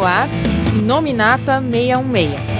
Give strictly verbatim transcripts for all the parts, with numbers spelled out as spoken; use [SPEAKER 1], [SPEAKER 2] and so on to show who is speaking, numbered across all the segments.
[SPEAKER 1] no ar, Inominata seiscentos e dezesseis.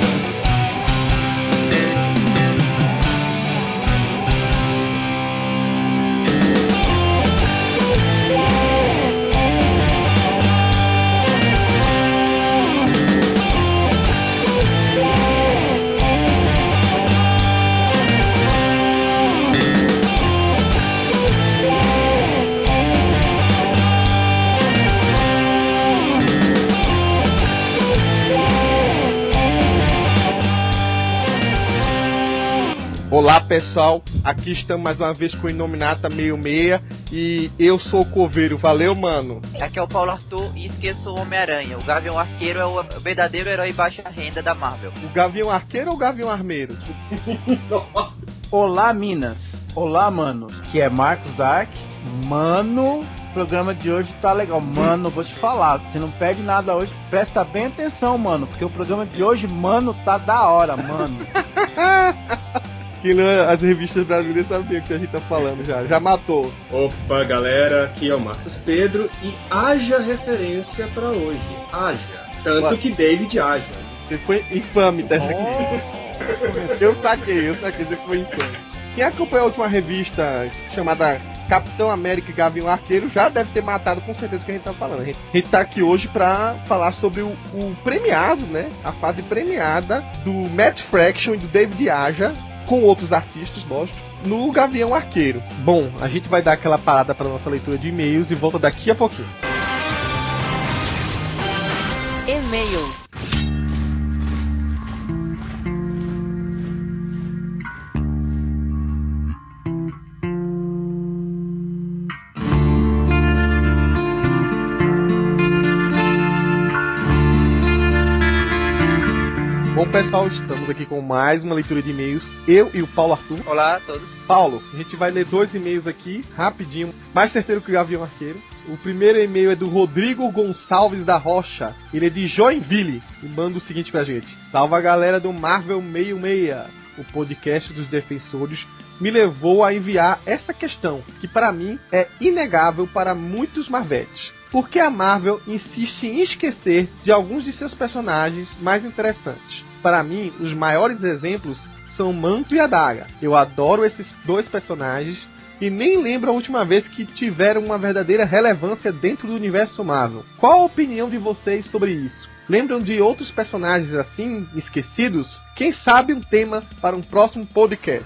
[SPEAKER 2] Olá pessoal, aqui estamos mais uma vez com o Inominata seiscentos e sessenta e eu sou o Coveiro, valeu mano!
[SPEAKER 3] Aqui é o Paulo Arthur e esqueça o Homem-Aranha, o Gavião Arqueiro é o verdadeiro herói baixa renda da Marvel.
[SPEAKER 2] O Gavião Arqueiro ou o Gavião Armeiro?
[SPEAKER 4] Olá Minas, olá manos, que é Marcos Dark, mano, o programa de hoje tá legal, mano, vou te falar, você não perde nada hoje, presta bem atenção mano, porque o programa de hoje, mano, tá da hora, mano.
[SPEAKER 2] Que as revistas brasileiras sabiam o que a gente tá falando já, já matou.
[SPEAKER 5] Opa galera, aqui é o Marcos Pedro e haja referência pra hoje, haja, tanto What? que David haja.
[SPEAKER 2] Você foi infame dessa aqui. Oh. Eu saquei, eu saquei, você foi infame. Quem acompanhou a última revista chamada Capitão América e Gavião Arqueiro já deve ter matado com certeza o que a gente tá falando. A gente, a gente tá aqui hoje pra falar sobre o, o premiado, né? A fase premiada do Matt Fraction e do David Aja, com outros artistas, lógico, no Gavião Arqueiro. Bom, a gente vai dar aquela parada para nossa leitura de e-mails e volta daqui a pouquinho.
[SPEAKER 1] E-mails.
[SPEAKER 2] Bom pessoal, estamos aqui com mais uma leitura de e-mails, eu e o Paulo Arthur.
[SPEAKER 3] Olá a todos.
[SPEAKER 2] Paulo, a gente vai ler dois e-mails aqui, rapidinho, mais certeiro que o Gavião Arqueiro. O primeiro e-mail é do Rodrigo Gonçalves da Rocha, ele é de Joinville, e manda o seguinte pra gente: salve a galera do Marvel sessenta e seis, o podcast dos defensores me levou a enviar essa questão, que para mim é inegável para muitos Marvetes. Por que a Marvel insiste em esquecer de alguns de seus personagens mais interessantes? Para mim, os maiores exemplos são Manto e Adaga. Eu adoro esses dois personagens e nem lembro a última vez que tiveram uma verdadeira relevância dentro do universo Marvel. Qual a opinião de vocês sobre isso? Lembram de outros personagens assim, esquecidos? Quem sabe um tema para um próximo podcast?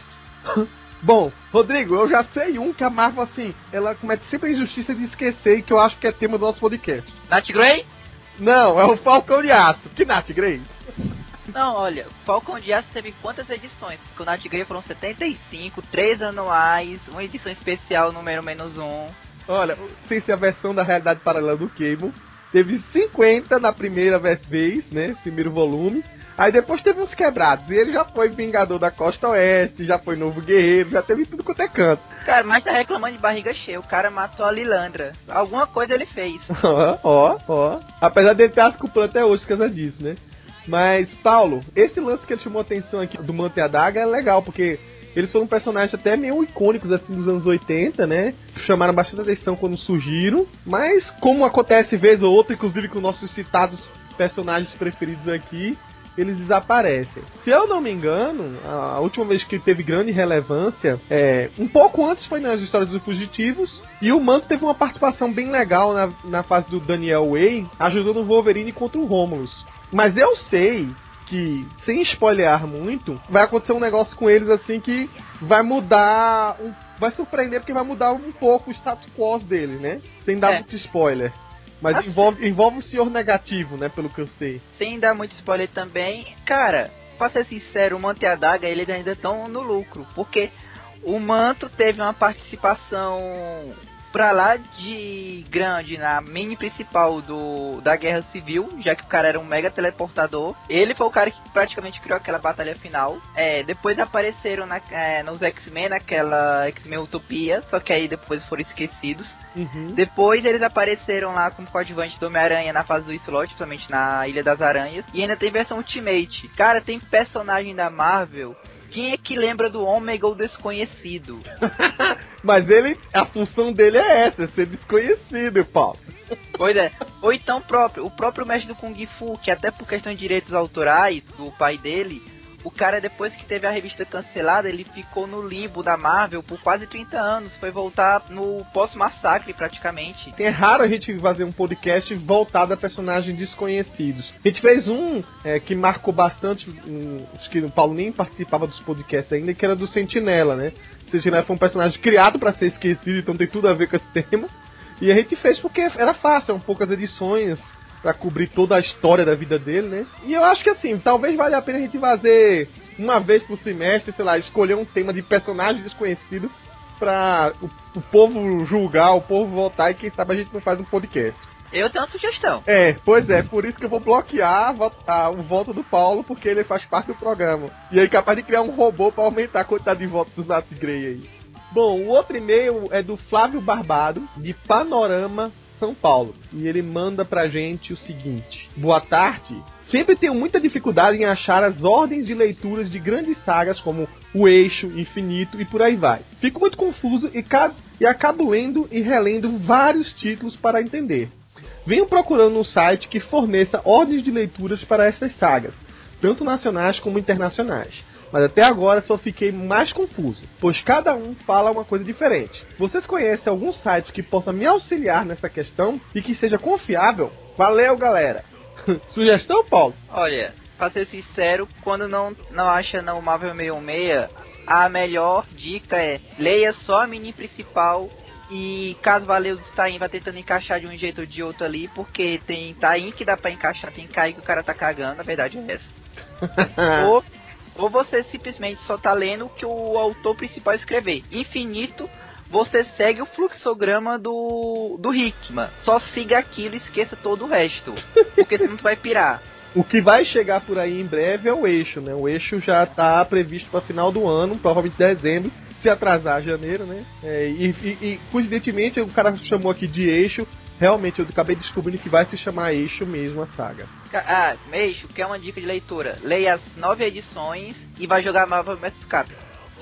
[SPEAKER 2] Bom, Rodrigo, eu já sei um que a Marvel, assim, ela comete sempre a injustiça de esquecer e que eu acho que é tema do nosso podcast.
[SPEAKER 3] Nat Grey?
[SPEAKER 2] Não, é o Falcão de Aço. Que Nat Grey?
[SPEAKER 3] Não, olha, Falcão de Aço teve quantas edições? Porque o Nat Grey foram setenta e cinco, três anuais, uma edição especial número menos um.
[SPEAKER 2] Olha, sem ser a versão da realidade paralela do Cable, teve cinquenta na primeira vez, né, primeiro volume. Aí depois teve uns quebrados, e ele já foi Vingador da Costa Oeste, já foi Novo Guerreiro, já teve tudo quanto é canto.
[SPEAKER 3] Cara, mas tá reclamando de barriga cheia, o cara matou a Lilandra. Alguma coisa ele fez.
[SPEAKER 2] Ó, ó, ó. Apesar dele ter as culpas até hoje por causa disso, né? Mas, Paulo, esse lance que ele chamou a atenção aqui do Manto e Adaga é legal, porque eles foram personagens até meio icônicos, assim, dos anos oitenta, né? Chamaram bastante atenção quando surgiram, mas como acontece vez ou outra, inclusive com nossos citados personagens preferidos aqui, eles desaparecem. Se eu não me engano, a última vez que teve grande relevância, é, um pouco antes foi nas histórias dos Fugitivos, e o Manto teve uma participação bem legal na, na fase do Daniel Way, ajudando o Wolverine contra o Romulus. Mas eu sei que, sem spoilear muito, vai acontecer um negócio com eles assim que vai mudar, um, vai surpreender porque vai mudar um pouco o status quo dele, né? Sem dar é. muito spoiler. Mas assim, envolve, envolve o senhor negativo, né, pelo que eu sei.
[SPEAKER 3] Sem dar muito spoiler também, cara, pra ser sincero, o Manto e a Adaga, eles ainda estão no lucro, porque o Manto teve uma participação pra lá de grande na mini principal do, da Guerra Civil, já que o cara era um mega teleportador. Ele foi o cara que praticamente criou aquela batalha final. É, depois apareceram na, é, nos X-Men, naquela X-Men Utopia, só que aí depois foram esquecidos. Uhum. Depois eles apareceram lá como coadjuvante do Homem-Aranha na fase do Slot, principalmente na Ilha das Aranhas. E ainda tem versão Ultimate. Cara, tem personagem da Marvel. Quem é que lembra do Ômega o Desconhecido?
[SPEAKER 2] Mas ele, a função dele é essa, ser desconhecido, Paulo.
[SPEAKER 3] Pois é. Ou então próprio, o próprio mestre do Kung Fu, que até por questão de direitos autorais do pai dele, o cara, depois que teve a revista cancelada, ele ficou no limbo da Marvel por quase trinta anos. Foi voltar no pós-massacre, praticamente.
[SPEAKER 2] É raro a gente fazer um podcast voltado a personagens desconhecidos. A gente fez um é, que marcou bastante, um, acho que o Paulo nem participava dos podcasts ainda, que era do Sentinela, né? O Sentinela foi um personagem criado para ser esquecido, então tem tudo a ver com esse tema. E a gente fez porque era fácil, eram poucas edições pra cobrir toda a história da vida dele, né? E eu acho que assim, talvez valha a pena a gente fazer uma vez por semestre, sei lá, escolher um tema de personagem desconhecido pra o, o povo julgar, o povo votar, e quem sabe a gente não faz um podcast.
[SPEAKER 3] Eu tenho uma sugestão.
[SPEAKER 2] É, pois é, por isso que eu vou bloquear a, a, o voto do Paulo, porque ele faz parte do programa. E aí capaz de criar um robô pra aumentar a quantidade de votos dos Nazi Grey aí. Bom, o outro e-mail é do Flávio Barbado, de Panorama, São Paulo. E ele manda pra gente o seguinte: boa tarde. Sempre tenho muita dificuldade em achar as ordens de leituras de grandes sagas como O Eixo, Infinito e por aí vai. Fico muito confuso e, ca- e acabo lendo e relendo vários títulos para entender. Venho procurando um site que forneça ordens de leituras para essas sagas, tanto nacionais como internacionais. Mas até agora só fiquei mais confuso, pois cada um fala uma coisa diferente. Vocês conhecem algum site que possa me auxiliar nessa questão e que seja confiável? Valeu, galera! Sugestão, Paulo?
[SPEAKER 3] Olha, pra ser sincero, quando não, não acha no Marvel seiscentos e sessenta, a melhor dica é leia só a mini principal. E caso Valeu dos Taim vá tentando encaixar de um jeito ou de outro ali, porque tem Taim que dá pra encaixar, tem Kai que o cara tá cagando, a verdade é essa. ou, ou você simplesmente só tá lendo o que o autor principal escrever. Infinito, você segue o fluxograma do, do Hickman. Só siga aquilo e esqueça todo o resto, porque senão tu vai pirar.
[SPEAKER 2] O que vai chegar por aí em breve é o Eixo, né? O Eixo já tá previsto para final do ano, provavelmente dezembro, se atrasar janeiro, né? É, e, e, e, coincidentemente, o cara chamou aqui de Eixo. Realmente, eu acabei descobrindo que vai se chamar Eixo mesmo a saga.
[SPEAKER 3] Ah, Eixo, que é uma dica de leitura. Leia as nove edições e vai jogar Marvel versus. Capcom.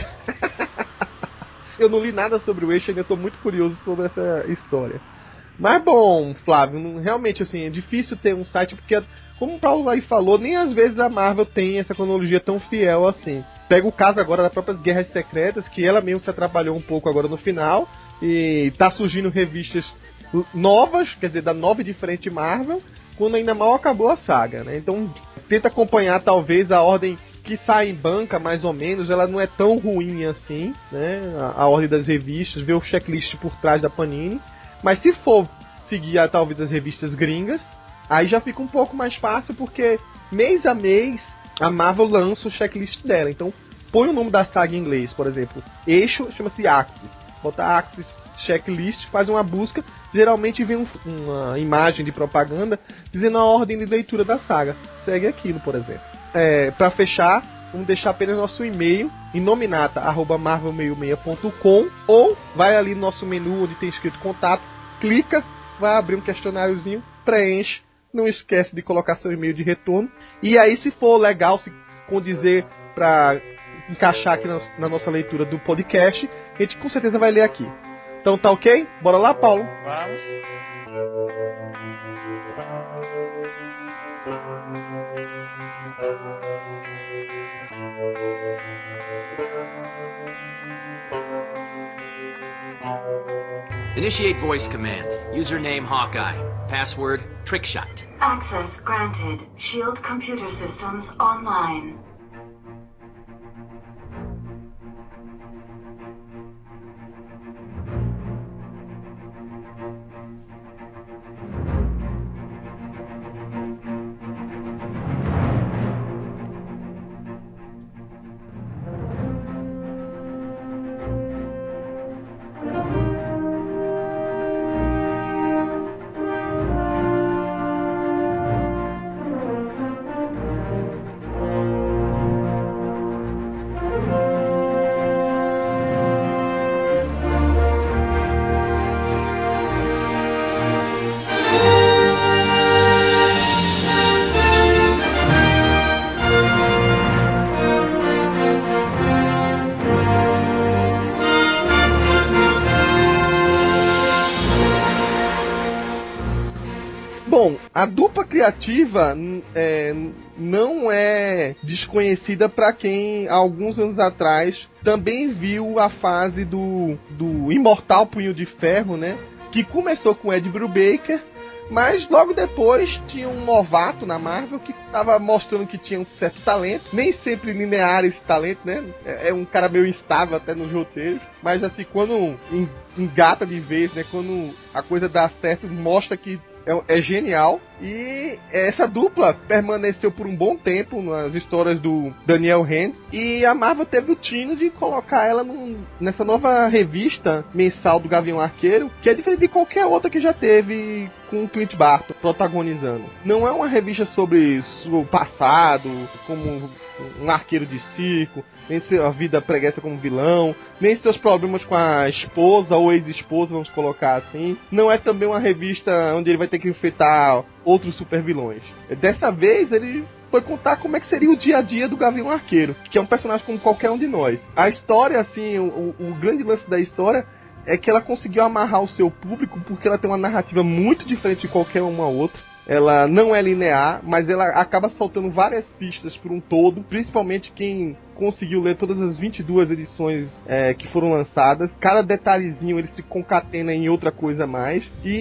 [SPEAKER 2] Eu não li nada sobre o Eixo, ainda tô muito curioso sobre essa história. Mas bom, Flávio, não, realmente assim, é difícil ter um site, porque, como o Paulo aí falou, nem às vezes a Marvel tem essa cronologia tão fiel assim. Pega o caso agora das próprias Guerras Secretas, que ela mesmo se atrapalhou um pouco agora no final, e tá surgindo revistas novas, quer dizer, da nova e diferente Marvel, quando ainda mal acabou a saga, né? Então, tenta acompanhar talvez a ordem que sai em banca, mais ou menos, ela não é tão ruim assim, né? A, a ordem das revistas, ver o checklist por trás da Panini. Mas se for seguir talvez as revistas gringas, aí já fica um pouco mais fácil, porque mês a mês a Marvel lança o checklist dela. Então põe o nome da saga em inglês, por exemplo, Eixo chama-se Axis. Bota Axis checklist, faz uma busca, geralmente vem um, uma imagem de propaganda dizendo a ordem de leitura da saga. Segue aquilo, por exemplo. É, para fechar, vamos deixar apenas nosso e-mail em nominata arroba marvel sessenta e seis ponto com, ou vai ali no nosso menu onde tem escrito contato, clica, vai abrir um questionáriozinho, preenche, não esquece de colocar seu e-mail de retorno, e aí se for legal, se condizer para encaixar aqui na, na nossa leitura do podcast, a gente com certeza vai ler aqui. Então tá ok? Bora lá, Paulo?
[SPEAKER 4] Vamos.
[SPEAKER 6] Initiate voice command. Username Hawkeye. Password Trickshot.
[SPEAKER 7] Access granted. Shield computer systems online.
[SPEAKER 2] a dupla criativa é, não é desconhecida para quem, há alguns anos atrás, também viu a fase do, do Imortal Punho de Ferro, né? Que começou com Ed Brubaker, mas logo depois tinha um novato na Marvel que estava mostrando que tinha um certo talento, nem sempre linear esse talento, né? É, é um cara meio instável até nos roteiros, mas assim, quando engata de vez, né? Quando a coisa dá certo, mostra que é, é genial. E essa dupla permaneceu por um bom tempo nas histórias do Daniel Hand, e a Marvel teve o tino de colocar ela num, nessa nova revista mensal do Gavião Arqueiro, que é diferente de qualquer outra que já teve com o Clint Barton protagonizando. Não é uma revista sobre o passado, como um arqueiro de circo, nem sua vida preguiça como vilão, nem seus problemas com a esposa ou ex-esposa, vamos colocar assim. Não é também uma revista onde ele vai ter que enfrentar outros super vilões. Dessa vez ele foi contar como é que seria o dia a dia do Gavião Arqueiro, que é um personagem como qualquer um de nós. A história, assim, o, o grande lance da história é que ela conseguiu amarrar o seu público porque ela tem uma narrativa muito diferente de qualquer uma outra. Ela não é linear, mas ela acaba soltando várias pistas por um todo, principalmente quem conseguiu ler todas as vinte e duas edições é, que foram lançadas. Cada detalhezinho ele se concatena em outra coisa a mais.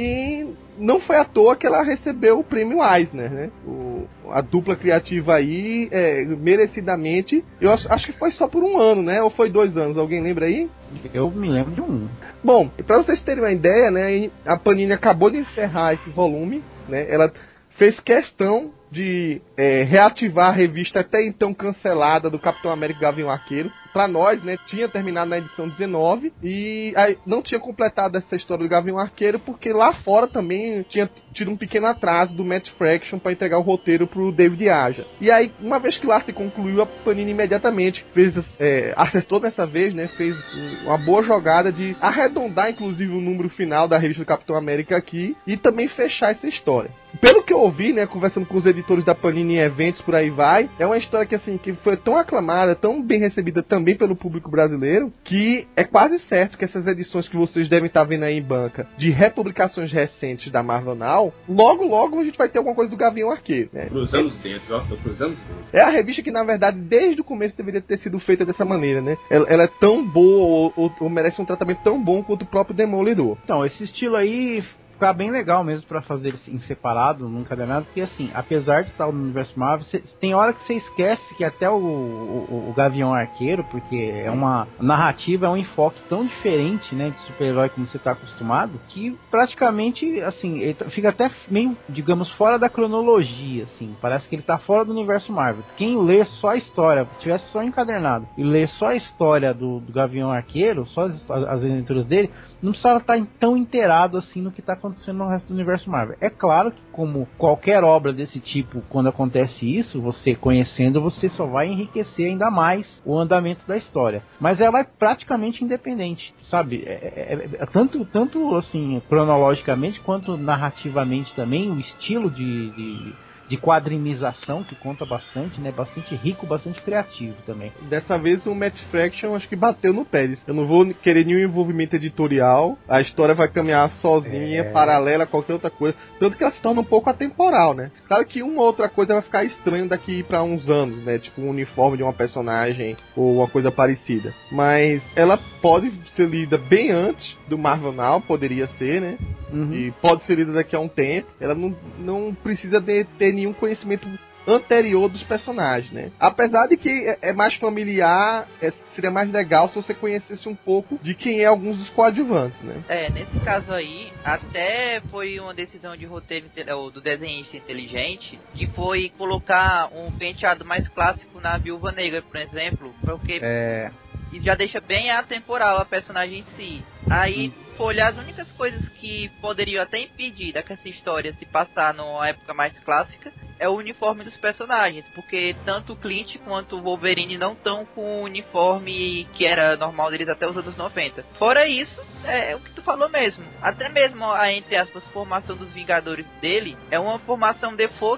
[SPEAKER 2] E não foi à toa que ela recebeu o prêmio Eisner, né? O, a dupla criativa aí, é, merecidamente. Eu acho, acho que foi só por um ano, né? Ou foi dois anos? Alguém lembra aí?
[SPEAKER 4] Eu me lembro de um.
[SPEAKER 2] Bom, pra vocês terem uma ideia, né? A Panini acabou de encerrar esse volume, né? Ela fez questão de é, reativar a revista até então cancelada do Capitão América Gavião Arqueiro. Pra nós, né, tinha terminado na edição dezenove e aí não tinha completado essa história do Gavião Arqueiro porque lá fora também tinha tido um pequeno atraso do Matt Fraction para entregar o roteiro pro David Aja. E aí, uma vez que lá se concluiu, a Panini imediatamente fez, é, acertou dessa vez, né, fez uma boa jogada de arredondar inclusive o número final da revista do Capitão América aqui e também fechar essa história. Pelo que eu ouvi, né, conversando com os editores da Panini em eventos, por aí vai, é uma história que, assim, que foi tão aclamada, tão bem recebida também pelo público brasileiro, que é quase certo que essas edições que vocês devem estar vendo aí em banca, de republicações recentes da Marvel Now, logo, logo a gente vai ter alguma coisa do Gavião Arqueiro, né?
[SPEAKER 5] Cruzando os dedos, ó, tô cruzando os dedos.
[SPEAKER 2] É a revista que, na verdade, desde o começo deveria ter sido feita dessa maneira, né? Ela, ela é tão boa, ou, ou, ou merece um tratamento tão bom quanto o próprio Demolidor.
[SPEAKER 4] Então, esse estilo aí ficar bem legal mesmo pra fazer ele em separado, num encadernado, porque assim, apesar de estar no universo Marvel, cê, tem hora que você esquece que até o, o, o Gavião Arqueiro, porque é uma narrativa, é um enfoque tão diferente, né, de super-herói como você tá acostumado, que praticamente, assim, ele fica até meio, digamos, fora da cronologia, assim, parece que ele tá fora do universo Marvel. Quem lê só a história, se tivesse só encadernado, e lê só a história do, do Gavião Arqueiro, só as, as aventuras dele, não precisava estar tão inteirado assim no que está acontecendo no resto do universo Marvel. É claro que, como qualquer obra desse tipo, quando acontece isso, você conhecendo, você só vai enriquecer ainda mais o andamento da história. Mas ela é praticamente independente, sabe? É, é, é, tanto, tanto assim, cronologicamente, quanto narrativamente também, o estilo de... de de quadrinização, que conta bastante, né? Bastante rico, bastante criativo também.
[SPEAKER 2] Dessa vez o Matt Fraction acho que bateu no pé. Eu não vou querer nenhum envolvimento editorial. A história vai caminhar sozinha, é... paralela a qualquer outra coisa. Tanto que ela se torna um pouco atemporal, né? Claro que uma outra coisa vai ficar estranha daqui pra uns anos, né? Tipo um uniforme de uma personagem ou uma coisa parecida. Mas ela pode ser lida bem antes do Marvel Now, poderia ser, né? Uhum. E pode ser lida daqui a um tempo. Ela não, não precisa de ter nenhum conhecimento anterior dos personagens, né? Apesar de que é, é mais familiar, é, seria mais legal se você conhecesse um pouco de quem é alguns dos coadjuvantes, né?
[SPEAKER 3] É, nesse caso aí, até foi uma decisão de roteiro do desenhista inteligente, que foi colocar um penteado mais clássico na Viúva Negra, por exemplo, porque
[SPEAKER 4] é...
[SPEAKER 3] isso já deixa bem atemporal a personagem em si. Aí, hum. for olhar, as únicas coisas que poderiam até impedir que essa história se passar numa época mais clássica é o uniforme dos personagens, porque tanto o Clint quanto o Wolverine não estão com o uniforme que era normal deles até os anos noventa. Fora isso, é o que tu falou mesmo. Até mesmo a, entre aspas, formação dos Vingadores dele é uma formação default que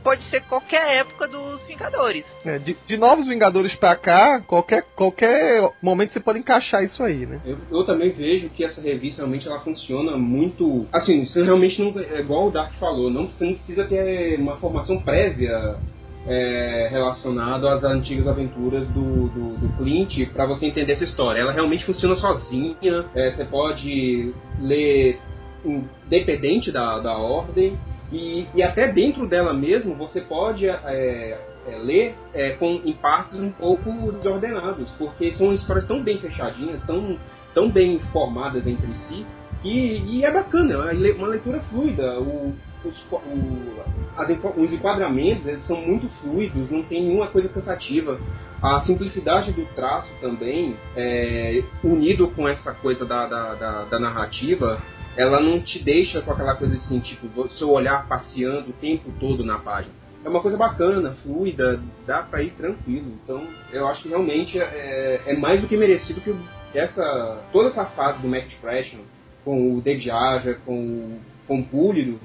[SPEAKER 3] pode ser qualquer época dos Vingadores.
[SPEAKER 2] É, de, de Novos Vingadores pra cá, qualquer, qualquer momento você pode encaixar isso aí, né?
[SPEAKER 5] Eu, eu também vejo que essa revista realmente ela funciona muito... Assim, você realmente não... É igual o Dark falou, não, você não precisa ter uma formação prévia é, relacionada às antigas aventuras do, do, do Clint para você entender essa história. Ela realmente funciona sozinha, é, você pode ler independente da, da ordem, e, e até dentro dela mesmo você pode... É, É, ler é, com, em partes um pouco desordenadas, porque são histórias tão bem fechadinhas, tão, tão bem formadas entre si, que, e é bacana, é uma leitura fluida. O, os, o, as, os enquadramentos eles são muito fluidos, não tem nenhuma coisa cansativa. A simplicidade do traço também, é, unido com essa coisa da, da, da, da narrativa, ela não te deixa com aquela coisa assim, tipo, seu olhar passeando o tempo todo na página. É uma coisa bacana, fluida, dá pra ir tranquilo. Então, eu acho que realmente é, é mais do que merecido que essa, toda essa fase do Matt Fraction, com o David Aja, com, com o Pulido,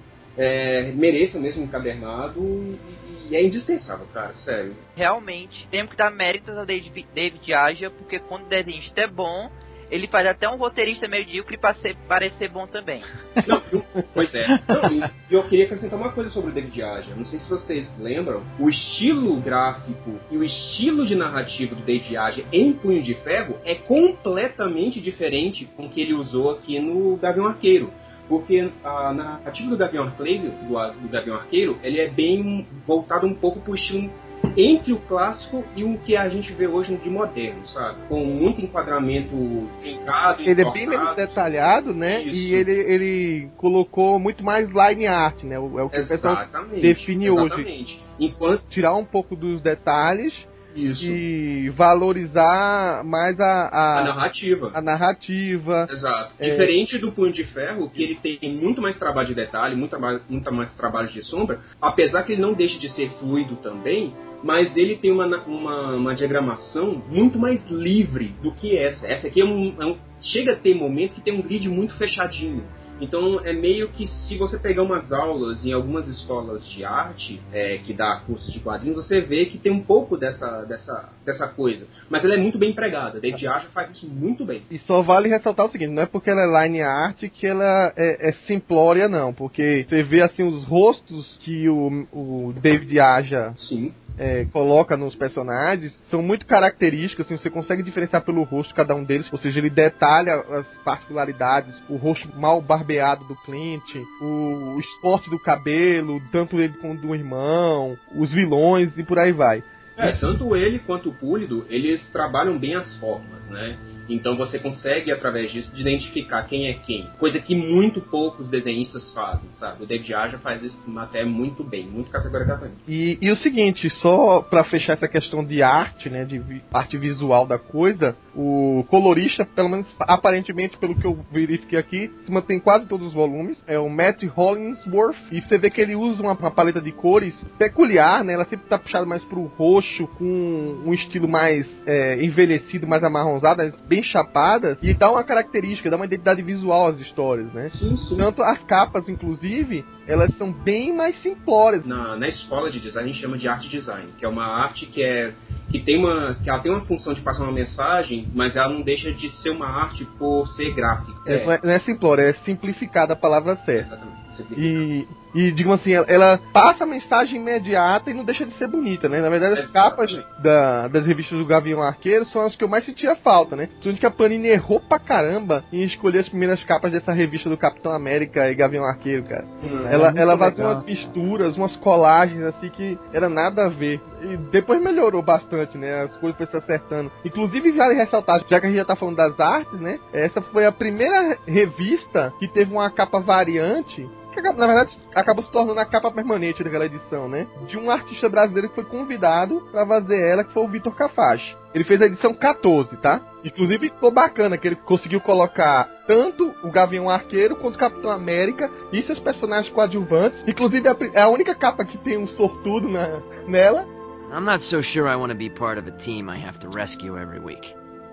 [SPEAKER 5] é, mereça mesmo encadernado e, e é indispensável, cara, sério.
[SPEAKER 3] Realmente, temos que dar méritos ao David, David Aja, porque quando o desenhista é bom, ele faz até um roteirista medíocre para ser, parecer bom também.
[SPEAKER 5] Não, eu, pois é. Não, e eu queria acrescentar uma coisa sobre o David Aja. Não sei se vocês lembram, o estilo gráfico e o estilo de narrativa do David Aja em Punho de Ferro é completamente diferente com o que ele usou aqui no Gavião Arqueiro. Porque a narrativa do Gavião Arqueiro, do, do Gavião Arqueiro, ele é bem voltado um pouco pro estilo entre o clássico e o que a gente vê hoje de moderno, sabe? Com muito enquadramento brincado e
[SPEAKER 2] ele é bem menos detalhado, né?
[SPEAKER 5] Isso.
[SPEAKER 2] E ele, ele colocou muito mais line art, né? É o que
[SPEAKER 5] exatamente,
[SPEAKER 2] o pessoal define
[SPEAKER 5] exatamente.
[SPEAKER 2] hoje.
[SPEAKER 5] Enquanto...
[SPEAKER 2] Tirar um pouco dos detalhes
[SPEAKER 5] Isso.
[SPEAKER 2] e valorizar mais a, a,
[SPEAKER 5] a narrativa.
[SPEAKER 2] A narrativa.
[SPEAKER 5] Exato.
[SPEAKER 2] É...
[SPEAKER 5] Diferente do Punho de Ferro, que ele tem muito mais trabalho de detalhe, muito, muito mais trabalho de sombra, apesar que ele não deixa de ser fluido também, mas ele tem uma, uma, uma diagramação muito mais livre do que essa. Essa aqui é um, é um, chega a ter momentos que tem um grid muito fechadinho. Então é meio que se você pegar umas aulas em algumas escolas de arte, é, que dá cursos de quadrinhos, você vê que tem um pouco dessa, dessa, dessa coisa. Mas ela é muito bem empregada. David Aja faz isso muito bem.
[SPEAKER 2] E só vale ressaltar o seguinte, não é porque ela é line art que ela é, é simplória, não. Porque você vê assim os rostos que o, o David Aja...
[SPEAKER 5] Sim.
[SPEAKER 2] É, coloca nos personagens, são muito característicos, assim, você consegue diferenciar pelo rosto cada um deles, ou seja, ele detalha as particularidades, o rosto mal barbeado do Clint, o, o esporte do cabelo, tanto ele quanto do irmão, os vilões e por aí vai.
[SPEAKER 5] É, tanto ele quanto o Pulido, eles trabalham bem as formas, né? Então você consegue, através disso, de identificar quem é quem. Coisa que muito poucos desenhistas fazem, sabe? O David Aja faz isso até muito bem, muito categoricamente.
[SPEAKER 2] E, e o seguinte, só pra fechar essa questão de arte, né, de vi- arte visual da coisa, o colorista, pelo menos aparentemente, pelo que eu verifiquei aqui, se mantém quase todos os volumes, é o Matt Hollingsworth, e você vê que ele usa uma, uma paleta de cores peculiar, né, ela sempre tá puxada mais pro roxo, com um estilo mais é, envelhecido, mais amarronzado, bem chapadas, e dá uma característica, dá uma identidade visual às histórias, né?
[SPEAKER 5] Sim, sim.
[SPEAKER 2] Tanto as capas, inclusive, elas são bem mais simplórias.
[SPEAKER 5] Na, na escola de design a gente chama de arte design, que é uma arte que é que tem uma que ela tem uma função de passar uma mensagem, mas ela não deixa de ser uma arte por ser gráfica.
[SPEAKER 2] É, é. Não, é, não é simplória, é simplificada a palavra certa.
[SPEAKER 5] Exatamente.
[SPEAKER 2] E, e digamos assim, ela, ela passa a mensagem imediata e não deixa de ser bonita, né? Na verdade, as
[SPEAKER 5] Exatamente.
[SPEAKER 2] capas da, das revistas do Gavião Arqueiro são as que eu mais sentia falta, né? Tudo que a Panini errou pra caramba em escolher as primeiras capas dessa revista do Capitão América e Gavião Arqueiro, cara. Hum, ela ela fazia umas misturas, umas colagens assim que era nada a ver. E depois melhorou bastante, né? As coisas foram se acertando. Inclusive, vale ressaltar, já que a gente já tá falando das artes, né? Essa foi a primeira revista que teve uma capa variante, que na verdade acabou se tornando a capa permanente daquela edição, né? De um artista brasileiro que foi convidado pra fazer ela, que foi o Vitor Cafage. Ele fez a edição catorze, tá? Inclusive ficou bacana que ele conseguiu colocar tanto o Gavião Arqueiro quanto o Capitão América e seus personagens coadjuvantes. Inclusive é a única capa que tem um sortudo na, nela.
[SPEAKER 6] I'm not so sure I want to be part of a team I have to rescue every week.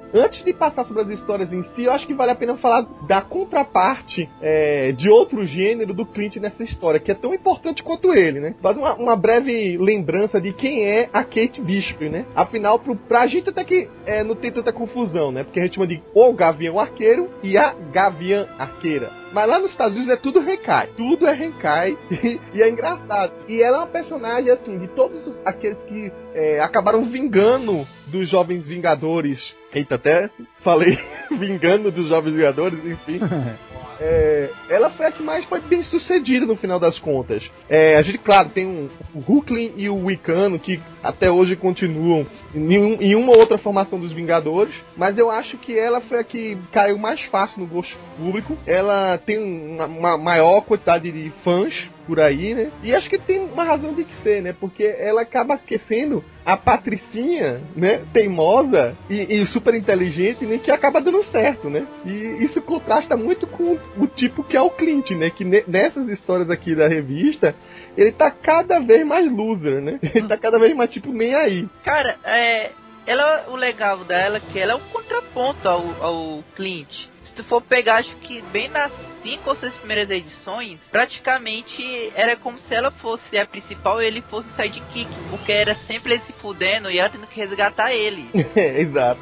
[SPEAKER 2] antes de passar sobre as histórias em si, eu acho que vale a pena falar da contraparte é, de outro gênero do Clint nessa história, que é tão importante quanto ele, né? Faz uma, uma breve lembrança de quem é a Kate Bishop, né? Afinal, pro, pra gente até que é, não tem tanta confusão, né? Porque a gente chama de o Gavião Arqueiro e a Gaviã Arqueira. Mas lá nos Estados Unidos é tudo Henkai. Tudo é Henkai e, e é engraçado. E ela é uma personagem, assim, de todos aqueles que é, acabaram vingando dos Jovens Vingadores. Eita, até falei vingando dos Jovens Vingadores, enfim. É, ela foi a que mais foi bem sucedida no final das contas. É, a gente, claro, tem um, o Hulkling e o Wiccan que até hoje continuam em, um, em uma ou outra formação dos Vingadores, mas eu acho que ela foi a que caiu mais fácil no gosto público. Ela tem uma, uma maior quantidade de fãs por aí, né? E acho que tem uma razão de que ser, né? Porque ela acaba aquecendo a Patricinha, né? Teimosa e, e super inteligente, né? Que acaba dando certo, né? E isso contrasta muito com o tipo que é o Clint, né? Que ne- nessas histórias aqui da revista, ele tá cada vez mais loser, né? Ele tá cada vez mais tipo nem aí.
[SPEAKER 3] Cara, é... Ela, o legal dela é que ela é um contraponto ao, ao Clint. Se tu for pegar, acho que bem nas cinco ou seis primeiras edições, praticamente era como se ela fosse a principal e ele fosse o sidekick, porque era sempre ele se fudendo e ela tendo que resgatar ele.
[SPEAKER 2] É, exato.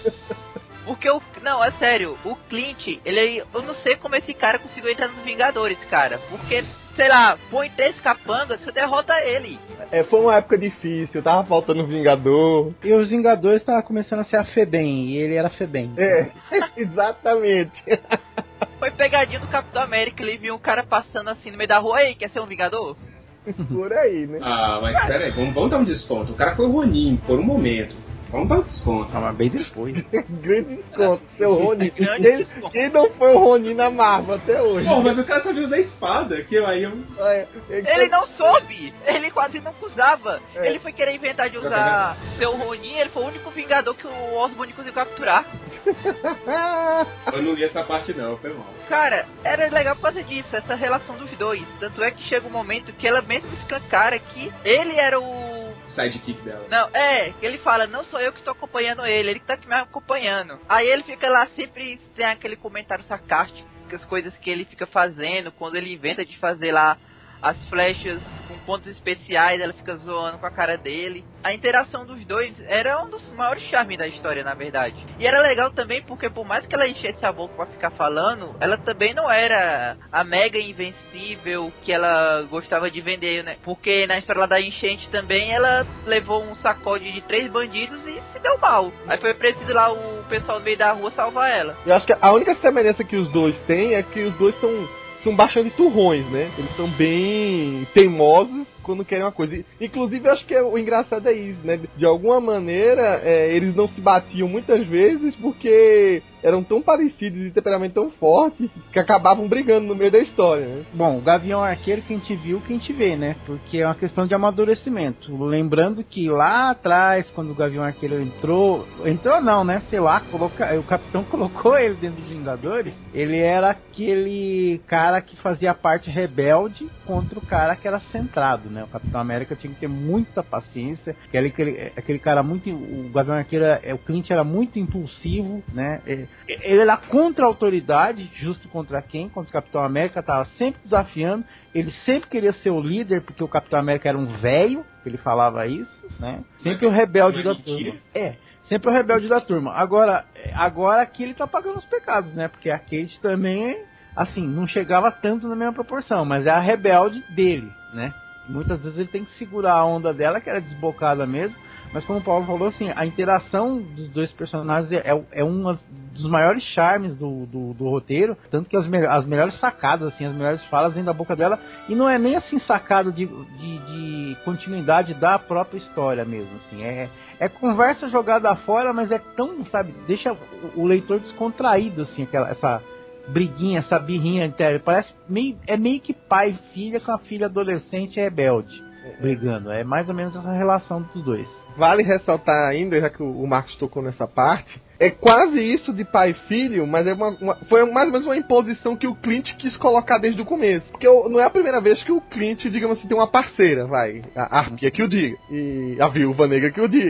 [SPEAKER 3] Porque o... Não, é sério, o Clint, ele... Eu não sei como esse cara conseguiu entrar nos Vingadores, cara. Porque, sei lá, põe três capangas, você derrota ele.
[SPEAKER 2] É, foi uma época difícil, tava faltando Vingador.
[SPEAKER 4] E os Vingadores estavam começando a ser a Febem, e ele era Febem.
[SPEAKER 2] É, exatamente.
[SPEAKER 3] Foi pegadinho do Capitão América, ele viu um cara passando assim no meio da rua. Aí, quer ser um Vingador?
[SPEAKER 2] Por aí, né?
[SPEAKER 5] Ah, mas pera aí, vamos, vamos dar um desconto. O cara foi o Ronin por um momento. Vamos dar um desconto.
[SPEAKER 4] Ah, mas bem depois.
[SPEAKER 2] Grande desconto, seu Ronin.
[SPEAKER 3] Grande
[SPEAKER 2] Quem,
[SPEAKER 3] desconto.
[SPEAKER 2] quem não foi o Ronin na Marvel até hoje?
[SPEAKER 5] Pô, mas o cara sabia usar espada, que aí eu...
[SPEAKER 2] É,
[SPEAKER 3] Ele não soube! Ele quase nunca usava.
[SPEAKER 2] É.
[SPEAKER 3] Ele foi querer inventar de usar seu Ronin, ele foi o único Vingador que o Osborn conseguiu capturar.
[SPEAKER 5] Eu não li essa parte não, foi mal.
[SPEAKER 3] Cara, era legal por causa disso, essa relação dos dois. Tanto é que chega um momento que ela mesmo escancara que ele era o...
[SPEAKER 5] Sidekick dela.
[SPEAKER 3] Não, é, que ele fala, não sou eu que estou acompanhando ele, ele que tá aqui me acompanhando. Aí ele fica lá, sempre tem aquele comentário sarcástico, as coisas que ele fica fazendo, quando ele inventa de fazer lá as flechas com pontos especiais, ela fica zoando com a cara dele. A interação dos dois era um dos maiores charmes da história, na verdade. E era legal também porque por mais que ela enchesse a boca pra ficar falando, ela também não era a mega invencível que ela gostava de vender, né? Porque na história lá da enchente também, ela levou um sacode de três bandidos e se deu mal. Aí foi preciso lá o pessoal do meio da rua salvar ela.
[SPEAKER 2] Eu acho que a única semelhança que os dois têm é que os dois são, são bastante turrões, né? Eles são bem teimosos quando querem uma coisa. Inclusive, eu acho que é, o engraçado é isso, né? De alguma maneira, é, eles não se batiam muitas vezes porque eram tão parecidos e de temperamento tão fortes que acabavam brigando no meio da história, né?
[SPEAKER 4] Bom, o Gavião Arqueiro, quem te viu, quem te vê, né? Porque é uma questão de amadurecimento. Lembrando que lá atrás, quando o Gavião Arqueiro entrou... Entrou não, né? Sei lá, coloca, o Capitão colocou ele dentro dos Vingadores. Ele era aquele cara que fazia a parte rebelde contra o cara que era centrado, né? O Capitão América tinha que ter muita paciência. Aquele, aquele, aquele cara muito... O Gavião Arqueiro, o Clint era muito impulsivo, né? Ele era contra a autoridade, justo contra quem? Contra o Capitão América, tava sempre desafiando. Ele sempre queria ser o líder, porque o Capitão América era um velho, ele falava isso, né? Sempre o rebelde da turma. É, sempre o rebelde da turma. Agora, agora aqui ele tá pagando os pecados, né? Porque a Kate também, assim, não chegava tanto na mesma proporção, mas é a rebelde dele, né? Muitas vezes ele tem que segurar a onda dela, que era desbocada mesmo. Mas como o Paulo falou, assim, a interação dos dois personagens é, é um dos maiores charmes do, do, do roteiro. Tanto que as, me- as melhores sacadas, assim, as melhores falas vêm da boca dela. E não é nem assim sacado de, de, de continuidade da própria história mesmo. Assim, é, é conversa jogada fora, mas é tão, sabe, deixa o, o leitor descontraído, assim, aquela, essa briguinha, essa birrinha inteira. Parece meio, é meio que pai e filha com a filha adolescente rebelde brigando. É mais ou menos essa relação dos dois.
[SPEAKER 2] Vale ressaltar ainda, já que o Marcos tocou nessa parte, é quase isso de pai e filho, mas é uma, uma, foi mais ou menos uma imposição que o Clint quis colocar desde o começo. Porque não é a primeira vez que o Clint, digamos assim, tem uma parceira, vai. A Arpia que o diga. E a Viúva Negra que o diga.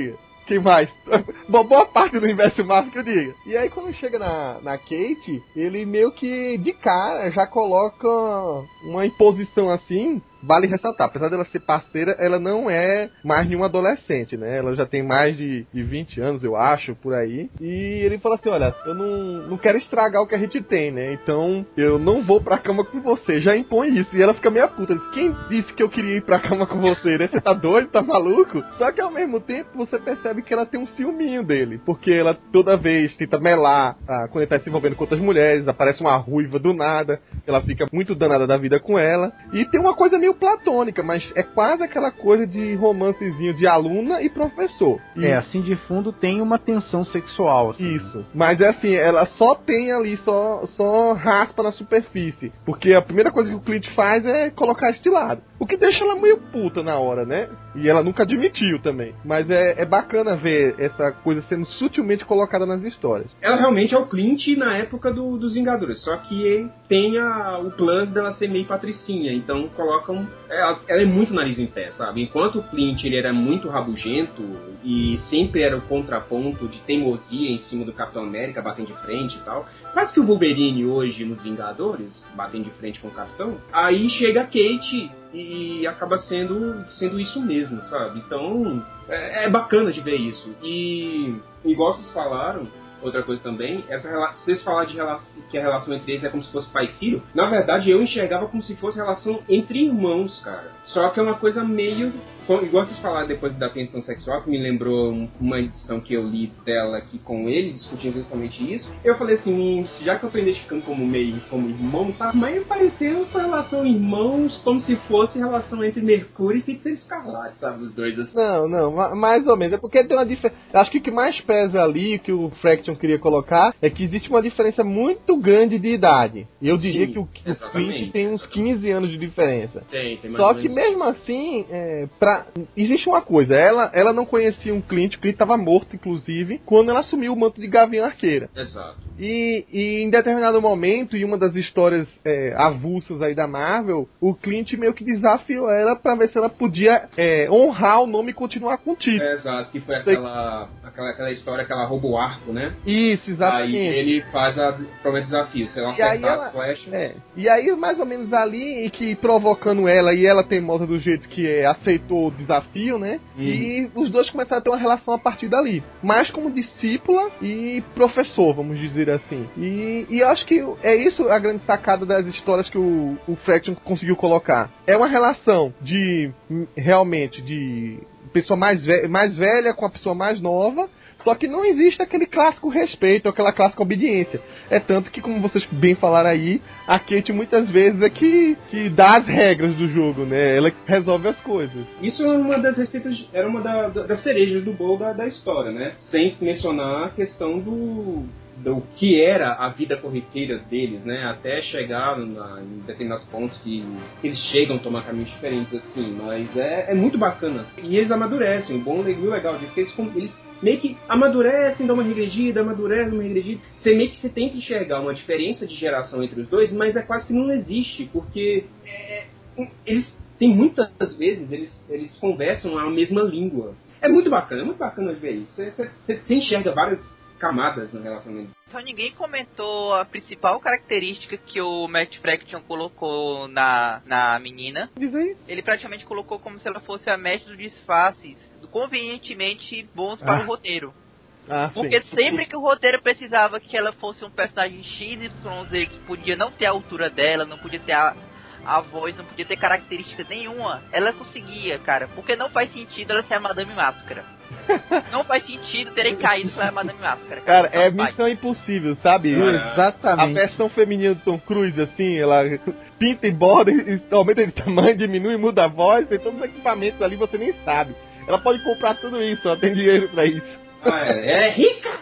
[SPEAKER 2] Quem mais? Bom, boa parte do universo Marvel que eu diga. E aí quando chega na, na Kate, ele meio que de cara já coloca uma imposição assim. Vale ressaltar, apesar dela ser parceira, ela não é mais nenhuma adolescente, né? Ela já tem mais de, de vinte anos, eu acho, por aí. E ele fala assim, olha, eu não, não quero estragar o que a gente tem, né? Então, eu não vou pra cama com você. Já impõe isso. E ela fica meio puta. Diz, quem disse que eu queria ir pra cama com você, né? Você tá doido? Tá maluco? Só que ao mesmo tempo, você percebe que ela tem um ciúminho dele. Porque ela toda vez tenta melar, ah, quando ele tá se envolvendo com outras mulheres, aparece uma ruiva do nada. Ela fica muito danada da vida com ela. E tem uma coisa meio platônica, mas é quase aquela coisa de romancezinho de aluna e professor. E...
[SPEAKER 4] É, assim de fundo tem uma tensão sexual. Assim.
[SPEAKER 2] Isso. Mas é assim, ela só tem ali, só, só raspa na superfície. Porque a primeira coisa que o Clint faz é colocar este lado. O que deixa ela meio puta na hora, né? E ela nunca admitiu também. Mas é, é bacana ver essa coisa sendo sutilmente colocada nas histórias.
[SPEAKER 5] Ela realmente é o Clint na época do, dos Vingadores. Só que tem a, o plus dela ser meio patricinha. Então colocam... Ela, ela é muito nariz em pé, sabe? Enquanto o Clint ele era muito rabugento e sempre era o contraponto de teimosia em cima do Capitão América, batendo de frente e tal. Quase que o Wolverine hoje nos Vingadores, batendo de frente com o Capitão. Aí chega a Kate... E acaba sendo, sendo isso mesmo, sabe? Então, é, é bacana de ver isso. E, igual vocês falaram, outra coisa também, essa rela- vocês falaram de relação, que a relação entre eles é como se fosse pai e filho. Na verdade, eu enxergava como se fosse relação entre irmãos, cara. Só que é uma coisa meio... Igual vocês falaram depois da tensão sexual, que me lembrou um, uma edição que eu li dela aqui com ele, discutindo justamente isso. Eu falei assim, já que eu tô identificando como meio como irmão, tá mais parecendo com relação irmãos, como se fosse relação entre Mercúrio e Feiticeiro Escarlate, sabe? Os dois assim.
[SPEAKER 2] Não, não, ma- mais ou menos. É porque tem uma diferença. Acho que o que mais pesa ali, que o Fraction queria colocar, é que existe uma diferença muito grande de idade. E eu diria
[SPEAKER 5] Sim,
[SPEAKER 2] que o, o
[SPEAKER 5] exatamente,
[SPEAKER 2] Clint tem uns
[SPEAKER 5] exatamente.
[SPEAKER 2] quinze anos de diferença.
[SPEAKER 5] Tem, tem mais
[SPEAKER 2] Só
[SPEAKER 5] ou
[SPEAKER 2] que
[SPEAKER 5] menos.
[SPEAKER 2] mesmo assim, é, pra... existe uma coisa, ela, ela não conhecia um Clint, o Clint estava morto, inclusive, quando ela assumiu o manto de Gavião Arqueira.
[SPEAKER 5] Exato.
[SPEAKER 2] E, e em determinado momento, em uma das histórias é, avulsas aí da Marvel, o Clint meio que desafiou ela pra ver se ela podia é, honrar o nome e continuar com o título.
[SPEAKER 5] É, exato, que foi
[SPEAKER 2] Sei-
[SPEAKER 5] aquela, aquela, aquela história que ela rouba o arco, né?
[SPEAKER 2] Isso, exatamente.
[SPEAKER 5] Aí ele faz a prova de desafio. Se ela
[SPEAKER 2] E aí
[SPEAKER 5] acertar
[SPEAKER 2] ela,
[SPEAKER 5] as flechas...
[SPEAKER 2] é, e aí mais ou menos ali, e que provocando ela, e ela teimosa do jeito que é, aceitou o desafio, né?
[SPEAKER 5] Uhum.
[SPEAKER 2] E os dois começaram a ter uma relação a partir dali. Mais como discípula e professor, vamos dizer assim. E, e eu acho que é isso a grande sacada das histórias que o, o Fraction conseguiu colocar. É uma relação de, realmente, de pessoa mais, ve- mais velha com a pessoa mais nova, só que não existe aquele clássico respeito, aquela clássica obediência. É tanto que, como vocês bem falaram aí, a Kate muitas vezes é que, que dá as regras do jogo, né? Ela resolve as coisas.
[SPEAKER 5] Isso é uma das receitas, era uma da, da, das cerejas do bolo da, da história, né? Sem mencionar a questão do, do que era a vida corriqueira deles, né? Até chegar na, em determinados pontos que eles chegam a tomar caminhos diferentes, assim. Mas é, é muito bacana. E eles amadurecem. O bom e o legal disso é que eles, eles meio que amadurecem, dão uma regredida, amadurecem, dão uma regredida. Você meio que você tem que enxergar uma diferença de geração entre os dois, mas é quase que não existe, porque é, eles tem muitas vezes eles, eles conversam a mesma língua. É muito bacana, é muito bacana ver isso. Você, você, você enxerga várias camadas no relacionamento.
[SPEAKER 3] Então ninguém comentou a principal característica que o Matt Fraction colocou na, na menina.
[SPEAKER 2] Diz aí.
[SPEAKER 3] Ele praticamente colocou como se ela fosse a mestre dos disfarces, convenientemente bons para
[SPEAKER 2] Ah.
[SPEAKER 3] o roteiro.
[SPEAKER 2] Ah,
[SPEAKER 3] Porque
[SPEAKER 2] sim.
[SPEAKER 3] sempre que o roteiro precisava que ela fosse um personagem X Y Z, que podia não ter a altura dela, não podia ter a, a voz, não podia ter característica nenhuma, ela conseguia, cara. Porque não faz sentido ela ser a Madame Máscara. Não faz sentido terem caído pra Madame Máscara.
[SPEAKER 2] Cara,
[SPEAKER 3] Não
[SPEAKER 2] é
[SPEAKER 3] faz.
[SPEAKER 2] Missão Impossível, sabe? A
[SPEAKER 4] Exatamente.
[SPEAKER 2] versão feminina do Tom Cruise, assim, ela pinta e borda, e aumenta de tamanho, diminui, muda a voz, tem todos os equipamentos ali, você nem sabe. Ela pode comprar tudo isso, ela tem dinheiro pra isso.
[SPEAKER 5] Ah, é, ela é rica!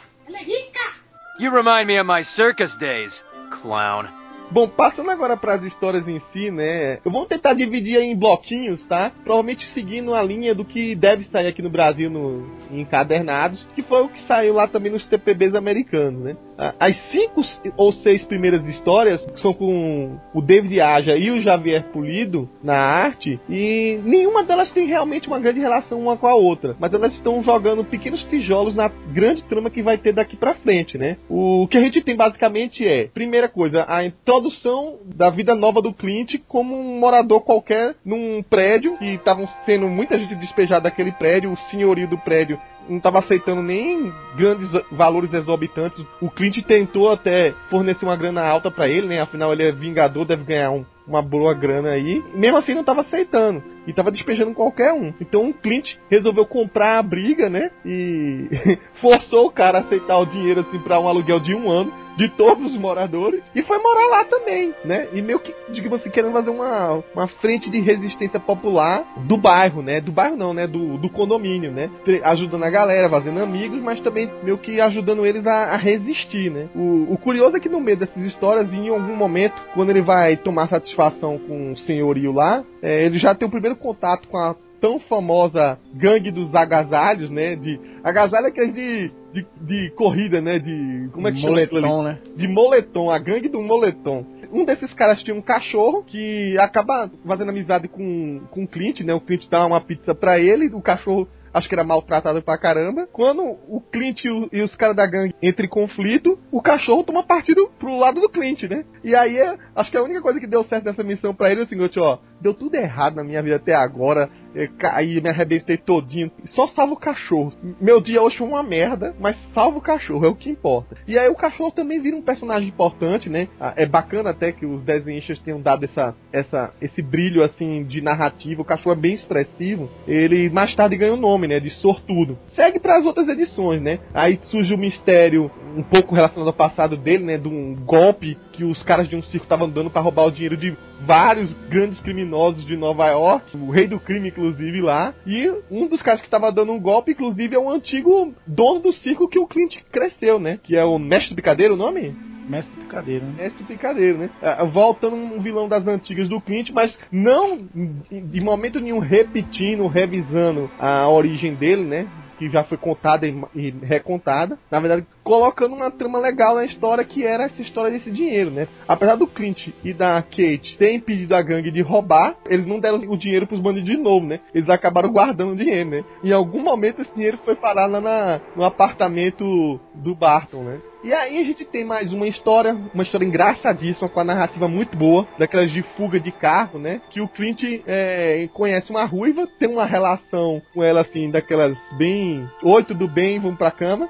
[SPEAKER 6] You remind me of my circus days, clown.
[SPEAKER 2] Bom, passando agora para as histórias em si, né? Eu vou tentar dividir em bloquinhos, tá? Provavelmente seguindo a linha do que deve sair aqui no Brasil no, em encadernados, que foi o que saiu lá também nos T P Bs americanos, né? as cinco ou seis primeiras histórias são com o David Aja e o Javier Pulido na arte, e nenhuma delas tem realmente uma grande relação uma com a outra, mas elas estão jogando pequenos tijolos na grande trama que vai ter daqui pra frente, né? O que a gente tem basicamente é, primeira coisa, a introdução da vida nova do Clint como um morador qualquer num prédio, que estavam sendo muita gente despejada daquele prédio, o senhorio do prédio não estava aceitando nem grandes valores exorbitantes. O Clint tentou até fornecer uma grana alta para ele, né? Afinal ele é vingador, deve ganhar um, uma boa grana aí. Mesmo assim não estava aceitando e estava despejando qualquer um. Então o Clint resolveu comprar a briga, né? E forçou o cara a aceitar o dinheiro assim para um aluguel de um ano de todos os moradores, e foi morar lá também, né? E meio que, digamos assim, querendo fazer uma, uma frente de resistência popular do bairro, né? Do bairro não, né? Do, do condomínio, né? Ajudando a galera, fazendo amigos, mas também meio que ajudando eles a, a resistir, né? O, o curioso é que no meio dessas histórias, em algum momento, quando ele vai tomar satisfação com o senhorio lá, é, ele já tem o primeiro contato com a tão famosa gangue dos agasalhos, né? De agasalho é aqueles de, de, de corrida, né? De como é que
[SPEAKER 4] moletom,
[SPEAKER 2] chama?
[SPEAKER 4] Né?
[SPEAKER 2] De moletom, a gangue do moletom. Um desses caras tinha um cachorro que acaba fazendo amizade com, com o Clint, né? O Clint dá uma pizza pra ele, o cachorro acho que era maltratado pra caramba. Quando o Clint e, o, e os caras da gangue entram em conflito, o cachorro toma partido pro lado do Clint, né? E aí, acho que a única coisa que deu certo nessa missão pra ele é o seguinte, ó, deu tudo errado na minha vida até agora, eu caí, me arrebentei todinho, só salvo o cachorro. Meu dia hoje foi uma merda, mas salvo o cachorro, é o que importa. E aí o cachorro também vira um personagem importante, né? É bacana até que os desenhistas tenham dado essa, essa, esse brilho, assim, de narrativa. O cachorro é bem expressivo. Ele mais tarde ganha o nome, né? De Sortudo. Segue para as outras edições, né? Aí surge o mistério um pouco relacionado ao passado dele, né? De um golpe que os caras de um circo estavam dando para roubar o dinheiro de vários grandes criminosos de Nova York, o rei do crime, inclusive, lá. E um dos caras que estava dando um golpe, inclusive, é um antigo dono do circo que o Clint cresceu, né? Que é o Mestre do Picadeiro, o nome?
[SPEAKER 4] Mestre do Picadeiro, né?
[SPEAKER 2] Mestre do Picadeiro, né? Uh, voltando um vilão das antigas do Clint, mas não de momento nenhum repetindo, revisando a origem dele, né? Que já foi contada e recontada. Na verdade, colocando uma trama legal na história, que era essa história desse dinheiro, né? Apesar do Clint e da Kate terem pedido a gangue de roubar, eles não deram o dinheiro pros bandidos de novo, né? Eles acabaram guardando o dinheiro, né? Em algum momento esse dinheiro foi parar lá na, no apartamento do Barton, né? E aí a gente tem mais uma história, uma história engraçadíssima, com a narrativa muito boa, daquelas de fuga de carro, né? Que o Clint é, conhece uma ruiva, tem uma relação com ela, assim, daquelas bem... Oi, tudo bem, vamos pra cama.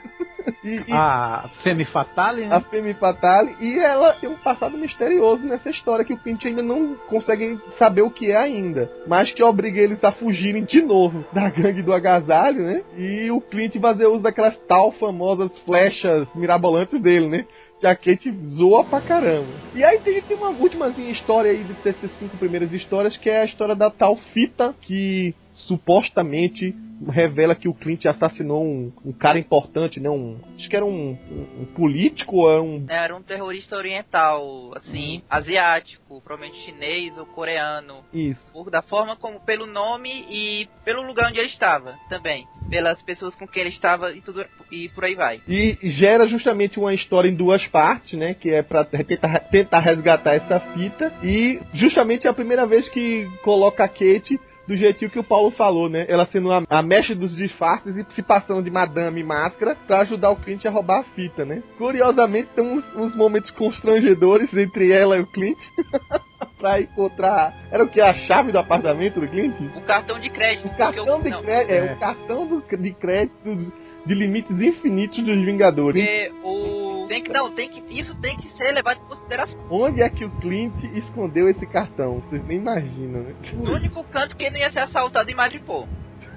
[SPEAKER 2] E, e
[SPEAKER 4] a Femme Fatale, né?
[SPEAKER 2] A Femme Fatale, e ela tem um passado misterioso nessa história que o Clint ainda não consegue saber o que é ainda, mas que obriga eles a fugirem de novo da gangue do agasalho, né? E o Clint fazer uso daquelas tal famosas flechas mirabolantes dele, né? Que a Kate zoa pra caramba. E aí a gente tem uma última história aí dessas cinco primeiras histórias, que é a história da tal fita que supostamente revela que o Clint assassinou um, um cara importante, né? Um, acho que era um, um, um político ou era um...
[SPEAKER 3] Era um terrorista oriental, assim, hum. asiático, provavelmente chinês ou coreano.
[SPEAKER 2] Isso.
[SPEAKER 3] Por, da forma como, pelo nome e pelo lugar onde ele estava, também. Pelas pessoas com quem ele estava e, tudo, e por aí vai.
[SPEAKER 2] E gera justamente uma história em duas partes, né? Que é pra tentar, tentar resgatar essa fita. E justamente é a primeira vez que coloca a Kate do jeitinho que o Paulo falou, né? Ela sendo a, a mestre dos disfarces e se passando de madame máscara pra ajudar o Clint a roubar a fita, né? Curiosamente, tem uns, uns momentos constrangedores entre ela e o Clint. Pra encontrar... Era o que? A chave do apartamento do Clint?
[SPEAKER 3] O cartão de crédito.
[SPEAKER 2] O cartão de crédito, é, é, o cartão do, de crédito de limites infinitos dos Vingadores.
[SPEAKER 3] Porque o... Tem que, não, tem que, isso tem que ser levado em consideração.
[SPEAKER 2] Onde é que o Clint escondeu esse cartão? Vocês nem imaginam, né?
[SPEAKER 3] No único canto que ele não ia ser assaltado em Madripoor.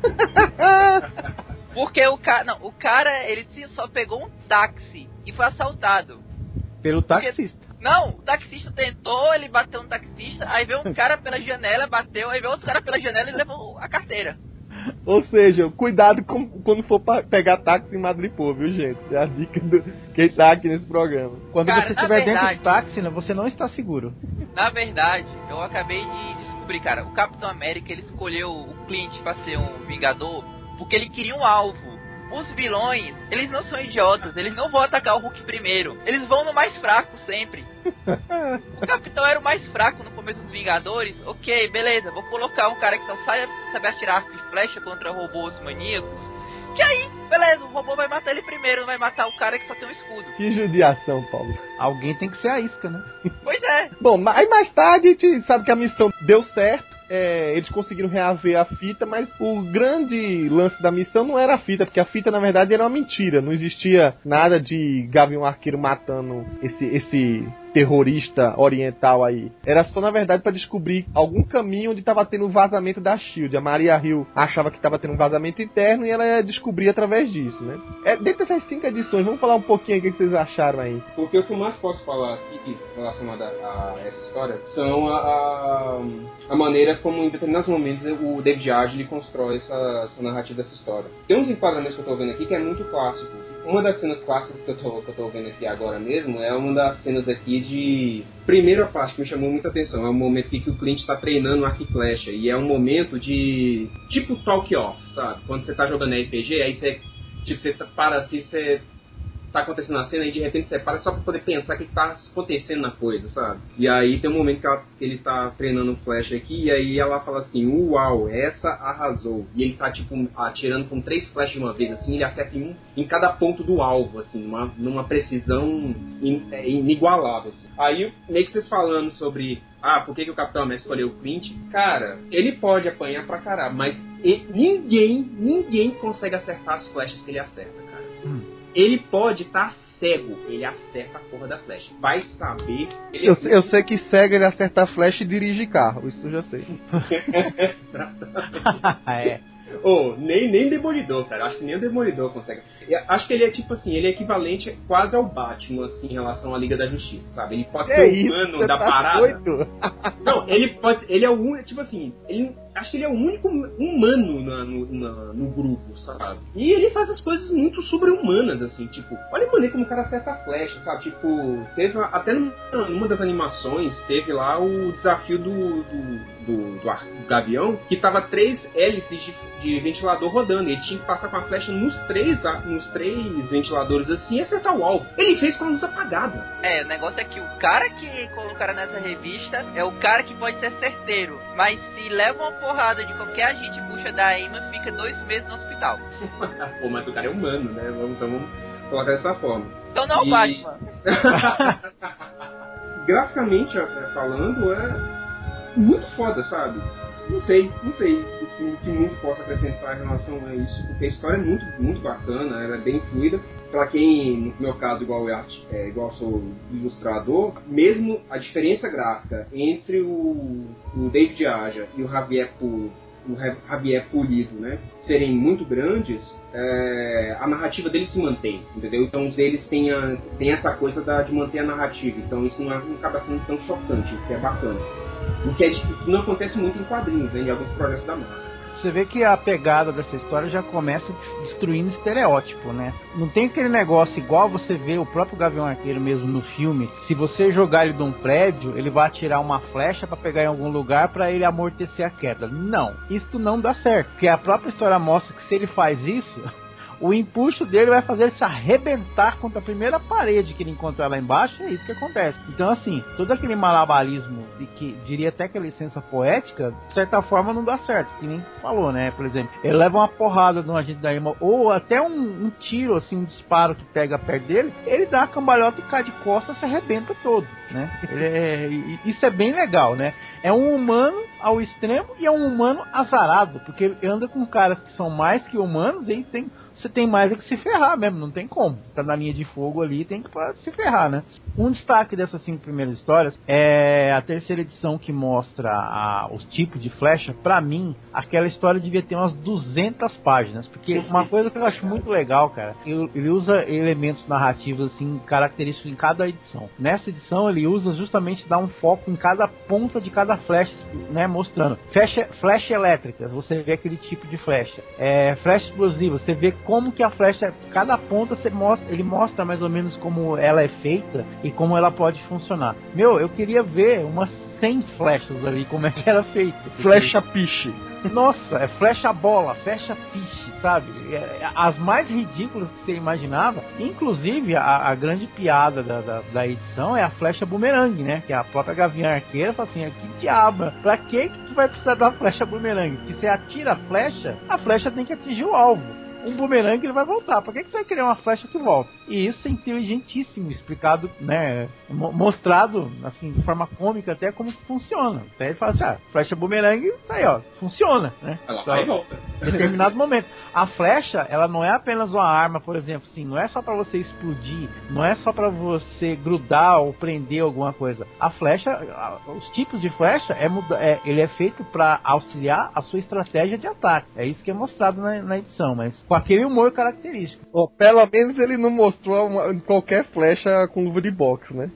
[SPEAKER 3] Porque o cara... Não, o cara, ele só pegou um táxi e foi assaltado.
[SPEAKER 4] Pelo taxista?
[SPEAKER 3] Porque, não, o taxista tentou, ele bateu no taxista, aí veio um cara pela janela, bateu, aí veio outro cara pela janela e levou a carteira.
[SPEAKER 2] Ou seja, cuidado com, quando for pra pegar táxi em Madripoor, viu, gente? É a dica do quem tá aqui nesse programa.
[SPEAKER 4] Quando
[SPEAKER 3] cara,
[SPEAKER 4] você estiver
[SPEAKER 3] verdade,
[SPEAKER 4] dentro do táxi, você não está seguro.
[SPEAKER 3] Na verdade, eu acabei de descobrir, cara, o Capitão América, ele escolheu o Clint pra ser um Vingador porque ele queria um alvo. os vilões, eles não são idiotas, eles não vão atacar o Hulk primeiro, eles vão no mais fraco sempre. O Capitão era o mais fraco no começo dos Vingadores, ok, beleza, vou colocar um cara que só sabe, sabe atirar arco e flecha contra robôs maníacos, que aí, beleza, o robô vai matar ele primeiro, não vai matar o cara que só tem um escudo.
[SPEAKER 2] Que judiação, Paulo.
[SPEAKER 4] Alguém tem que ser a isca, né?
[SPEAKER 3] Pois é.
[SPEAKER 2] Bom, aí mais tarde a gente sabe que a missão deu certo. É, eles conseguiram reaver a fita, mas o grande lance da missão não era a fita, porque a fita na verdade era uma mentira, não existia nada de Gavião Arqueiro matando esse, esse terrorista oriental aí. Era só na verdade para descobrir algum caminho onde estava tendo um vazamento da Shield. A Maria Hill achava que estava tendo um vazamento interno e ela ia descobrir através disso, né? É, dentro dessas cinco edições, vamos falar um pouquinho aí o que vocês acharam aí.
[SPEAKER 5] Porque o que eu mais posso falar aqui relacionado a, a essa história são a, a, a maneira como em determinados momentos o David Yard ele constrói essa, essa narrativa dessa história. Tem uns enquadramentos que eu tô vendo aqui que é muito clássico. Uma das cenas clássicas que eu tô, que eu tô vendo aqui agora mesmo é uma das cenas aqui de... Primeira parte que me chamou muita atenção é o momento que o Clint tá treinando arco e flecha. E é um momento de... tipo talk off, sabe? Quando você tá jogando R P G, aí você... Tipo, você para assim, você... tá acontecendo na cena e de repente você para só pra poder pensar o que tá acontecendo na coisa, sabe? E aí tem um momento que, ela, que ele tá treinando flash aqui e aí ela fala assim, uau, essa arrasou. E ele tá tipo atirando com três flashes de uma vez, assim, ele acerta em, um, em cada ponto do alvo, assim, numa, numa precisão in, é, inigualável. Assim. Aí meio que vocês falando sobre, ah, por que, que o Capitão América escolheu o Clint? Cara, ele pode apanhar pra caralho, mas e, ninguém, ninguém consegue acertar as flashes que ele acerta, cara. Hum. Ele pode estar tá cego, ele acerta a porra da flecha. Vai saber...
[SPEAKER 2] Eu, eu sei que cego ele acerta a flecha e dirige carro, isso eu já sei.
[SPEAKER 5] é. Oh, nem, nem Demolidor, cara. Acho que nem o Demolidor consegue. Eu acho que ele é tipo assim, ele é equivalente quase ao Batman, assim, em relação à Liga da Justiça, sabe? Ele pode
[SPEAKER 2] que
[SPEAKER 5] ser
[SPEAKER 2] é
[SPEAKER 5] o humano
[SPEAKER 2] isso?
[SPEAKER 5] da
[SPEAKER 2] Tá
[SPEAKER 5] parada.
[SPEAKER 2] Doido?
[SPEAKER 5] Não, ele pode. Ele é o único, tipo assim, ele, acho que ele é o único humano na, no, na, no grupo, sabe? E ele faz as coisas muito sobre-humanas, assim, tipo, olha a maneira como o cara acerta as flechas, sabe? Tipo, teve até numa, numa das animações, teve lá o desafio do. do Do, do, ar, do Gavião, que tava três hélices de, de ventilador rodando. Ele tinha que passar com a flecha nos três, nos três ventiladores assim e acertar o alvo. Ele fez com a luz apagada.
[SPEAKER 3] É, o negócio é que o cara que colocaram nessa revista é o cara que pode ser certeiro, mas se leva uma porrada de qualquer agente puxa da Aima, fica dois meses no hospital.
[SPEAKER 5] Pô, mas o cara é humano, né? Vamos, então vamos colocar dessa forma.
[SPEAKER 3] Então não é o
[SPEAKER 5] e...
[SPEAKER 3] Batman.
[SPEAKER 5] Graficamente falando, é muito foda, sabe? Não sei, não sei o que, o que muito posso acrescentar em relação a isso, porque a história é muito, muito bacana, ela é bem fluida. Pra quem, no meu caso, igual eu, é, igual eu sou ilustrador, mesmo a diferença gráfica entre o, o David Aja e o Javier Pulo, o Javier Pulido, né, serem muito grandes, é, a narrativa deles se mantém, entendeu? Então eles têm, a, têm essa coisa da, de manter a narrativa, então isso não, não acaba sendo tão chocante, o que é bacana. O que, é, que não acontece muito em quadrinhos, né, em alguns projetos da Marvel.
[SPEAKER 4] Você vê que a pegada dessa história já começa destruindo estereótipo, né? Não tem aquele negócio igual você vê o próprio Gavião Arqueiro mesmo no filme. Se você jogar ele de um prédio, ele vai atirar uma flecha para pegar em algum lugar para ele amortecer a queda. Não, isso não dá certo. Porque a própria história mostra que se ele faz isso, o impulso dele vai fazer ele se arrebentar contra a primeira parede que ele encontrar lá embaixo, é isso que acontece. Então, assim, todo aquele malabarismo, de que diria até que a licença poética, de certa forma não dá certo, que nem falou, né? Por exemplo, ele leva uma porrada de um agente da Aima, ou até um, um tiro, assim, um disparo que pega perto dele, ele dá a cambalhota e cai de costas, se arrebenta todo, né? Ele é, isso é bem legal, né? É um humano ao extremo e é um humano azarado, porque ele anda com caras que são mais que humanos e ele tem... Você tem mais é que se ferrar mesmo, não tem como. Tá na linha de fogo ali, tem que se ferrar, né? Um destaque dessas cinco primeiras histórias é a terceira edição que mostra a, os tipos de flecha. Pra mim, aquela história devia ter umas duzentas páginas, porque uma coisa que eu acho muito legal, cara, ele usa elementos narrativos assim, característicos em cada edição. Nessa edição ele usa justamente dar um foco em cada ponta de cada flecha, né? Mostrando flecha, flecha elétrica, você vê aquele tipo de flecha. É, flecha explosiva, você vê como que a flecha, cada ponta você mostra, ele mostra mais ou menos como ela é feita e como ela pode funcionar. Meu, eu queria ver umas cem flechas ali, como é que era feito.
[SPEAKER 2] Flecha piche.
[SPEAKER 4] Nossa, é flecha bola, flecha piche, sabe? As mais ridículas que você imaginava. Inclusive, a, a grande piada da, da, da edição é a flecha bumerangue, né? Que a própria Gavião Arqueira fala assim, que diabo, pra que que tu vai precisar da flecha bumerangue? Porque você atira a flecha, a flecha tem que atingir o alvo. Um bumerangue ele vai voltar. Por que que você vai querer uma flecha que volta? E isso é inteligentíssimo, explicado, né? Mostrado, assim, de forma cômica até como que funciona. Até ele fala assim, ah, flecha bumerangue, tá aí, ó, funciona, né?
[SPEAKER 5] Ela vai e volta.
[SPEAKER 4] Em determinado momento. A flecha, ela não é apenas uma arma, por exemplo, assim, não é só pra você explodir, não é só pra você grudar ou prender alguma coisa. A flecha, os tipos de flecha, é, é, ele é feito pra auxiliar a sua estratégia de ataque. É isso que é mostrado na, na edição, mas com aquele humor característico.
[SPEAKER 2] Oh, pelo menos ele não mostrou uma, qualquer flecha com luva de boxe, né?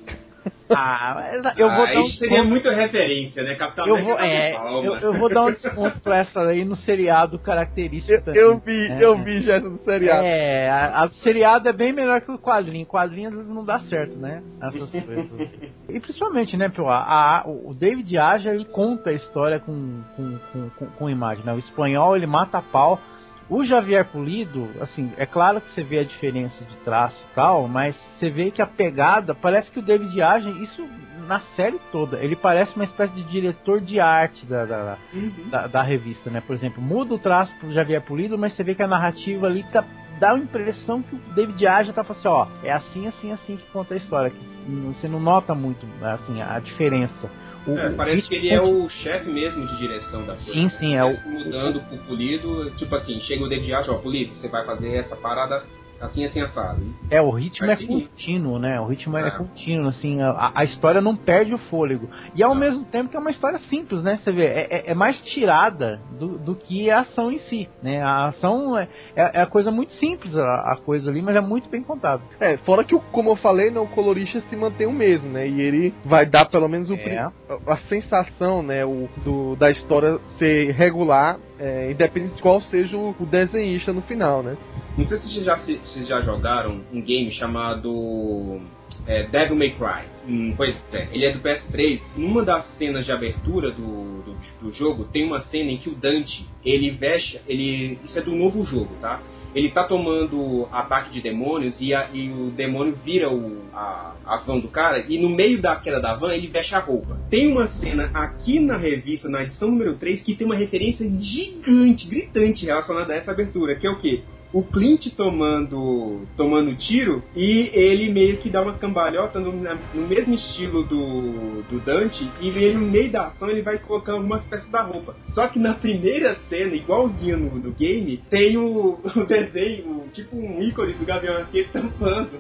[SPEAKER 4] Ah, eu vou
[SPEAKER 5] ah,
[SPEAKER 4] dar um
[SPEAKER 5] isso seria muito referência, né? Capitão
[SPEAKER 4] eu vou, é, eu, eu vou dar um desconto pra essa aí no seriado característico
[SPEAKER 2] eu,
[SPEAKER 4] também.
[SPEAKER 2] Eu vi,
[SPEAKER 4] é,
[SPEAKER 2] eu vi já essa do seriado.
[SPEAKER 4] É, a, a seriado é bem melhor que o quadrinho. O quadrinho às vezes não dá certo, né? Essas coisas. E principalmente, né, Pio, a, a, o David Aja, ele conta a história com, com, com, com, com imagem, né? O espanhol, ele mata a pau. O Javier Pulido, assim, é claro que você vê a diferença de traço e tal, mas você vê que a pegada, parece que o David Aja, isso na série toda, ele parece uma espécie de diretor de arte da, da, uhum. da, da revista, né? Por exemplo, muda o traço pro Javier Pulido, mas você vê que a narrativa ali tá, dá a impressão que o David Aja tá falando assim, ó, é assim, assim, assim que conta a história, que você não nota muito, assim, a diferença.
[SPEAKER 5] O, é, parece que ele é o chefe mesmo de direção da coisa.
[SPEAKER 4] Sim, sim, é o...
[SPEAKER 5] Mudando pro Pulido, tipo assim, chega o David Aja, ó, Pulido, você vai fazer essa parada assim, assim, assado. Hein?
[SPEAKER 4] É, o ritmo
[SPEAKER 5] vai
[SPEAKER 4] é seguir. contínuo, né? O ritmo é, é contínuo, assim, a, a história não perde o fôlego. E ao ah. mesmo tempo que é uma história simples, né? Você vê, é, é mais tirada do, do que a ação em si, né? A ação é, é a coisa muito simples, a, a coisa ali, mas é muito bem contada.
[SPEAKER 2] É, fora que, como eu falei, né, o colorista se mantém o mesmo, né? E ele vai dar pelo menos o, é. a, a sensação, né, o, do, da história ser regular, é, independente de qual seja o, o desenhista no final, né?
[SPEAKER 5] Não sei se vocês já, se, se já jogaram um game chamado é, Devil May Cry. Hum, pois é, ele é do P S três. Numa das cenas de abertura do, do, do jogo, tem uma cena em que o Dante, ele veste, ele, isso é do novo jogo, tá? Ele tá tomando ataque de demônios e, a, e o demônio vira o, a, a van do cara, e no meio da queda da van ele veste a roupa. Tem uma cena aqui na revista, na edição número três, que tem uma referência gigante, gritante relacionada a essa abertura, que é o quê? O Clint tomando, tomando tiro e ele meio que dá uma cambalhota no, no mesmo estilo do, do Dante, e ele, no meio da ação ele vai colocando algumas peças da roupa. Só que na primeira cena, igualzinho no, no game, tem o, o desenho, tipo um ícone do Gavião Arqueiro tampando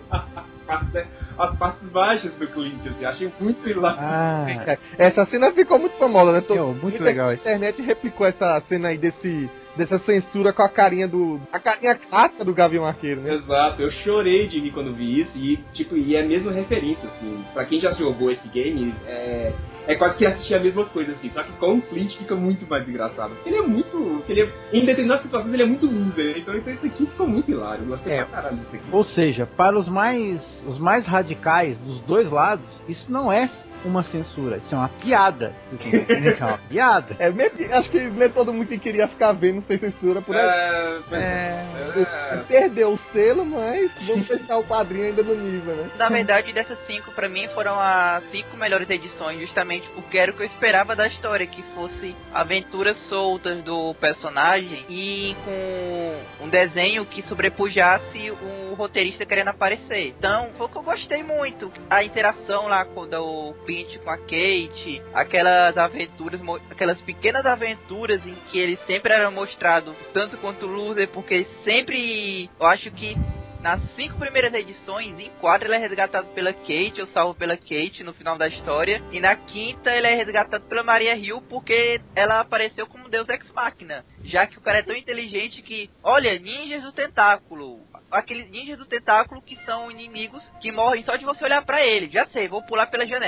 [SPEAKER 5] as, as partes baixas do Clint. Assim, achei muito hilário.
[SPEAKER 2] Ah, essa cena ficou muito famosa, né? Tô,
[SPEAKER 4] Eu, muito legal.
[SPEAKER 2] A internet replicou essa cena aí desse... dessa censura com a carinha do... a carinha clássica do Gavião Arqueiro, né?
[SPEAKER 5] Exato, eu chorei de rir quando vi isso, e tipo, e é a mesma referência, assim, pra quem já jogou esse game, é, é quase que assistir a mesma coisa, assim, só que com o Clint fica muito mais engraçado. Ele é muito... Ele é, em determinadas situações ele é muito loser, então isso aqui ficou muito hilário, eu gostei é, pra caralho disso aqui.
[SPEAKER 4] Ou seja, para os mais, os mais radicais dos dois lados, isso não é uma censura, isso é uma piada. Isso é uma piada.
[SPEAKER 2] É, mesmo, acho que nem todo mundo que queria ficar vendo sem censura por aí.
[SPEAKER 5] É,
[SPEAKER 2] é, é, perdeu o selo, mas vamos deixar o quadrinho ainda no nível, né?
[SPEAKER 3] Na verdade, dessas cinco, pra mim, foram as cinco melhores edições, justamente porque era o que eu esperava da história, que fosse aventuras soltas do personagem e com um desenho que sobrepujasse o roteirista querendo aparecer. Então, foi o que eu gostei muito. A interação lá com o Clint com a Kate, aquelas aventuras, aquelas pequenas aventuras em que ele sempre era mostrado tanto quanto loser, porque sempre, eu acho que nas cinco primeiras edições, em quatro ele é resgatado pela Kate, ou salvo pela Kate no final da história, e na quinta ele é resgatado pela Maria Hill porque ela apareceu como Deus Ex Machina, já que o cara é tão inteligente que, olha, ninjas do tentáculo, aqueles ninjas do tentáculo que são inimigos que morrem só de você olhar pra ele, já sei, vou pular pela janela.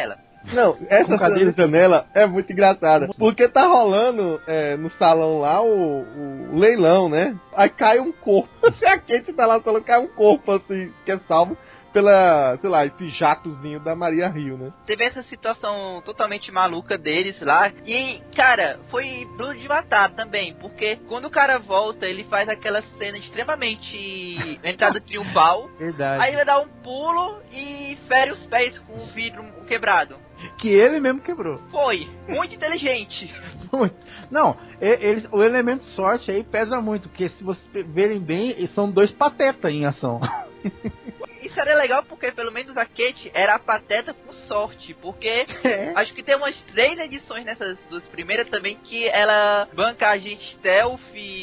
[SPEAKER 2] Não, essa cena da janela é muito engraçada. Porque tá rolando é, no salão lá o, o leilão, né? Aí cai um corpo. A Kate tá lá falando, cai um corpo assim, que é salvo pela, sei lá, esse jatozinho da Maria Rio, né?
[SPEAKER 3] Teve essa situação totalmente maluca deles lá. E, cara, foi Duro de Matar também. Porque quando o cara volta, ele faz aquela cena extremamente entrada triunfal.
[SPEAKER 4] Verdade.
[SPEAKER 3] Aí ele dá um pulo e fere os pés com o vidro quebrado.
[SPEAKER 4] Que ele mesmo quebrou.
[SPEAKER 3] Foi. Muito inteligente.
[SPEAKER 4] Não, ele, o elemento sorte aí pesa muito. Porque se vocês verem bem, são dois patetas em ação.
[SPEAKER 3] Isso era legal porque pelo menos a Kate era a pateta com sorte, porque é. acho que tem umas três edições nessas duas primeiras também que ela banca a gente stealth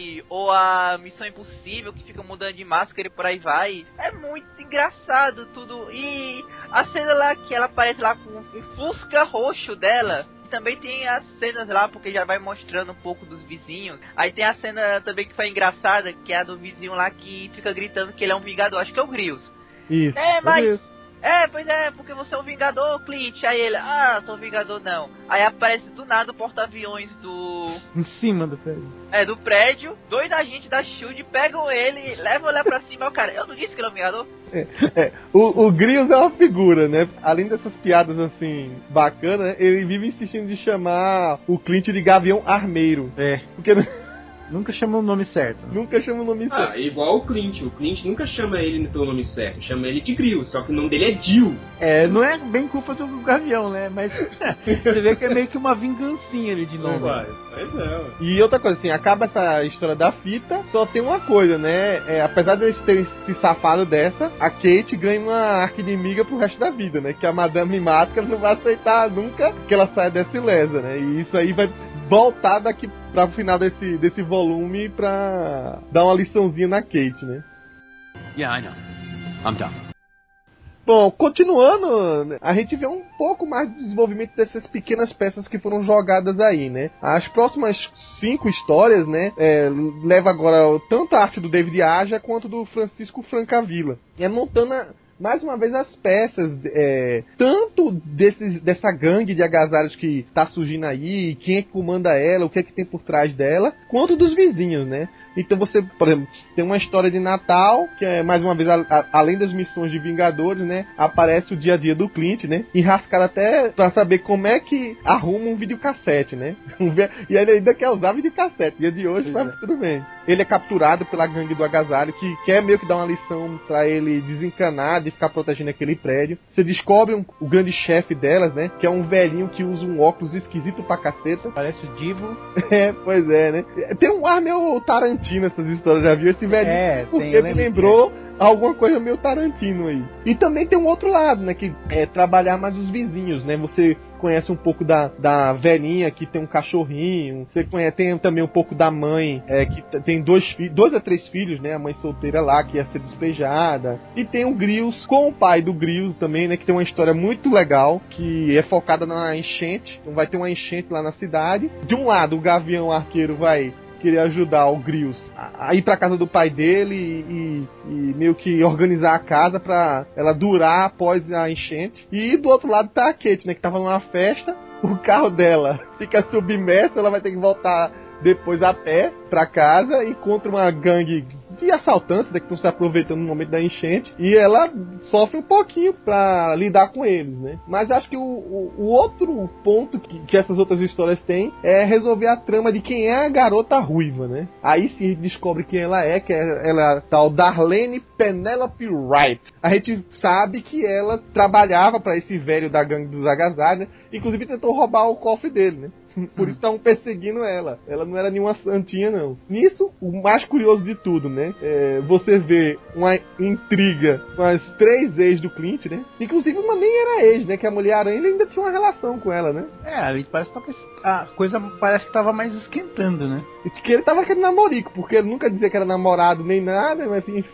[SPEAKER 3] ou a Missão Impossível que fica mudando de máscara e por aí vai. É muito engraçado tudo. E a cena lá que ela aparece lá com um fusca roxo dela. Também tem as cenas lá, porque já vai mostrando um pouco dos vizinhos. Aí tem a cena também que foi engraçada, que é a do vizinho lá que fica gritando que ele é um vingador. Acho que é o Grills.
[SPEAKER 2] Isso.
[SPEAKER 3] É, mas... É, pois é, porque você é um vingador, Clint. Aí ele, ah, sou um vingador não. Aí aparece do nada o porta-aviões do...
[SPEAKER 4] Em cima do prédio.
[SPEAKER 3] É, do prédio. Dois agentes da SHIELD pegam ele, levam ele lá pra cima. O cara, eu não disse que ele é um vingador?
[SPEAKER 2] É, é. O, o Grills é uma figura, né? Além dessas piadas, assim, bacanas, ele vive insistindo de chamar o Clint de Gavião Armeiro.
[SPEAKER 4] É.
[SPEAKER 2] Porque...
[SPEAKER 4] Nunca chama o nome certo.
[SPEAKER 2] Nunca chama o nome
[SPEAKER 5] ah,
[SPEAKER 2] certo.
[SPEAKER 5] Ah, igual o Clint. O Clint nunca chama ele pelo nome certo. Chama ele de Grills, só que o nome dele é Jill.
[SPEAKER 4] É, não é bem culpa do Gavião, né? Mas você vê que é meio que uma vingancinha ali de nome.
[SPEAKER 5] Vai, mas é.
[SPEAKER 2] E outra coisa, assim, acaba essa história da fita, só tem uma coisa, né? É, apesar de eles terem se safado dessa, a Kate ganha uma arqui-inimiga pro resto da vida, né? Que a Madame Máscara não vai aceitar nunca que ela saia dessa ilesa, né? E isso aí vai voltar daqui para o final desse, desse volume pra dar uma liçãozinha na Kate, né?
[SPEAKER 6] Yeah, I know. I'm done.
[SPEAKER 2] Bom, continuando, a gente vê um pouco mais do desenvolvimento dessas pequenas peças que foram jogadas aí, né? As próximas cinco histórias, né, é, leva agora tanto a arte do David Aja quanto do Francisco Francavilla. E é montando a, mais uma vez as peças, é, tanto desses, dessa gangue de agasalhos que tá surgindo aí, quem é que comanda ela, o que é que tem por trás dela, quanto dos vizinhos, né? Então você, por exemplo, tem uma história de Natal, que é mais uma vez, a, a, além das missões de Vingadores, né, aparece o dia a dia do Clint, né, enrascado até pra saber como é que arruma um videocassete, né, e ele ainda quer usar videocassete, dia de hoje, mas tudo bem. Ele é capturado pela gangue do agasalho, que quer meio que dar uma lição pra ele desencanar de ficar protegendo aquele prédio. Você descobre um, o grande chefe delas, né, que é um velhinho que usa um óculos esquisito pra caceta.
[SPEAKER 4] Parece o Divo.
[SPEAKER 2] É, pois é, né. Tem um ar meio Tarantino essas histórias, já viu? Esse velhinho,
[SPEAKER 4] é,
[SPEAKER 2] porque
[SPEAKER 4] tem,
[SPEAKER 2] me lembrou alguma coisa meio Tarantino aí. E também tem um outro lado, né, que é trabalhar mais os vizinhos, né. Você conhece um pouco da, da velhinha que tem um cachorrinho, você conhece, tem também um pouco da mãe, é, que tem dois, dois a três filhos, né, a mãe solteira lá, que ia ser despejada. E tem o Grills com o pai do Grills também, né, que tem uma história muito legal, que é focada na enchente. Então vai ter uma enchente lá na cidade. De um lado, o Gavião Arqueiro vai querer ajudar o Grills a ir pra casa do pai dele e, e meio que organizar a casa pra ela durar após a enchente. E do outro lado tá a Kate, né, que tava numa festa, o carro dela fica submerso, ela vai ter que voltar depois a pé pra casa, encontra uma gangue de assaltantes, né, que estão se aproveitando no momento da enchente, e ela sofre um pouquinho pra lidar com eles, né? Mas acho que o, o, o outro ponto que, que essas outras histórias têm é resolver a trama de quem é a garota ruiva, né? Aí se descobre quem ela é, que é ela é tal Darlene Penelope Wright. A gente sabe que ela trabalhava pra esse velho da gangue dos agasalhos, né? Inclusive tentou roubar o cofre dele, né? Por isso estavam perseguindo ela. Ela não era nenhuma santinha, não. Nisso, o mais curioso de tudo, né? É, você vê uma intriga com as três ex do Clint, né? Inclusive, uma nem era ex, né? Que a Mulher-Aranha ainda tinha uma relação com ela, né?
[SPEAKER 4] É, ali parece que a coisa parece que tava mais esquentando, né?
[SPEAKER 2] E que ele tava aquele namorico, porque ele nunca dizia que era namorado nem nada, mas enfim.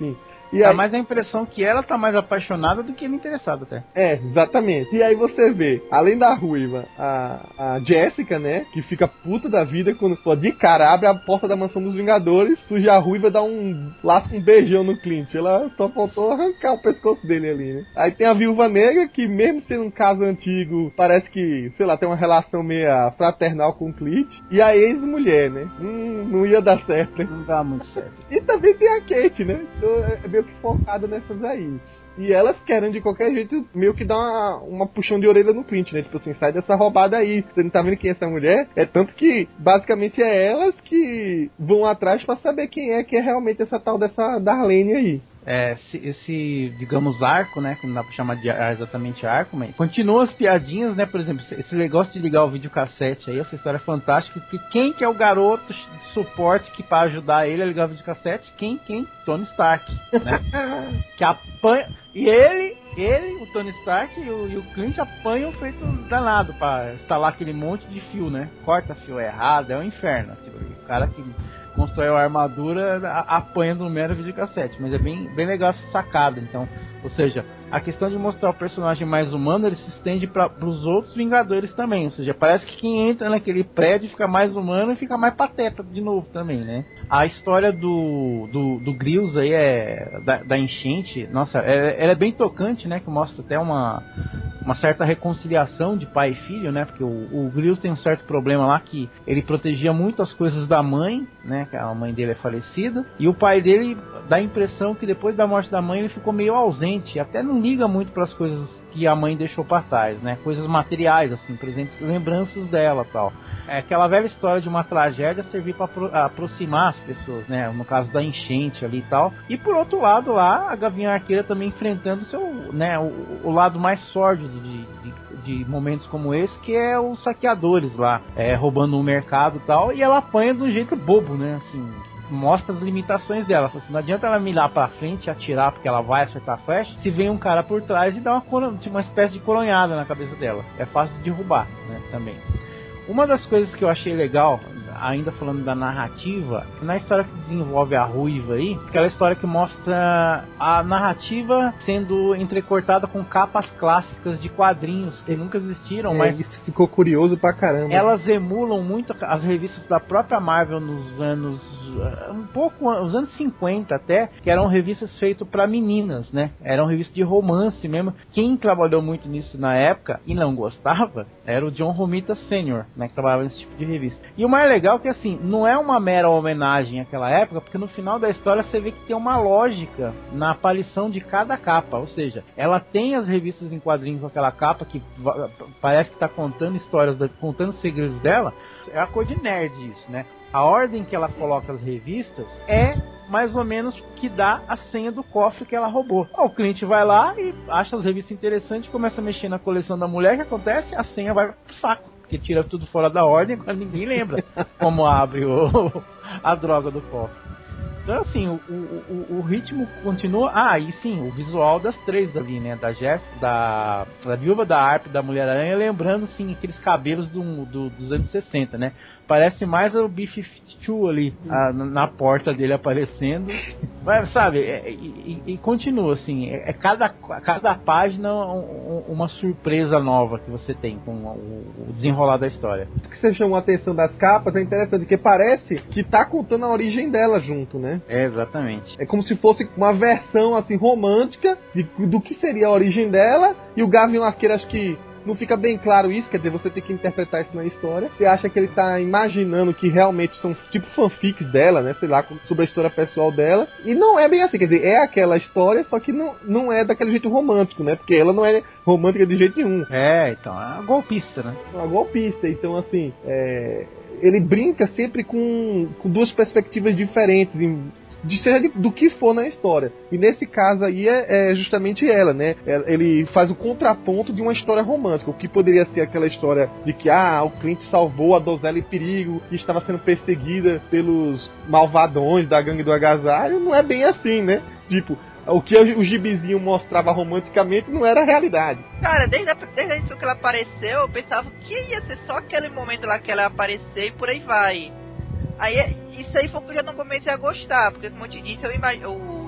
[SPEAKER 2] E
[SPEAKER 4] Dá
[SPEAKER 2] aí,
[SPEAKER 4] mais a impressão que ela tá mais apaixonada do que ele interessado até.
[SPEAKER 2] É, exatamente. E aí você vê, além da ruiva, a, a Jessica, né, que fica puta da vida quando, pô, de cara, abre a porta da mansão dos Vingadores, surge a ruiva, dá um lasca um beijão no Clint. Ela só faltou arrancar o pescoço dele ali, né. Aí tem a Viúva Negra, que mesmo sendo um caso antigo, parece que, sei lá, tem uma relação meio fraternal com o Clint. E a ex-mulher, né. Hum, não ia dar certo, né.
[SPEAKER 4] Não dá muito certo.
[SPEAKER 2] E também tem a Kate, né, então é meio que focada nessas aí. E elas querem de qualquer jeito meio que dar uma, uma puxão de orelha no Clint, né? Tipo assim, sai dessa roubada aí. Você não tá vendo quem é essa mulher? É tanto que, basicamente, é elas que vão atrás pra saber quem é que é realmente essa tal dessa Darlene aí.
[SPEAKER 4] É, esse, esse, digamos, arco, né? Que não dá pra chamar de exatamente arco, mas continua as piadinhas, né? Por exemplo, esse negócio de ligar o videocassete aí, essa história é fantástica. Que quem que é o garoto de suporte que para ajudar ele a ligar o videocassete? Quem? Quem? Tony Stark, né? Que apanha... E ele, ele, o Tony Stark e o, e o Clint apanham feito danado pra instalar aquele monte de fio, né? Corta fio errado, é um inferno. Aquilo ali. O cara que constrói a armadura apanhando no mero videocassete, mas é bem, bem legal essa sacada. Então, ou seja, a questão de mostrar o personagem mais humano, ele se estende para os outros Vingadores também, ou seja, parece que quem entra naquele prédio fica mais humano e fica mais pateta de novo também, né? A história do, do, do Grills aí, é, da, da enchente, nossa, é, ela é bem tocante, né, que mostra até uma, uma certa reconciliação de pai e filho, né, porque o, o Grills tem um certo problema lá que ele protegia muito as coisas da mãe, né, que a mãe dele é falecida, e o pai dele dá a impressão que depois da morte da mãe ele ficou meio ausente, até não liga muito para as coisas que a mãe deixou para trás, né, coisas materiais, assim, presentes, lembranças dela e tal. É aquela velha história de uma tragédia servir para apro- aproximar as pessoas, né? No caso da enchente ali e tal. E por outro lado lá, a Gavião Arqueira também enfrentando seu, né, o, o lado mais sórdido de, de, de momentos como esse, que é os saqueadores lá, é, roubando um mercado e tal. E ela apanha de um jeito bobo, né? Assim, mostra as limitações dela. Assim, não adianta ela mirar pra frente e atirar porque ela vai acertar a flecha, se vem um cara por trás e dá uma, coron- uma espécie de coronhada na cabeça dela. É fácil de derrubar, né? Também. Uma das coisas que eu achei legal, ainda falando da narrativa, na história que desenvolve a Ruiva aí, aquela história que mostra a narrativa sendo entrecortada com capas clássicas de quadrinhos que nunca existiram,
[SPEAKER 2] É,
[SPEAKER 4] mas
[SPEAKER 2] isso ficou curioso pra caramba.
[SPEAKER 4] elas emulam muito as revistas da própria Marvel nos anos, um pouco, os anos cinquenta até, que eram revistas feitas para meninas, né? Eram revistas de romance mesmo. Quem trabalhou muito nisso na época e não gostava era o John Romita Sênior, né? Que trabalhava nesse tipo de revista. E o mais legal é que, assim, não é uma mera homenagem àquela época, porque no final da história você vê que tem uma lógica na aparição de cada capa. Ou seja, ela tem as revistas em quadrinhos com aquela capa que parece que está contando histórias, contando os segredos dela. É a coisa de nerd isso, né? A ordem que ela coloca as revistas é mais ou menos que dá a senha do cofre que ela roubou. O cliente vai lá e acha as revistas interessantes, começa a mexer na coleção da mulher, o que acontece? A senha vai pro saco, porque tira tudo fora da ordem, agora ninguém lembra como abre o, a droga do cofre. Então, assim, o, o, o, o ritmo continua. Ah, e sim, o visual das três ali, né? Da Jéssica, da, da Viúva, da Harp, da Mulher-Aranha, lembrando, sim, aqueles cabelos do, do, dos anos sessenta, né? Parece mais o B cinquenta e dois ali, a, na porta dele aparecendo. Mas, sabe, é, e, e continua, assim, é, é cada, cada página um, uma surpresa nova que você tem com o, o desenrolar da história.
[SPEAKER 2] O que você chamou a atenção das capas é interessante, porque parece que tá contando a origem dela junto, né?
[SPEAKER 4] É, exatamente.
[SPEAKER 2] É como se fosse uma versão, assim, romântica de, do que seria a origem dela, e o Gavião Arqueiro, acho que não fica bem claro isso, quer dizer, você tem que interpretar isso na história. Você acha que ele tá imaginando que realmente são tipo fanfics dela, né? Sei lá, sobre a história pessoal dela. E não é bem assim, quer dizer, é aquela história, só que não, não é daquele jeito romântico, né? Porque ela não é romântica de jeito nenhum.
[SPEAKER 4] É, então, é uma golpista, né?
[SPEAKER 2] É uma golpista, então assim, é... ele brinca sempre com, com duas perspectivas diferentes, em, de seja de, do que for na história. E nesse caso aí é, é justamente ela, né? Ele faz o contraponto de uma história romântica, o que poderia ser aquela história de que ah, o Clint salvou a donzela em perigo e estava sendo perseguida pelos malvadões da gangue do agasalho. Não é bem assim, né? Tipo, o que o gibizinho mostrava romanticamente não era a realidade.
[SPEAKER 3] Cara, desde a, desde a edição que ela apareceu, eu pensava que ia ser só aquele momento lá que ela ia aparecer e por aí vai. Aí, isso aí foi que eu já não comecei a gostar, porque como eu te disse, eu imag... o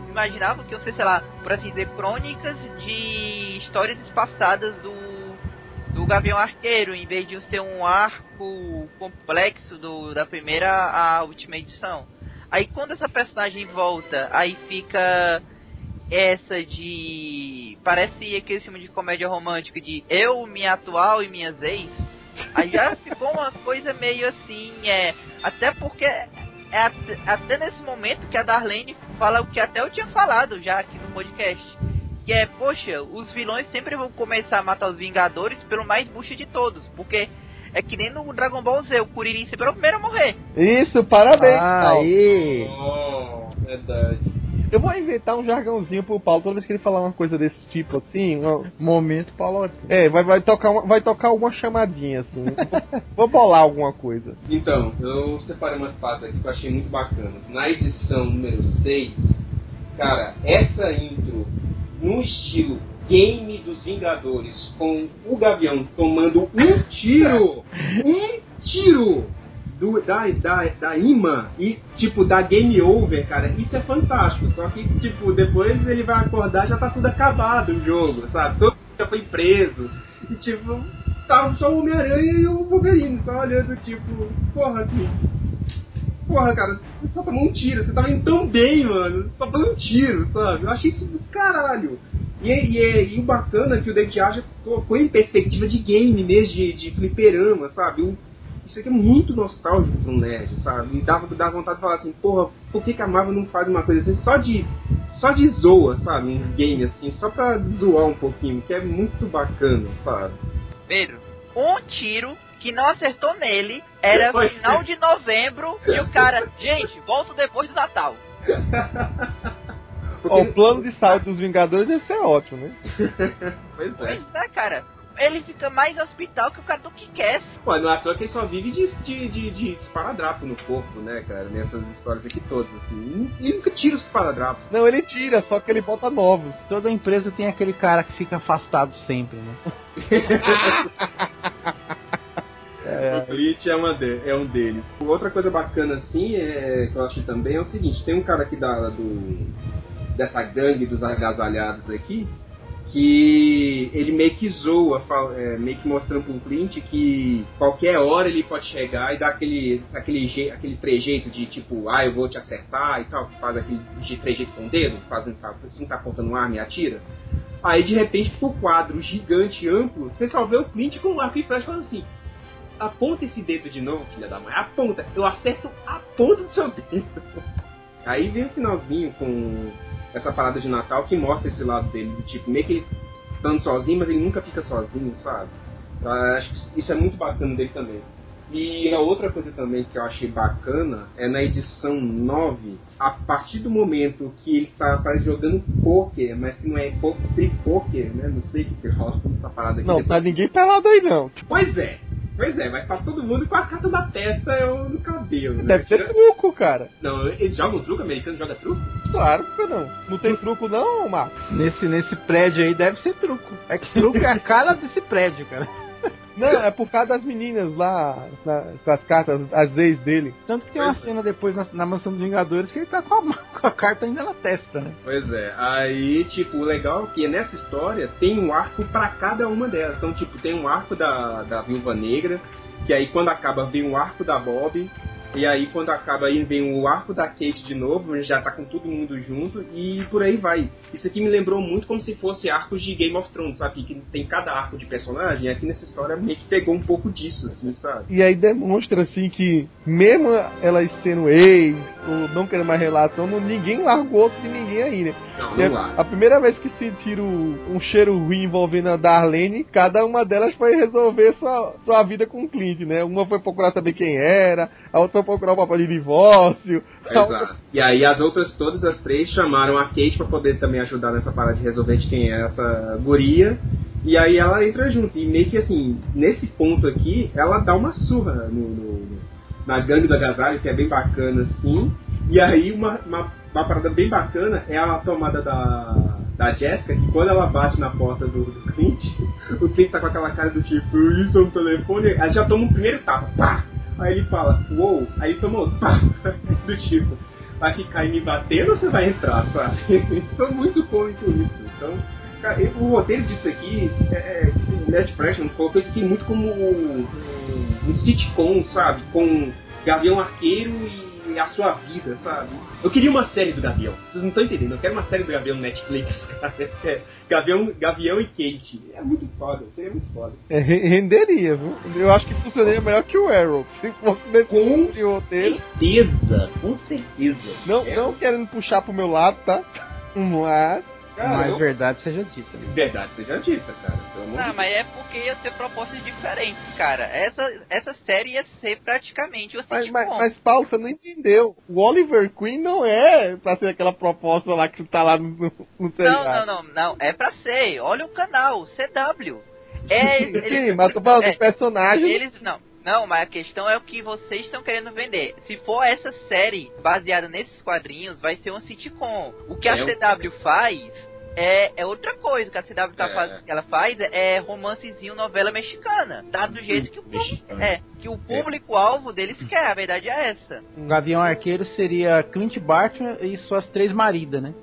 [SPEAKER 3] imaginava que eu sei, sei lá, por assim dizer, crônicas de histórias espaçadas do, do Gavião Arqueiro, em vez de ser um arco complexo do, da primeira à última edição. Aí quando essa personagem volta, aí fica essa de... parece aquele filme de comédia romântica de eu, minha atual e minhas ex. Aí já ficou uma coisa meio assim, é... até porque é até, até nesse momento que a Darlene fala o que até eu tinha falado já aqui no podcast. Que é, poxa, os vilões sempre vão começar a matar os Vingadores pelo mais bucha de todos. Porque é que nem no Dragon Ball Z, o Kuririn sempre é o primeiro a morrer.
[SPEAKER 2] Isso, parabéns, Paulo.
[SPEAKER 4] Aí.
[SPEAKER 5] Oh, verdade.
[SPEAKER 2] Eu vou inventar um jargãozinho pro Paulo toda vez que ele falar uma coisa desse tipo assim. Uma...
[SPEAKER 4] Momento Paulo.
[SPEAKER 2] É, vai, vai, tocar uma, vai tocar alguma chamadinha assim. vou, vou bolar alguma coisa.
[SPEAKER 5] Então, eu separei umas partes aqui que eu achei muito bacanas. Na edição número seis, cara, essa intro no estilo Game dos Vingadores, com o Gavião tomando um tiro, um tiro do, da, da, da imã e, tipo, da Game Over, cara, isso é fantástico. Só que, tipo, depois ele vai acordar e já tá tudo acabado o jogo, sabe? Todo mundo já foi preso. E, tipo, tava só o Homem-Aranha e o Wolverine, só olhando, tipo, porra, assim. Porra, cara, você só tomou um tiro, você tava indo tão bem, mano, só tomou um tiro, sabe? Eu achei isso do caralho. E, e, e o bacana é que o David Aja colocou em perspectiva de game mesmo, de, de fliperama, sabe? O, isso aqui é muito nostálgico pra um nerd, sabe? E dá, dá vontade de falar assim, porra, por que, que a Marvel não faz uma coisa assim só de, só de zoa, sabe? Um game assim, só pra zoar um pouquinho, que é muito bacana, sabe?
[SPEAKER 3] Pedro, um tiro que não acertou nele, era
[SPEAKER 5] Pois
[SPEAKER 3] final
[SPEAKER 5] é.
[SPEAKER 3] de novembro e o cara, gente, volto depois do Natal.
[SPEAKER 2] Ó, o plano de saúde dos Vingadores deve ser ótimo, né?
[SPEAKER 5] Pois é.
[SPEAKER 3] Pois é, cara. Ele fica mais no hospital que o cara do que quer.
[SPEAKER 5] Pô, não é à toa que ele só vive de, de, de, de esparadrapo no corpo, né, cara? Nessas histórias aqui todas, assim. E nunca tira os esparadrapos.
[SPEAKER 2] Não, ele tira, só que ele bota novos.
[SPEAKER 4] Toda empresa tem aquele cara que fica afastado sempre, né?
[SPEAKER 5] O Clint é, uma de, é um deles. Outra coisa bacana, assim, é, que eu achei também é o seguinte: tem um cara aqui da, do, dessa gangue dos agasalhados aqui, que ele meio que zoa, é, meio que mostrando pro Clint que qualquer hora ele pode chegar e dar aquele, aquele, aquele trejeito de tipo, ah, eu vou te acertar e tal, faz aquele de trejeito com o dedo, fazendo assim, tá apontando uma arma e atira. Aí de repente, pro quadro gigante, amplo, você só vê o Clint com um arco e flecha falando assim: aponta esse dedo de novo, filha da mãe, aponta, eu acerto a ponta do seu dedo. Aí vem o finalzinho com essa parada de Natal que mostra esse lado dele, do tipo, meio que ele estando sozinho, mas ele nunca fica sozinho, sabe? Eu acho que isso é muito bacana dele também. E a outra coisa também que eu achei bacana é na edição nove, a partir do momento que ele tá, tá jogando poker, mas que não é poker, free poker, né? Não sei o que que rola nessa parada aqui.
[SPEAKER 2] Não,
[SPEAKER 5] depois...
[SPEAKER 2] tá ninguém pelado aí não.
[SPEAKER 5] Pois é. Pois é, mas tá todo mundo com a carta da testa ou no cabelo, né?
[SPEAKER 2] Deve ser truco, cara.
[SPEAKER 5] Não, eles jogam truco? O americano joga truco?
[SPEAKER 2] Claro que não. Não tem truco não, Marcos?
[SPEAKER 4] Nesse, nesse prédio aí deve ser truco. É que truco é a cara desse prédio, cara.
[SPEAKER 2] Não, é por causa das meninas lá, na, com as cartas, as ex dele.
[SPEAKER 4] Tanto que tem uma cena depois na, na Mansão dos Vingadores que ele tá com a, com a carta ainda na testa, né?
[SPEAKER 5] Pois é, aí, tipo, o legal é que nessa história tem um arco pra cada uma delas. Então, tipo, tem um arco da, da Viúva Negra, que aí quando acaba vem um arco da Bob, e aí quando acaba aí vem o arco da Kate de novo, já tá com todo mundo junto, e por aí vai. Isso aqui me lembrou muito como se fosse arcos de Game of Thrones, sabe? Que tem cada arco de personagem, e aqui nessa história meio que pegou um pouco disso, assim, sabe?
[SPEAKER 2] E aí demonstra, assim, que mesmo elas sendo ex, ou não querendo mais relação, não, ninguém largou o osso de ninguém aí, né?
[SPEAKER 5] Não,
[SPEAKER 2] E
[SPEAKER 5] não lá.
[SPEAKER 2] a, a primeira vez que sentiram um cheiro ruim envolvendo a Darlene, cada uma delas foi resolver sua, sua vida com o Clint, né? Uma foi procurar saber quem era, a outra foi procurar o papel de divórcio.
[SPEAKER 5] Exato.
[SPEAKER 2] Outra...
[SPEAKER 5] E aí as outras, todas as três, chamaram a Kate pra poder também ajudar nessa parada de resolver de quem é essa guria. E aí ela entra junto. E meio que assim, nesse ponto aqui, ela dá uma surra no, no, na gangue do agasalho, que é bem bacana, assim. E aí uma, uma, uma parada bem bacana é a tomada da, da Jessica, que quando ela bate na porta do, do Clint, o Clint tá com aquela cara do tipo, isso é um telefone. Aí já toma um primeiro tapa, pá! Aí ele fala, uou, aí ele toma outro, pá! Do tipo, vai ficar e me batendo ou você vai entrar, sabe? Foi muito cômico isso. Então, cara, o roteiro disso aqui, é, o Matt Fraction colocou isso aqui muito como um, um, um sitcom, sabe? Com Gavião Arqueiro e a sua vida, sabe? Eu queria uma série do Gavião, vocês não estão entendendo, eu quero uma série do Gavião no Netflix, cara. É, Gavião, Gavião e Kate, é muito foda, seria muito foda.
[SPEAKER 2] É, renderia, viu? Eu acho que funcionaria melhor que o Arrow, se fosse desse
[SPEAKER 5] Com
[SPEAKER 2] de roteiro.
[SPEAKER 5] certeza, com certeza.
[SPEAKER 2] Não,
[SPEAKER 5] é.
[SPEAKER 2] não querendo puxar pro meu lado, tá? Mas...
[SPEAKER 5] Cara,
[SPEAKER 4] Mas
[SPEAKER 5] eu...
[SPEAKER 4] verdade seja dita.
[SPEAKER 5] Verdade seja dita, cara. Pelo amor
[SPEAKER 3] Não,
[SPEAKER 5] de
[SPEAKER 3] mas é porque ia ser propostas diferentes, cara. Essa, essa série ia ser praticamente o
[SPEAKER 2] Mas,
[SPEAKER 3] sitcom.
[SPEAKER 2] mas, mas, Paulo, você não entendeu. O Oliver Queen não é pra ser aquela proposta lá que tá lá no, no, no
[SPEAKER 3] Não, não, não, não. É pra ser. Olha o canal, C W. É,
[SPEAKER 2] Sim,
[SPEAKER 3] eles,
[SPEAKER 2] mas tô falando
[SPEAKER 3] é,
[SPEAKER 2] do personagem.
[SPEAKER 3] Eles, não. Não, mas a questão é o que vocês estão querendo vender. Se for essa série baseada nesses quadrinhos, vai ser um sitcom. O que a
[SPEAKER 5] É,
[SPEAKER 3] C W faz é, é outra coisa. O que a C W tá
[SPEAKER 5] É.
[SPEAKER 3] faz, ela faz é romancezinho, novela mexicana. Tá do jeito que o,
[SPEAKER 5] Mexicana.
[SPEAKER 3] é, que o público-alvo deles quer. A verdade é essa.
[SPEAKER 4] O Gavião Arqueiro seria Clint Barton e suas três maridas, né?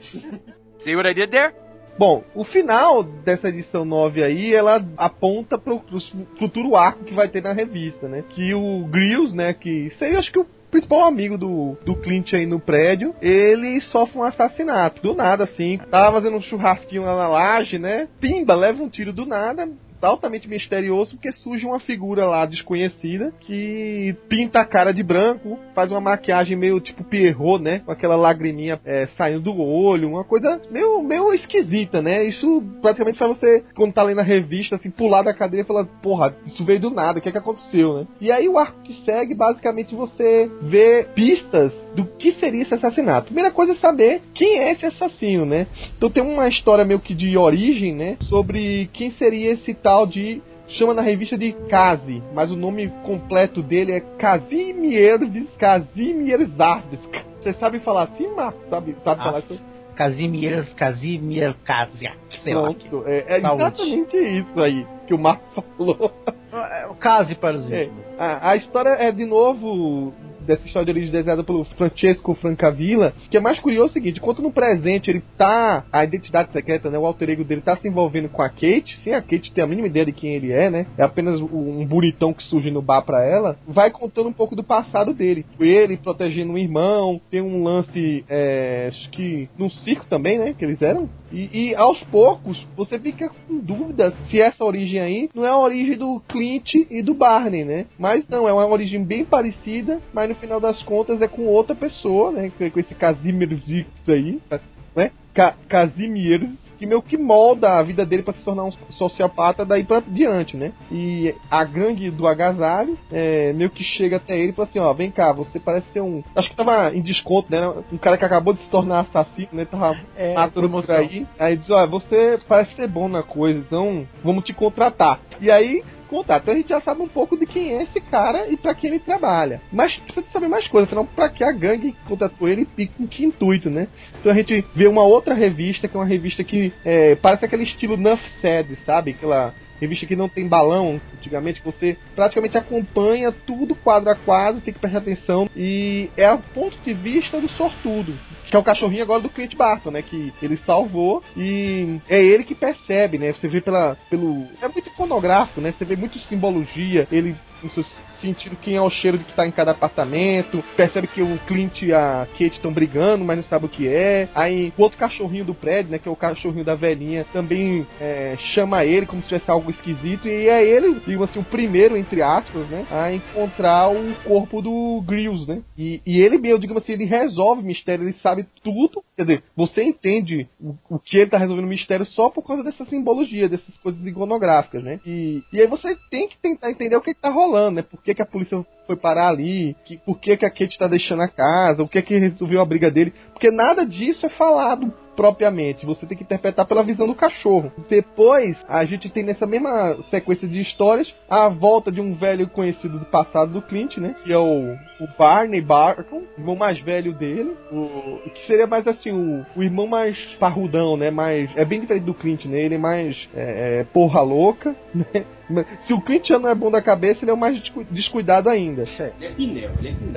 [SPEAKER 6] See what I did there?
[SPEAKER 2] Bom, o final dessa edição nove aí, ela aponta pro, pro futuro arco que vai ter na revista, né? Que o Grills, né, que isso aí eu acho que o principal amigo do, do Clint aí no prédio, ele sofre um assassinato. Do nada, assim, tava fazendo um churrasquinho lá na laje, né? Pimba, leva um tiro do nada, altamente misterioso, porque surge uma figura lá desconhecida que pinta a cara de branco, faz uma maquiagem meio tipo Pierrot, né? Com aquela lagriminha é, saindo do olho, uma coisa meio, meio esquisita, né? Isso praticamente faz você, quando tá lendo a revista, assim, pular da cadeira e falar, porra, isso veio do nada, o que é que aconteceu, né? E aí o arco que segue, basicamente, você vê pistas do que seria esse assassinato. Primeira coisa é saber quem é esse assassino, né? Então tem uma história meio que de origem, né? Sobre quem seria esse tal de... chama na revista de Kazi, mas o nome completo dele é Kazimierz Kazimierzadsk. Você sabe falar assim, Marcos? Sabe, sabe falar assim?
[SPEAKER 4] Casimiro, Casimiro, Casia.
[SPEAKER 2] Pronto, é, é
[SPEAKER 4] Saúde.
[SPEAKER 2] exatamente isso aí que o Marcos falou.
[SPEAKER 4] O Case para os
[SPEAKER 2] É,
[SPEAKER 4] íntimos.
[SPEAKER 2] a, a história é, de novo, dessa história de origem desenhada pelo Francesco Francavilla, que é mais curioso o seguinte, enquanto no presente ele tá, a identidade secreta, né, o alter ego dele tá se envolvendo com a Kate, sem a Kate ter a mínima ideia de quem ele é, né, é apenas um bonitão que surge no bar pra ela, vai contando um pouco do passado dele, ele protegendo um irmão, tem um lance, é, acho que num circo também, né, que eles eram, e, e aos poucos você fica com dúvida se essa origem aí não é a origem do Clint e do Barney, né, mas não, é uma origem bem parecida, mas no final das contas é com outra pessoa, né? Com esse Casimir Zix aí, né? Ca Casimir, que meio que molda a vida dele para se tornar um sociopata daí pra diante, né? E a gangue do agasalho é, meio que chega até ele e fala assim, ó, vem cá, você parece ser um... Acho que tava em desconto, né? Um cara que acabou de se tornar assassino, né? Tava
[SPEAKER 4] É,
[SPEAKER 2] matando por aí. Aí diz, ó, você parece ser bom na coisa, então vamos te contratar. E aí... contar. Então a gente já sabe um pouco de quem é esse cara e pra quem ele trabalha. Mas precisa saber mais coisas, afinal, pra que a gangue contratou ele e com que intuito, né? Então a gente vê uma outra revista, que é uma revista que é, parece aquele estilo Nuff Said, sabe? Aquela revista que não tem balão, antigamente, que você praticamente acompanha tudo quadro a quadro, tem que prestar atenção, e é o ponto de vista do sortudo, que é o cachorrinho agora do Clint Barton, né, que ele salvou, e é ele que percebe, né, você vê pela, pelo... é muito iconográfico, né, você vê muito simbologia, ele no seu sentido quem é o cheiro de que tá em cada apartamento, percebe que o Clint e a Kate estão brigando, mas não sabe o que é, aí o outro cachorrinho do prédio, né, que é o cachorrinho da velhinha, também é, chama ele como se tivesse algo esquisito, e é ele, digamos assim, o primeiro, entre aspas, né, a encontrar o corpo do Grills, né, e, e ele meio, digamos assim, ele resolve o mistério, ele sabe tudo, quer dizer, você entende o, o que ele tá resolvendo o mistério só por causa dessa simbologia, dessas coisas iconográficas, né, e, e aí você tem que tentar entender o que, que tá rolando, né, por que, que a polícia foi parar ali, que, por que, que a Kate tá deixando a casa, o que que resolveu a briga dele, porque nada disso é falado propriamente, você tem que interpretar pela visão do cachorro. Depois, a gente tem nessa mesma sequência de histórias, a volta de um velho conhecido do passado do Clint, né, que é o, o Barney Barton, irmão mais velho dele, o, que seria mais assim, o, o irmão mais parrudão, né, mais, é bem diferente do Clint, né, ele é mais é, é, porra louca, né. Se o Clint já não é bom da cabeça, ele é o mais descuidado ainda.
[SPEAKER 5] Ele é pinel, ele é pinel.
[SPEAKER 2] É.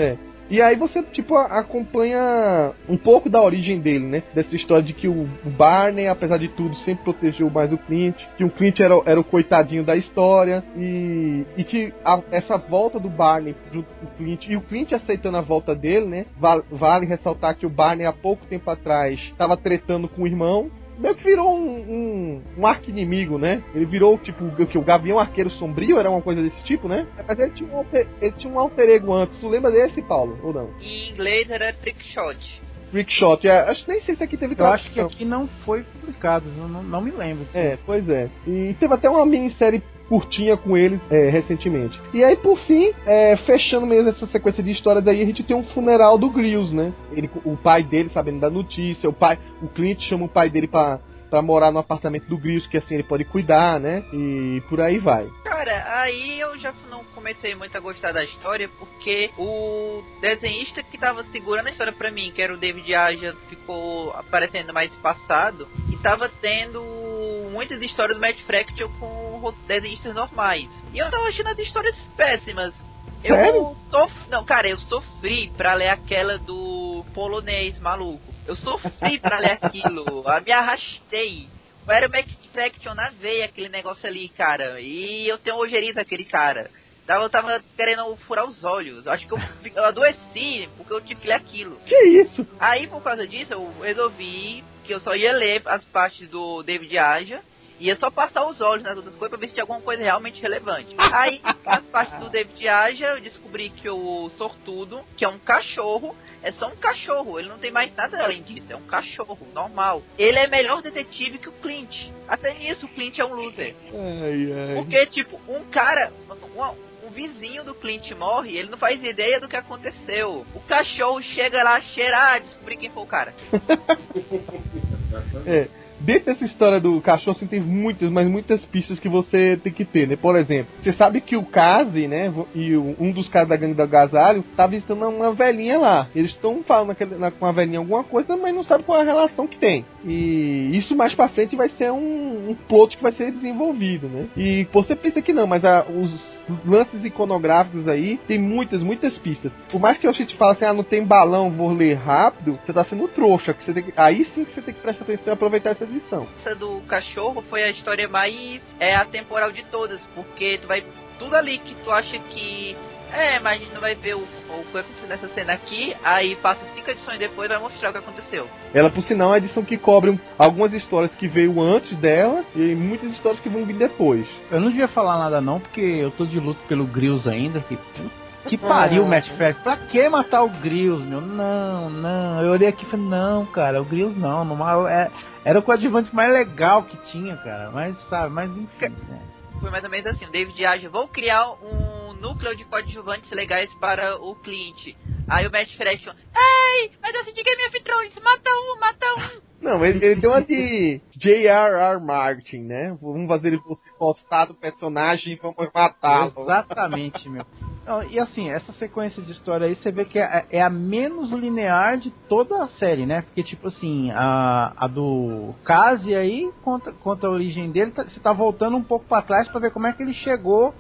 [SPEAKER 2] E aí você, tipo, a- acompanha um pouco da origem dele, né? Dessa história de que o, o Barney, apesar de tudo, sempre protegeu mais o Clint, que o Clint era, era o coitadinho da história, e, e que a, essa volta do Barney junto com o Clint, e o Clint aceitando a volta dele, né? Vale, vale ressaltar que o Barney, há pouco tempo atrás, estava tretando com o irmão, meio que virou um, um, um arqui-inimigo, né? Ele virou, tipo, o que? O Gavião Arqueiro Sombrio, era uma coisa desse tipo, né? Mas ele tinha um alter, ele tinha um alter ego antes. Tu lembra desse, Paulo? Ou não?
[SPEAKER 3] Em inglês era Trick Shot.
[SPEAKER 2] Trick Shot, é, acho que nem sei se aqui teve
[SPEAKER 4] Eu acho que
[SPEAKER 2] tradução.
[SPEAKER 4] aqui não foi publicado, eu não, não me lembro.
[SPEAKER 2] É, pois é. E teve até uma minissérie curtinha com eles é, recentemente. E aí, por fim, é, fechando mesmo essa sequência de histórias aí, a gente tem um funeral do Grills, né? Ele, o pai dele sabendo da notícia, o pai, o Clint chama o pai dele pra, pra morar no apartamento do Grills, que assim ele pode cuidar, né? E por aí vai.
[SPEAKER 3] Cara, aí eu já não comecei muito a gostar da história, porque o desenhista que tava segurando a história pra mim, que era o David Aja, ficou aparecendo mais passado, e tava tendo muitas histórias do Matt Fraction com desenhistas normais. E eu tava achando as histórias péssimas. Eu
[SPEAKER 2] Sério?
[SPEAKER 3] sof... Não, cara, eu sofri pra ler aquela do polonês maluco. Eu sofri pra ler aquilo. Eu me arrastei. Era o Max Fraction na veia, aquele negócio ali, cara. E eu tenho ojeriza daquele cara. Eu tava querendo furar os olhos. Acho que eu, eu adoeci porque eu tive que ler aquilo.
[SPEAKER 2] Que isso?
[SPEAKER 3] Aí, por causa disso, eu resolvi que eu só ia ler as partes do David Aja. Ia só passar os olhos nas outras coisas pra ver se tinha alguma coisa realmente relevante. Aí, as partes do David Aja, eu descobri que o Sortudo, que é um cachorro, é só um cachorro. Ele não tem mais nada além disso. É um cachorro, normal. Ele é melhor detetive que o Clint. Até nisso, o Clint é um loser.
[SPEAKER 2] Ai, ai.
[SPEAKER 3] Porque, tipo, um cara... Um, um vizinho do Clint morre, ele não faz ideia do que aconteceu. O cachorro chega lá, cheira, ah, descobri quem foi o cara.
[SPEAKER 2] É. Dentro dessa história do cachorro, assim, tem muitas, mas muitas pistas que você tem que ter, né? Por exemplo, você sabe que o Kazi, né, e o, um dos caras da gangue do agasalho tá visitando uma velhinha lá. Eles estão falando naquele, na, com a velhinha alguma coisa, mas não sabe qual é a relação que tem. E isso mais pra frente vai ser um, um plot que vai ser desenvolvido, né? E você pensa que não, mas a, os lances iconográficos aí tem muitas, muitas pistas. Por mais que eu te fale assim, ah, não tem balão, vou ler rápido, você tá sendo trouxa. Que você tem que, aí sim que você tem que prestar atenção e aproveitar essa edição.
[SPEAKER 3] Essa do cachorro foi a história mais é, atemporal de todas, porque tu vai tudo ali que tu acha que é, mas a gente não vai ver o, o que aconteceu nessa cena aqui, aí passa cinco edições depois e vai mostrar o que aconteceu.
[SPEAKER 2] Ela, por sinal, é uma edição que cobre algumas histórias que veio antes dela e muitas histórias que vão vir depois.
[SPEAKER 4] Eu não devia falar nada não, porque eu tô de luto pelo Grills ainda, que que pariu,
[SPEAKER 2] ah.
[SPEAKER 4] Matt Fraction. Pra que matar o Grills, meu? Não, não. Eu olhei aqui e falei, não, cara, o Grills não. não é, era o coadjuvante mais legal que tinha, cara. Mas, sabe, mas enfim, né?
[SPEAKER 3] Foi mais ou menos assim, o David Aja, vou criar um núcleo de coadjuvantes legais para o Clint. Aí o Matt Fraction, ei, mas eu senti Game of Thrones, mata um, mata um.
[SPEAKER 2] Não, ele, ele deu uma de J R R. Martin, né? Vamos fazer ele se gostar do personagem e vamos matá-lo.
[SPEAKER 4] Exatamente, meu. Não, e assim, essa sequência de história aí, você vê que é, é a menos linear de toda a série, né? Porque, tipo assim, a, a do Kazi aí, conta, conta a origem dele, tá, você tá voltando um pouco pra trás pra ver como é que ele chegou,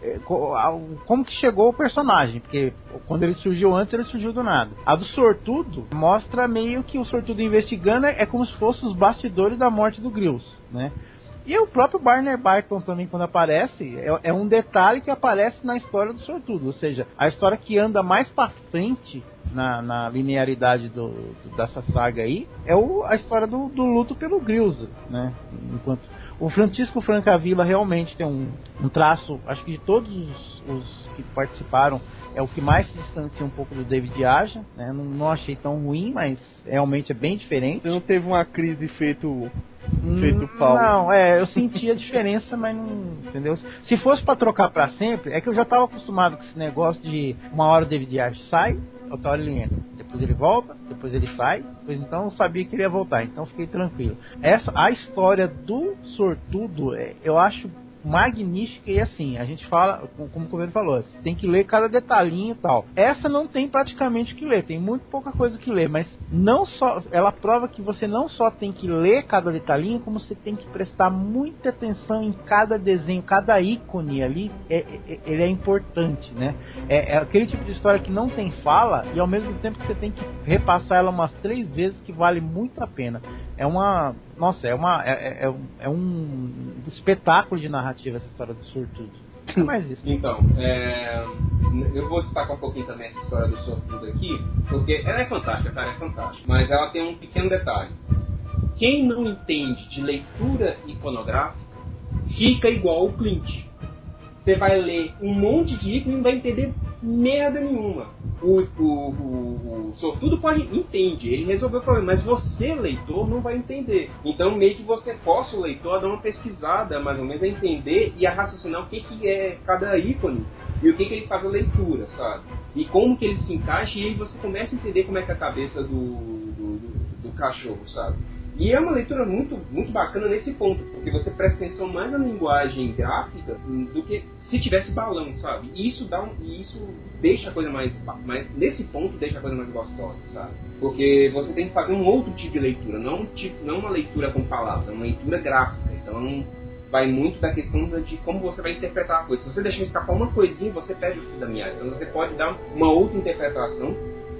[SPEAKER 4] como que chegou o personagem, porque quando ele surgiu antes, ele surgiu do nada. A do Sortudo mostra meio que o Sortudo investigando, é como se fosse os bastidores da morte do Grills, né? E o próprio Barney Barton também, quando aparece, é, é um detalhe que aparece na história do Sortudo. Ou seja, a história que anda mais pra frente na, na linearidade do, do, dessa saga aí é o, a história do, do luto pelo Grills, né? Enquanto o Francisco Francavilla realmente tem um, um traço, acho que de todos os, os que participaram, é o que mais se distancia um pouco do David Aja, né? Não, não achei tão ruim, mas realmente é bem diferente.
[SPEAKER 2] Você não teve uma crise feito... feito Paulo.
[SPEAKER 4] Não, é, eu senti a diferença, mas não, entendeu? Se fosse pra trocar pra sempre, é que eu já tava acostumado com esse negócio de uma hora o David Aja sai, outra hora ele entra, depois ele volta, depois ele sai, depois então eu sabia que ele ia voltar, então fiquei tranquilo. Essa, a história do Sortudo, eu acho magnífica e assim, a gente fala, como o governo falou, você tem que ler cada detalhinho e tal. Essa não tem praticamente o que ler, tem muito pouca coisa que ler, mas não só, ela prova que você não só tem que ler cada detalhinho, como você tem que prestar muita atenção em cada desenho, cada ícone ali, é, é, ele é importante, né? É, é aquele tipo de história que não tem fala e ao mesmo tempo que você tem que repassar ela umas três vezes, que vale muito a pena. É uma, nossa, é uma, é, é, é um espetáculo de narrativa essa história do Sortudo. É mais isso.
[SPEAKER 5] Então, é, eu vou destacar um pouquinho também essa história do Sortudo aqui, porque ela é fantástica, cara, é fantástica, mas ela tem um pequeno detalhe. Quem não entende de leitura iconográfica fica igual o Clint. Você vai ler um monte de ícone e não vai entender merda nenhuma. O, o, o, o Sortudo pode entende, ele resolveu o problema, mas você, leitor, não vai entender. Então, meio que você força o leitor a dar uma pesquisada, mais ou menos, a entender e a raciocinar o que, que é cada ícone e o que, que ele faz a leitura, sabe? E como que ele se encaixa, e aí você começa a entender como é que é a cabeça do, do, do, do cachorro, sabe? E é uma leitura muito, muito bacana nesse ponto, porque você presta atenção mais na linguagem gráfica do que se tivesse balão, sabe? E isso, dá um, e isso deixa a coisa mais, mais... Nesse ponto, deixa a coisa mais gostosa, sabe? Porque você tem que fazer um outro tipo de leitura, não, um tipo, não uma leitura com palavras, é uma leitura gráfica. Então, vai muito da questão de como você vai interpretar a coisa. Se você deixar escapar uma coisinha, você perde o fio da meada. Então, você pode dar uma outra interpretação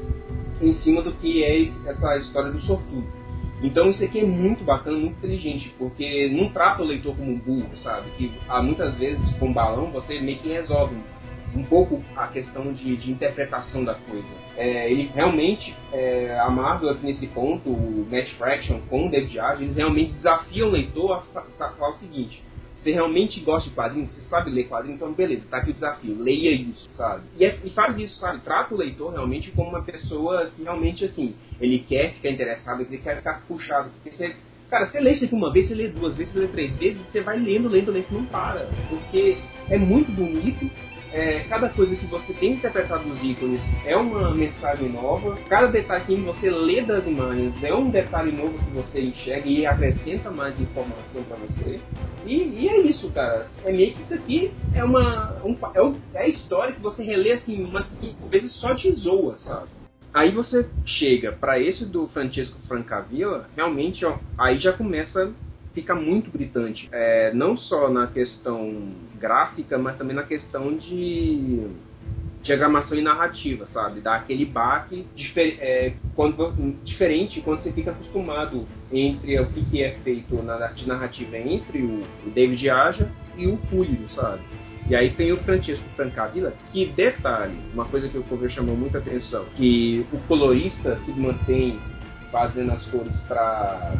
[SPEAKER 5] em cima do que é essa história do Sortudo. Então isso aqui é muito bacana, muito inteligente, porque não trata o leitor como um burro, sabe? Que há muitas vezes com balão você meio que resolve um pouco a questão de, de interpretação da coisa. É, ele realmente, é, a Marvel aqui nesse ponto, o Matt Fraction com o David Aja, eles realmente desafiam o leitor a falar o seguinte: você realmente gosta de quadrinhos? Você sabe ler quadrinhos? Então beleza, tá aqui o desafio, leia isso, sabe? E, é, e faz isso, sabe? Trata o leitor realmente como uma pessoa que realmente, assim, ele quer ficar interessado, ele quer ficar puxado. Porque você, cara, você lê isso aqui uma vez, você lê duas vezes, você lê três vezes, você vai lendo, lendo, lendo, você não para. Porque é muito bonito. É, cada coisa que você tem interpretado dos ícones é uma mensagem nova. Cada detalhe que você lê das imagens é um detalhe novo que você enxerga e acrescenta mais informação para você. E, e é isso, cara. É meio que isso aqui é uma um, é, um, é a história que você relê assim umas cinco vezes só de zoa, sabe? Aí você chega para esse do Francesco Francavilla, realmente, ó, aí já começa fica muito gritante, é, não só na questão gráfica, mas também na questão de diagramação e narrativa, sabe? Dá aquele baque difer- é, quando, diferente quando você fica acostumado entre o que, que é feito na, de narrativa entre o, o David Aja e o Pulido, sabe? E aí tem o Francesco Francavilla, que, detalhe, uma coisa que o cover chamou muita atenção, que o colorista se mantém fazendo as cores para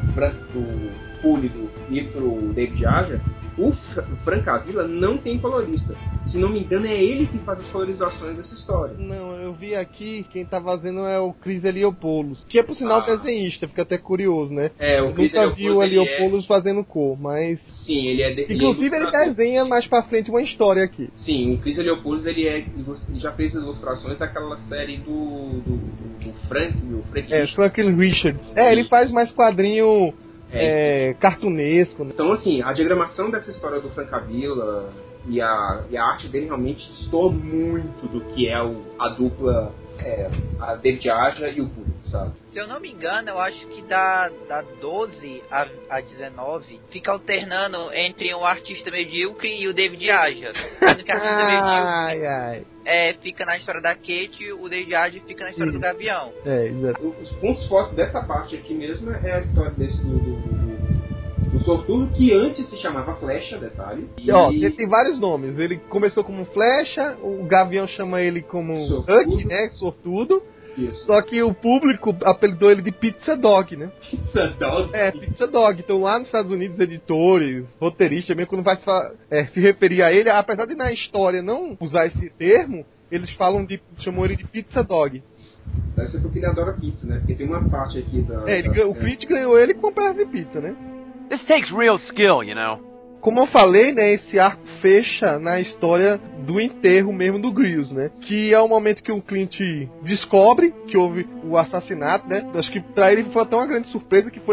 [SPEAKER 5] o Pulido e pro David Aja. O Francavilla não tem colorista. Se não me engano, é ele que faz as colorizações dessa história.
[SPEAKER 2] Não, eu vi aqui, quem tá fazendo é o Chris Eliopoulos, que é por sinal ah. desenhista, fica até curioso, né?
[SPEAKER 5] É, o
[SPEAKER 2] eu
[SPEAKER 5] Chris
[SPEAKER 2] nunca vi o Eliopoulos
[SPEAKER 5] é...
[SPEAKER 2] fazendo cor, mas...
[SPEAKER 5] Sim, ele é... De...
[SPEAKER 2] Inclusive
[SPEAKER 5] ele,
[SPEAKER 2] ele desenha mais pra frente uma história aqui.
[SPEAKER 5] Sim, o Chris Eliopoulos, ele, é... ele já fez ilustrações daquela série do, do, do Frank, o Frank
[SPEAKER 2] É,
[SPEAKER 5] Richards.
[SPEAKER 2] Franklin Richards. É, ele faz mais quadrinho... É, é, cartunesco, né?
[SPEAKER 5] Então, assim, a diagramação dessa história do Francavilla e a, e a arte dele realmente destoa muito do que é o, a dupla, é, a David Aja e o Pulido, sabe?
[SPEAKER 3] Se eu não me engano, eu acho que da, da doze a, a dezenove fica alternando entre um artista medíocre e o David Aja. Sendo que o artista medíocre
[SPEAKER 2] ai.
[SPEAKER 3] É, fica na história da Kate, o David Aja fica na história Sim. do Gavião.
[SPEAKER 2] É, exato.
[SPEAKER 5] Os pontos fortes dessa parte aqui mesmo é a história desse do, do, do, do Sortudo, que antes se chamava Flecha, detalhe.
[SPEAKER 2] E... Ó, ele tem vários nomes. Ele começou como Flecha, o Gavião chama ele como Huck, né? Sortudo.
[SPEAKER 5] Isso.
[SPEAKER 2] Só que o público apelidou ele de Pizza Dog, né?
[SPEAKER 5] Pizza Dog?
[SPEAKER 2] É, Pizza Dog. Então lá nos Estados Unidos, editores, roteiristas, mesmo quando vai se, é, se referir a ele, apesar de na história não usar esse termo, eles falam de, chamam ele de Pizza Dog.
[SPEAKER 5] Deve ser porque ele adora pizza, né? Porque tem uma parte aqui da...
[SPEAKER 2] É, ele,
[SPEAKER 5] da...
[SPEAKER 2] o Clint ganhou ele com um pedaço de pizza, né?
[SPEAKER 6] This takes real skill, you know.
[SPEAKER 2] Como eu falei, né, esse arco fecha na história do enterro mesmo do Grievous, né? Que é o momento que o Clint descobre que houve o assassinato, né? Acho que pra ele foi até uma grande surpresa, que foi de um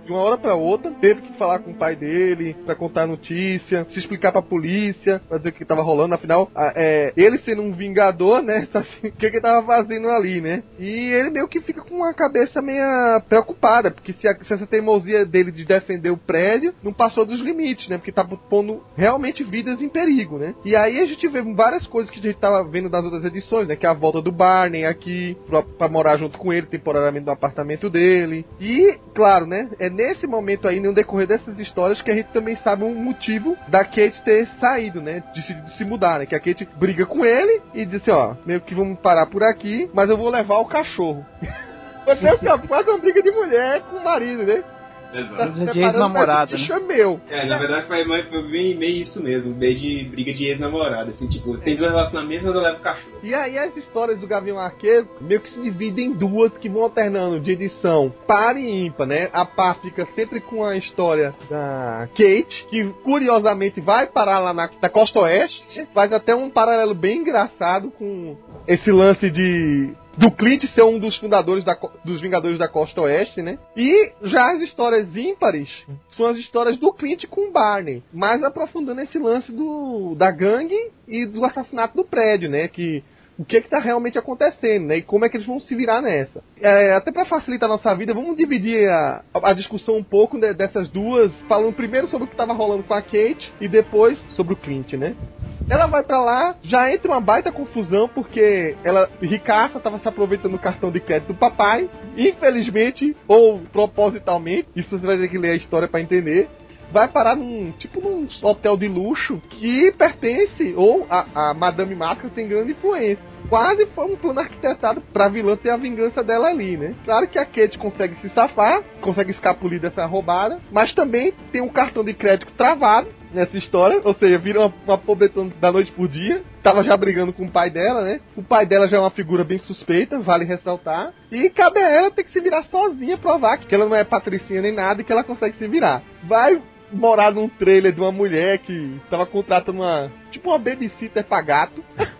[SPEAKER 2] de uma hora pra outra, teve que falar com o pai dele, pra contar a notícia, se explicar pra polícia, pra dizer o que tava rolando, afinal, a, é, ele sendo um vingador, né, o que que ele tava fazendo ali, né? E ele meio que fica com a cabeça meio preocupada, porque se, a, se essa teimosia dele de defender o prédio não passou dos limites, né? Porque tá pondo realmente vidas em perigo, né? E aí a gente vê várias coisas que a gente tava vendo das outras edições, né? Que é a volta do Barney aqui, pra, pra morar junto com ele, temporariamente no apartamento dele. E, claro, né? É nesse momento aí, no decorrer dessas histórias, que a gente também sabe um motivo da Kate ter saído, né? Decidido se mudar, né? Que a Kate briga com ele e diz assim, ó, meio que vamos parar por aqui, mas eu vou levar o cachorro. Você é quase uma briga de mulher com o marido, né?
[SPEAKER 5] Exato.
[SPEAKER 2] Tá se separando, mas o bicho é meu.
[SPEAKER 5] É, na verdade foi, foi bem, meio isso mesmo, meio de briga de ex-namorada, assim, tipo, tem dois relacionamentos, mas eu levo o cachorro.
[SPEAKER 2] E aí as histórias do Gavião Arqueiro meio que se dividem em duas que vão alternando de edição par e ímpar, né? A par fica sempre com a história da Kate, que curiosamente vai parar lá na, na Costa Oeste, faz até um paralelo bem engraçado com esse lance de... do Clint ser um dos fundadores da, dos Vingadores da Costa Oeste, né? E já as histórias ímpares são as histórias do Clint com o Barney, mais aprofundando esse lance do, da gangue e do assassinato do prédio, né? Que o que é que tá realmente acontecendo, né? E como é que eles vão se virar nessa. É, até para facilitar a nossa vida, vamos dividir a, a discussão um pouco, né, dessas duas, falando primeiro sobre o que tava rolando com a Kate e depois sobre o Clint, né? Ela vai pra lá, já entra uma baita confusão, porque ela, ricaça, tava se aproveitando do cartão de crédito do papai. Infelizmente, ou propositalmente, isso você vai ter que ler a história pra entender, vai parar num, tipo num hotel de luxo que pertence, ou a, a Madame Máscara tem grande influência. Quase foi um plano arquitetado pra vilã ter a vingança dela ali, né? Claro que a Kate consegue se safar, consegue escapulir dessa roubada, mas também tem um cartão de crédito travado nessa história, ou seja, vira uma, uma pobretona da noite por dia. Tava já brigando com o pai dela, né? O pai dela já é uma figura bem suspeita, vale ressaltar. E cabe a ela ter que se virar sozinha, provar que ela não é patricinha nem nada e que ela consegue se virar. Vai morar num trailer de uma mulher que tava contratando uma, tipo uma babysitter pra gato.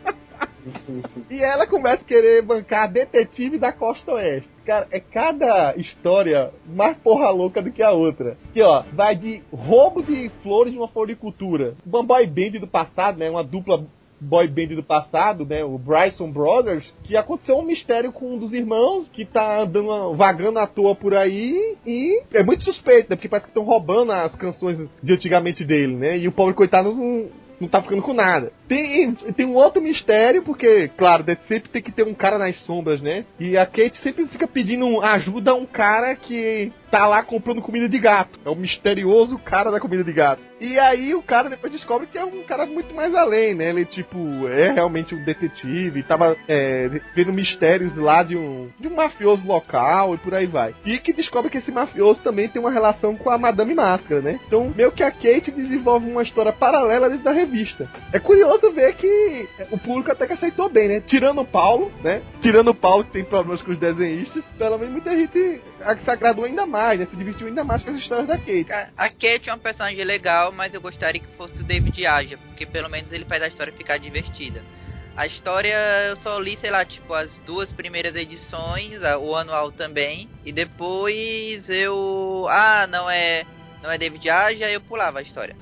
[SPEAKER 2] E ela começa a querer bancar a detetive da Costa Oeste. Cara, é cada história mais porra louca do que a outra. Que ó, vai de roubo de flores de uma floricultura, uma boy band do passado, né? Uma dupla boy band do passado, né? O Bryson Brothers, que aconteceu um mistério com um dos irmãos que tá andando, vagando à toa por aí e é muito suspeito, né? Porque parece que estão roubando as canções de antigamente dele, né? E o pobre coitado não, não tá ficando com nada. Tem, tem um outro mistério, porque, claro, sempre tem que ter um cara nas sombras, né? E a Kate sempre fica pedindo ajuda a um cara que tá lá comprando comida de gato. É o misterioso cara da comida de gato. E aí o cara depois descobre que é um cara muito mais além, né? Ele, tipo, é realmente um detetive, tava é, vendo mistérios lá de um, de um mafioso local e por aí vai. E que descobre que esse mafioso também tem uma relação com a Madame Máscara, né? Então, meio que a Kate desenvolve uma história paralela dentro da revista. É curioso ver que o público até que aceitou bem, né? Tirando o Paulo, né? Tirando o Paulo, que tem problemas com os desenhistas, pelo menos muita gente se agradou ainda mais, né? Se divertiu ainda mais com as histórias da Kate.
[SPEAKER 3] A Kate é um personagem legal, mas eu gostaria que fosse o David Aja, porque pelo menos ele faz a história ficar divertida. A história eu só li, sei lá, tipo, as duas primeiras edições, o anual também, e depois eu... Ah, não é... Não é David Aja, eu pulava a história.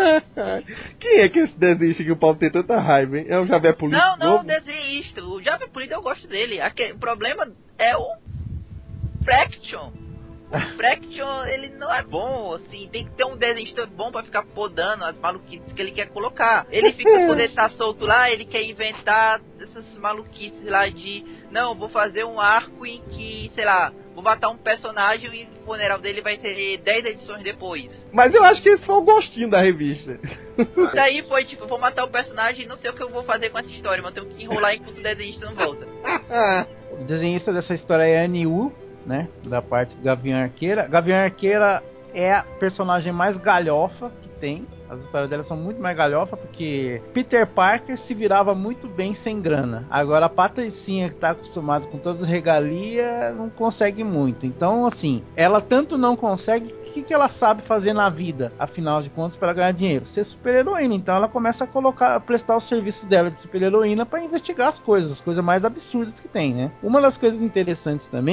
[SPEAKER 2] Quem é que esse desenhista que o Paulo tem tanta raiva, hein? É o Javé Polido?
[SPEAKER 3] Não, não, o desenhista. O Javé Polido eu gosto dele. Aqui, o problema é o Fraction. O Fraction, ele não é bom, assim. Tem que ter um desenhista bom pra ficar podando as maluquices que ele quer colocar. Ele fica, quando ele tá solto lá, ele quer inventar essas maluquices lá de... Não, vou fazer um arco em que, sei lá... Vou matar um personagem e o funeral dele vai ser dez edições depois.
[SPEAKER 2] Mas eu acho que esse foi o gostinho da revista.
[SPEAKER 3] Isso aí foi tipo, vou matar o personagem e não sei o que eu vou fazer com essa história, mas eu tenho que enrolar enquanto o desenhista não volta.
[SPEAKER 4] O desenhista dessa história é a Annie Wu, né? Da parte do Gavião Arqueira. Gavião Arqueira é a personagem mais galhofa que tem. As histórias dela são muito mais galhofa, porque Peter Parker se virava muito bem sem grana. Agora a Patricinha, que tá acostumada com todas as regalias, não consegue muito. Então, assim, ela tanto não consegue, o que, que ela sabe fazer na vida, afinal de contas, para ganhar dinheiro? Ser super-heroína. Então ela começa a colocar, a prestar o serviço dela de super-heroína para investigar as coisas, as coisas mais absurdas que tem, né? Uma das coisas interessantes também,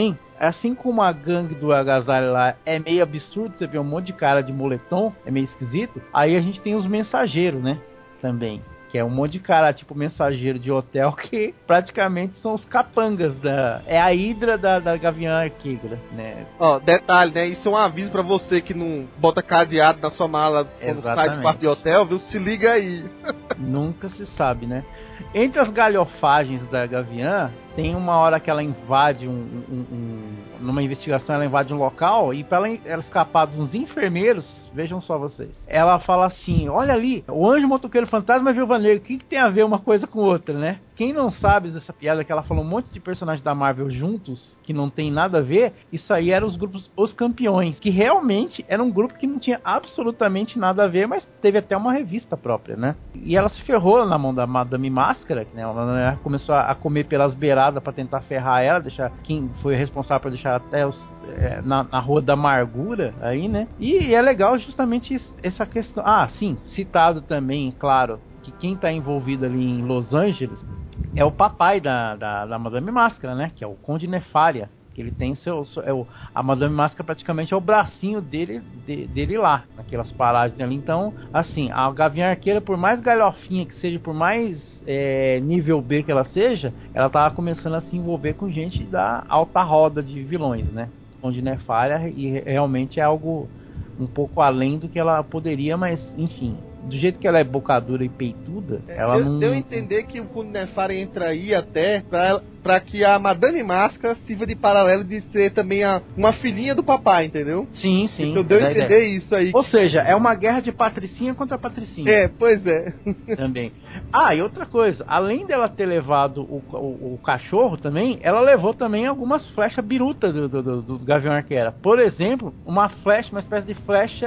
[SPEAKER 4] assim como a gangue do agasalho lá é meio absurdo, você vê um monte de cara de moletom, é meio esquisito, aí a gente tem os mensageiros, né, também. Que é um monte de cara, tipo, mensageiro de hotel, que praticamente são os capangas da... É a hidra da, da Gavião Arqueira, né?
[SPEAKER 2] Ó, detalhe, né? Isso é um aviso pra você que não bota cadeado na sua mala quando
[SPEAKER 4] Exatamente.
[SPEAKER 2] sai do quarto de hotel, viu? Se liga aí.
[SPEAKER 4] Nunca se sabe, né? Entre as galhofagens da Gavião, tem uma hora que ela invade um, um, um... Numa investigação, ela invade um local e pra ela, ela escapar de uns enfermeiros, vejam só vocês, ela fala assim, olha ali, o Anjo Motoqueiro Fantasma e a Viúva Negra, o que, que tem a ver uma coisa com outra, né? Quem não sabe dessa piada, que ela falou um monte de personagens da Marvel juntos, que não tem nada a ver, isso aí eram os grupos Os Campeões, que realmente era um grupo que não tinha absolutamente nada a ver, mas teve até uma revista própria, né? E ela se ferrou na mão da Madame Máscara, né? Ela começou a comer pelas beiradas pra tentar ferrar ela, deixar quem foi responsável por deixar até os, é, na, na Rua da Amargura aí, né? E, e é legal justamente essa questão. Ah, sim, citado também, claro, que quem tá envolvido ali em Los Angeles é o papai da, da, da Madame Máscara, né? Que é o Conde Nefária. Que ele tem seu, seu é o, a Madame Máscara praticamente é o bracinho dele, de, dele lá, naquelas paragens ali. Então, assim, a Gavião Arqueira, por mais galhofinha que seja, por mais é, nível B que ela seja, ela tava começando a se envolver com gente da alta roda de vilões, né? Conde Nefária, e realmente é algo um pouco além do que ela poderia, mas enfim, do jeito que ela é bocadura e peituda, ela
[SPEAKER 2] eu,
[SPEAKER 4] não...
[SPEAKER 2] Deu a entender que o Conde Nefária entra aí até pra, pra que a Madame Máscara sirva de paralelo de ser também a, uma filhinha do papai, entendeu?
[SPEAKER 4] Sim, sim.
[SPEAKER 2] Então deu a entender ideia. Isso aí.
[SPEAKER 4] Ou seja, é uma guerra de patricinha contra patricinha.
[SPEAKER 2] É, pois é.
[SPEAKER 4] Também. Ah, e outra coisa, além dela ter levado o, o, o cachorro também, ela levou também algumas flechas birutas do, do, do, do Gavião Arqueira. Por exemplo, uma flecha, uma espécie de flecha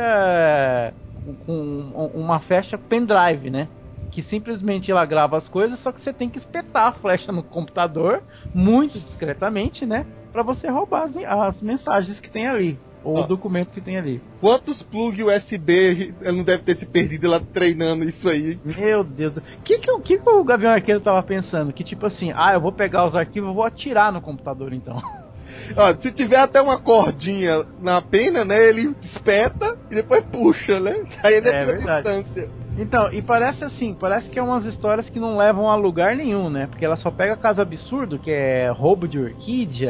[SPEAKER 4] com uma flecha pendrive, né? Que simplesmente ela grava as coisas, só que você tem que espetar a flecha no computador muito discretamente, né? Pra você roubar as, as mensagens que tem ali, ou oh. o documento que tem ali.
[SPEAKER 2] Quantos plug U S B ela não deve ter se perdido lá treinando isso aí?
[SPEAKER 4] Meu Deus. O que que, que que o Gavião Arqueiro tava pensando? Que tipo assim, ah, eu vou pegar os arquivos e vou atirar no computador então.
[SPEAKER 2] Ó, se tiver até uma cordinha na pena, né, ele espeta e depois puxa, né? Aí ele é distância.
[SPEAKER 4] Então, e parece assim, parece que é umas histórias que não levam a lugar nenhum, né? Porque ela só pega caso absurdo, que é roubo de orquídea,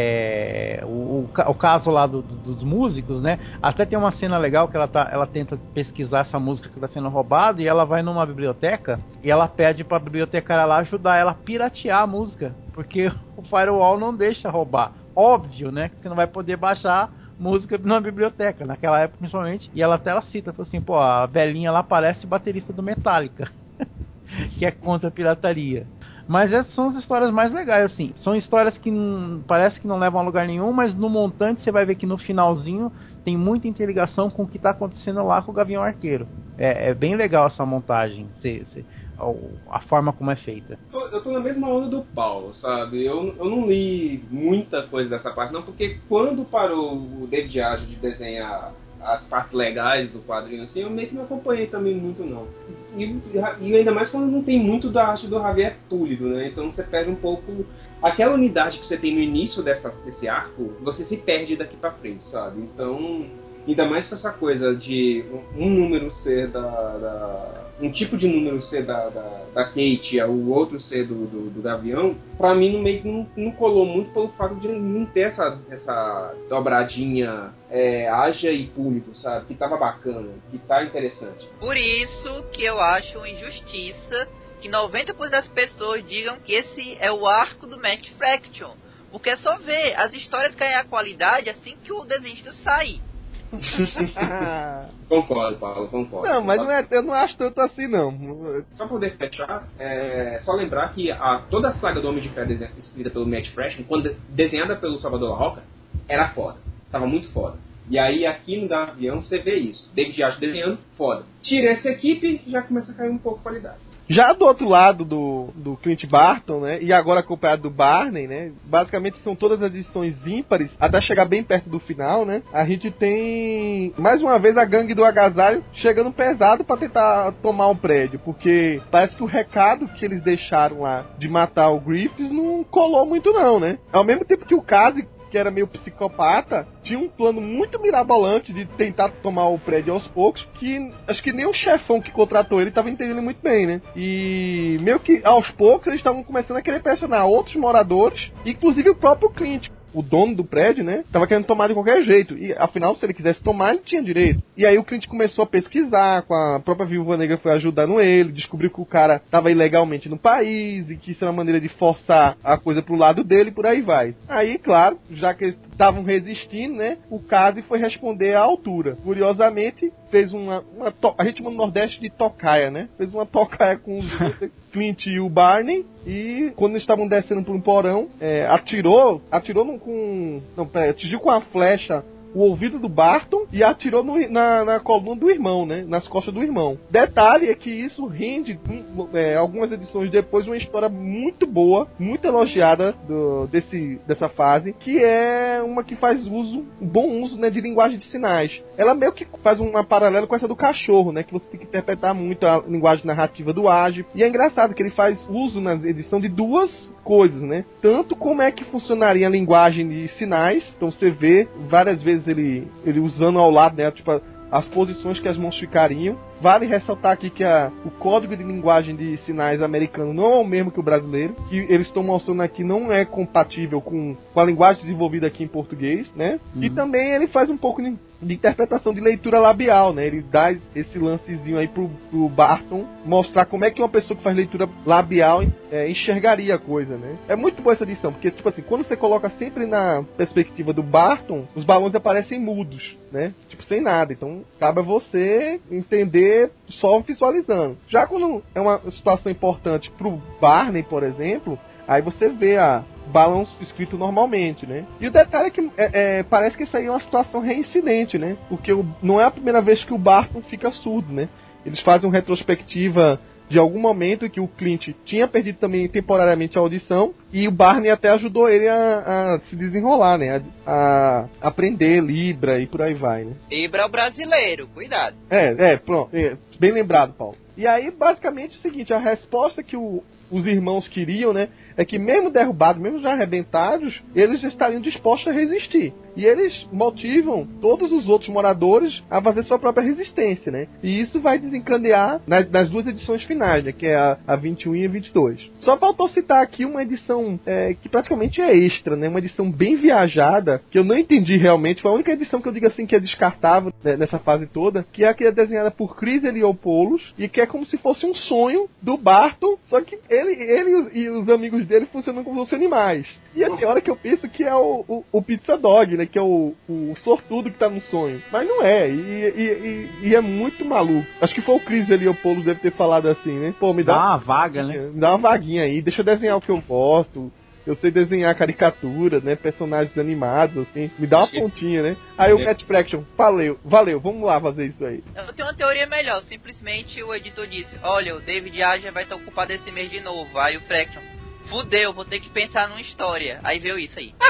[SPEAKER 4] é o, o, o caso lá do, do, dos músicos, né? Até tem uma cena legal que ela, tá, ela tenta pesquisar essa música que está sendo roubada e ela vai numa biblioteca e ela pede pra bibliotecária lá ajudar ela a piratear a música, porque o firewall não deixa roubar. Óbvio, né? Que você não vai poder baixar música na biblioteca, naquela época principalmente. E ela até ela cita, falou assim, pô, a velhinha lá parece baterista do Metallica, que é contra a pirataria. Mas essas são as histórias mais legais, assim. São histórias que não, parece que não levam a lugar nenhum, mas no montante você vai ver que no finalzinho tem muita interligação com o que está acontecendo lá com o Gavião Arqueiro. É, é bem legal essa montagem, se, se, a forma como é feita.
[SPEAKER 5] Eu, eu tô na mesma onda do Paulo, sabe? Eu, eu não li muita coisa dessa parte, não, porque quando parou o David Aja de desenhar as partes legais do quadrinho, assim, eu meio que não acompanhei também muito, não. E, e ainda mais quando não tem muito da arte do Javier Pulido, né? Então você perde um pouco... Aquela unidade que você tem no início dessa, desse arco, você se perde daqui pra frente, sabe? Então... Ainda mais com essa coisa de um, um número ser da, da... um tipo de número ser da, da, da Kate e o outro ser do, do, do Gavião, pra mim no meio não, não colou muito pelo fato de não ter essa, essa dobradinha é, Aja e Público, sabe? Que tava bacana, que tá interessante.
[SPEAKER 3] Por isso que eu acho uma injustiça que noventa por cento das pessoas digam que esse é o arco do Matt Fraction. Porque é só ver, as histórias caem a qualidade assim que o desenhista sair.
[SPEAKER 5] Concordo, Paulo, concordo.
[SPEAKER 2] Não, mas não é, eu não acho tanto assim, não.
[SPEAKER 5] Só pra poder fechar, é só lembrar que a, toda a saga do Homem de Ferro escrita pelo Matt Fraction, quando desenhada pelo Salvador La Rocca, era foda. Tava muito foda. E aí aqui no Gavião você vê isso. David Aja desenhando, foda. Tira essa equipe e já começa a cair um pouco a qualidade.
[SPEAKER 2] Já do outro lado do, do Clint Barton, né, e agora acompanhado do Barney, né, basicamente são todas as edições ímpares, até chegar bem perto do final, né, a gente tem, mais uma vez, a gangue do agasalho chegando pesado pra tentar tomar um prédio, porque parece que o recado que eles deixaram lá de matar o Griffiths não colou muito não, né. Ao mesmo tempo que o Kazi que era meio psicopata, tinha um plano muito mirabolante de tentar tomar o prédio aos poucos, que acho que nem o chefão que contratou ele estava entendendo muito bem, né? E meio que aos poucos eles estavam começando a querer pressionar outros moradores, inclusive o próprio Clint. O dono do prédio, né, tava querendo tomar de qualquer jeito. E, afinal, se ele quisesse tomar, ele tinha direito. E aí o Clint começou a pesquisar, com a própria Viúva Negra foi ajudando ele, descobriu que o cara tava ilegalmente no país, e que isso era uma maneira de forçar a coisa pro lado dele, e por aí vai. Aí, claro, já que eles estavam resistindo, né, o Cade foi responder à altura. Curiosamente, fez uma... uma to... A gente chama no Nordeste de tocaia, né? Fez uma tocaia com os Clint e o Barney, e quando eles estavam descendo por um porão, é, atirou, atirou num, com... Não, peraí, atingiu com a flecha o ouvido do Barton e atirou no, na, na coluna do irmão, né? Nas costas do irmão. Detalhe é que isso rende, é, algumas edições depois, uma história muito boa, muito elogiada do, desse, dessa fase, que é uma que faz uso, um bom uso, né, de linguagem de sinais. Ela meio que faz uma paralela com essa do cachorro, né? Que você tem que interpretar muito a linguagem narrativa do ágil. E é engraçado que ele faz uso na edição de duas coisas, né? Tanto como é que funcionaria a linguagem de sinais. Então você vê várias vezes ele, ele usando ao lado, né? Tipo, as posições que as mãos ficariam. Vale ressaltar aqui que a, o código de linguagem de sinais americano não é o mesmo que o brasileiro, que eles estão mostrando aqui não é compatível com, com a linguagem desenvolvida aqui em português, né? Uhum. E também ele faz um pouco de, de interpretação de leitura labial, né? Ele dá esse lancezinho aí pro, pro Barton mostrar como é que uma pessoa que faz leitura labial é, enxergaria a coisa, né? É muito boa essa edição, porque, tipo assim, quando você coloca sempre na perspectiva do Barton, os balões aparecem mudos, né? Tipo, sem nada. Então, cabe a você entender só visualizando. Já quando é uma situação importante pro Barney, por exemplo, aí você vê a balão escrito normalmente, né? E o detalhe é que é, é, parece que isso aí é uma situação reincidente, né? Porque o, não é a primeira vez que o Barton fica surdo, né? Eles fazem uma retrospectiva de algum momento que o Clint tinha perdido também temporariamente a audição, e o Barney até ajudou ele a, a se desenrolar, né? A, a aprender Libra e por aí vai, né?
[SPEAKER 3] Libra é o brasileiro, cuidado.
[SPEAKER 2] É, é, pronto. É, bem lembrado, Paulo. E aí, basicamente, é o seguinte, a resposta que o, os irmãos queriam, né, é que mesmo derrubados, mesmo já arrebentados, eles estariam dispostos a resistir. E eles motivam todos os outros moradores a fazer sua própria resistência, né? E isso vai desencadear nas, nas duas edições finais, né? Que é a, a vinte e um e a vinte e dois. Só faltou citar aqui uma edição é, que praticamente é extra, né? Uma edição bem viajada, que eu não entendi realmente. Foi a única edição que eu digo assim que é descartável, né, nessa fase toda, que é a que é desenhada por Chris Eliopoulos, e que é como se fosse um sonho do Barton, só que ele, ele e, os, e os amigos dele funcionam como se fossem animais. E tem hora que eu penso que é o, o, o Pizza Dog, né? Que é o, o sortudo que tá no sonho. Mas não é. E, e, e, e é muito maluco. Acho que foi o Chris Eliopoulos deve ter falado assim, né? Pô, me dá,
[SPEAKER 4] dá uma vaga, né?
[SPEAKER 2] Me dá uma vaguinha aí. Deixa eu desenhar o que eu gosto. Eu sei desenhar caricatura, né? Personagens animados, assim. Me dá uma pontinha, né? Aí o Cat Fraction, valeu, valeu, vamos lá fazer isso aí.
[SPEAKER 3] Eu tenho uma teoria melhor. Simplesmente o editor disse, olha, o David Aja vai estar ocupado esse mês de novo. Aí o Fraction, fudeu, vou ter que pensar numa história. Aí veio isso aí.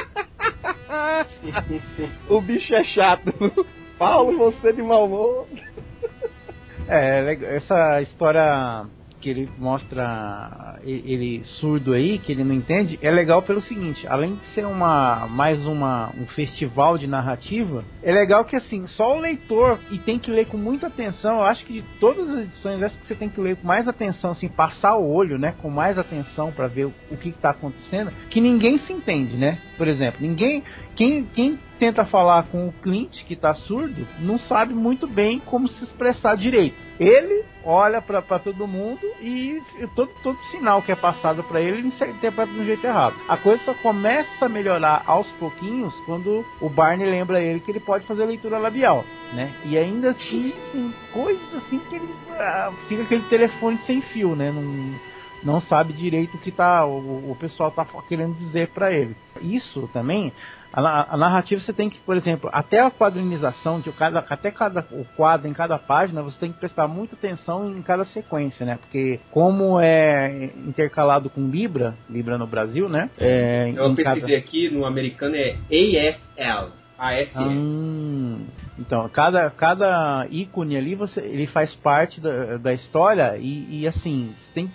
[SPEAKER 2] O bicho é chato. Paulo, você de mau humor.
[SPEAKER 4] É, essa história que ele mostra ele surdo aí, que ele não entende, é legal pelo seguinte, além de ser uma mais uma, um festival de narrativa, é legal que assim, só o leitor, e tem que ler com muita atenção, eu acho que de todas as edições, essa que você tem que ler com mais atenção, assim, passar o olho, né, com mais atenção para ver o, o que está acontecendo, que ninguém se entende, né? Por exemplo, ninguém, quem, quem tenta falar com o Clint, que tá surdo, não sabe muito bem como se expressar direito. Ele olha pra, pra todo mundo e todo, todo sinal que é passado pra ele, ele interpreta de um jeito errado. A coisa só começa a melhorar aos pouquinhos quando o Barney lembra ele que ele pode fazer leitura labial, né? E ainda assim, assim coisas assim que ele ah, fica aquele telefone sem fio, né? Não, não sabe direito o que tá, o, o pessoal tá querendo dizer pra ele. Isso também, a, a narrativa você tem que, por exemplo, até a quadrinização de cada, até cada o quadro em cada página, você tem que prestar muita atenção em cada sequência, né? Porque como é intercalado com Libra, Libra no Brasil, né? É,
[SPEAKER 5] eu pesquisei
[SPEAKER 4] cada...
[SPEAKER 5] aqui, no americano é A S L. A S L.
[SPEAKER 4] Hum, então, cada, cada ícone ali, você, ele faz parte da, da história e, e assim, tem que...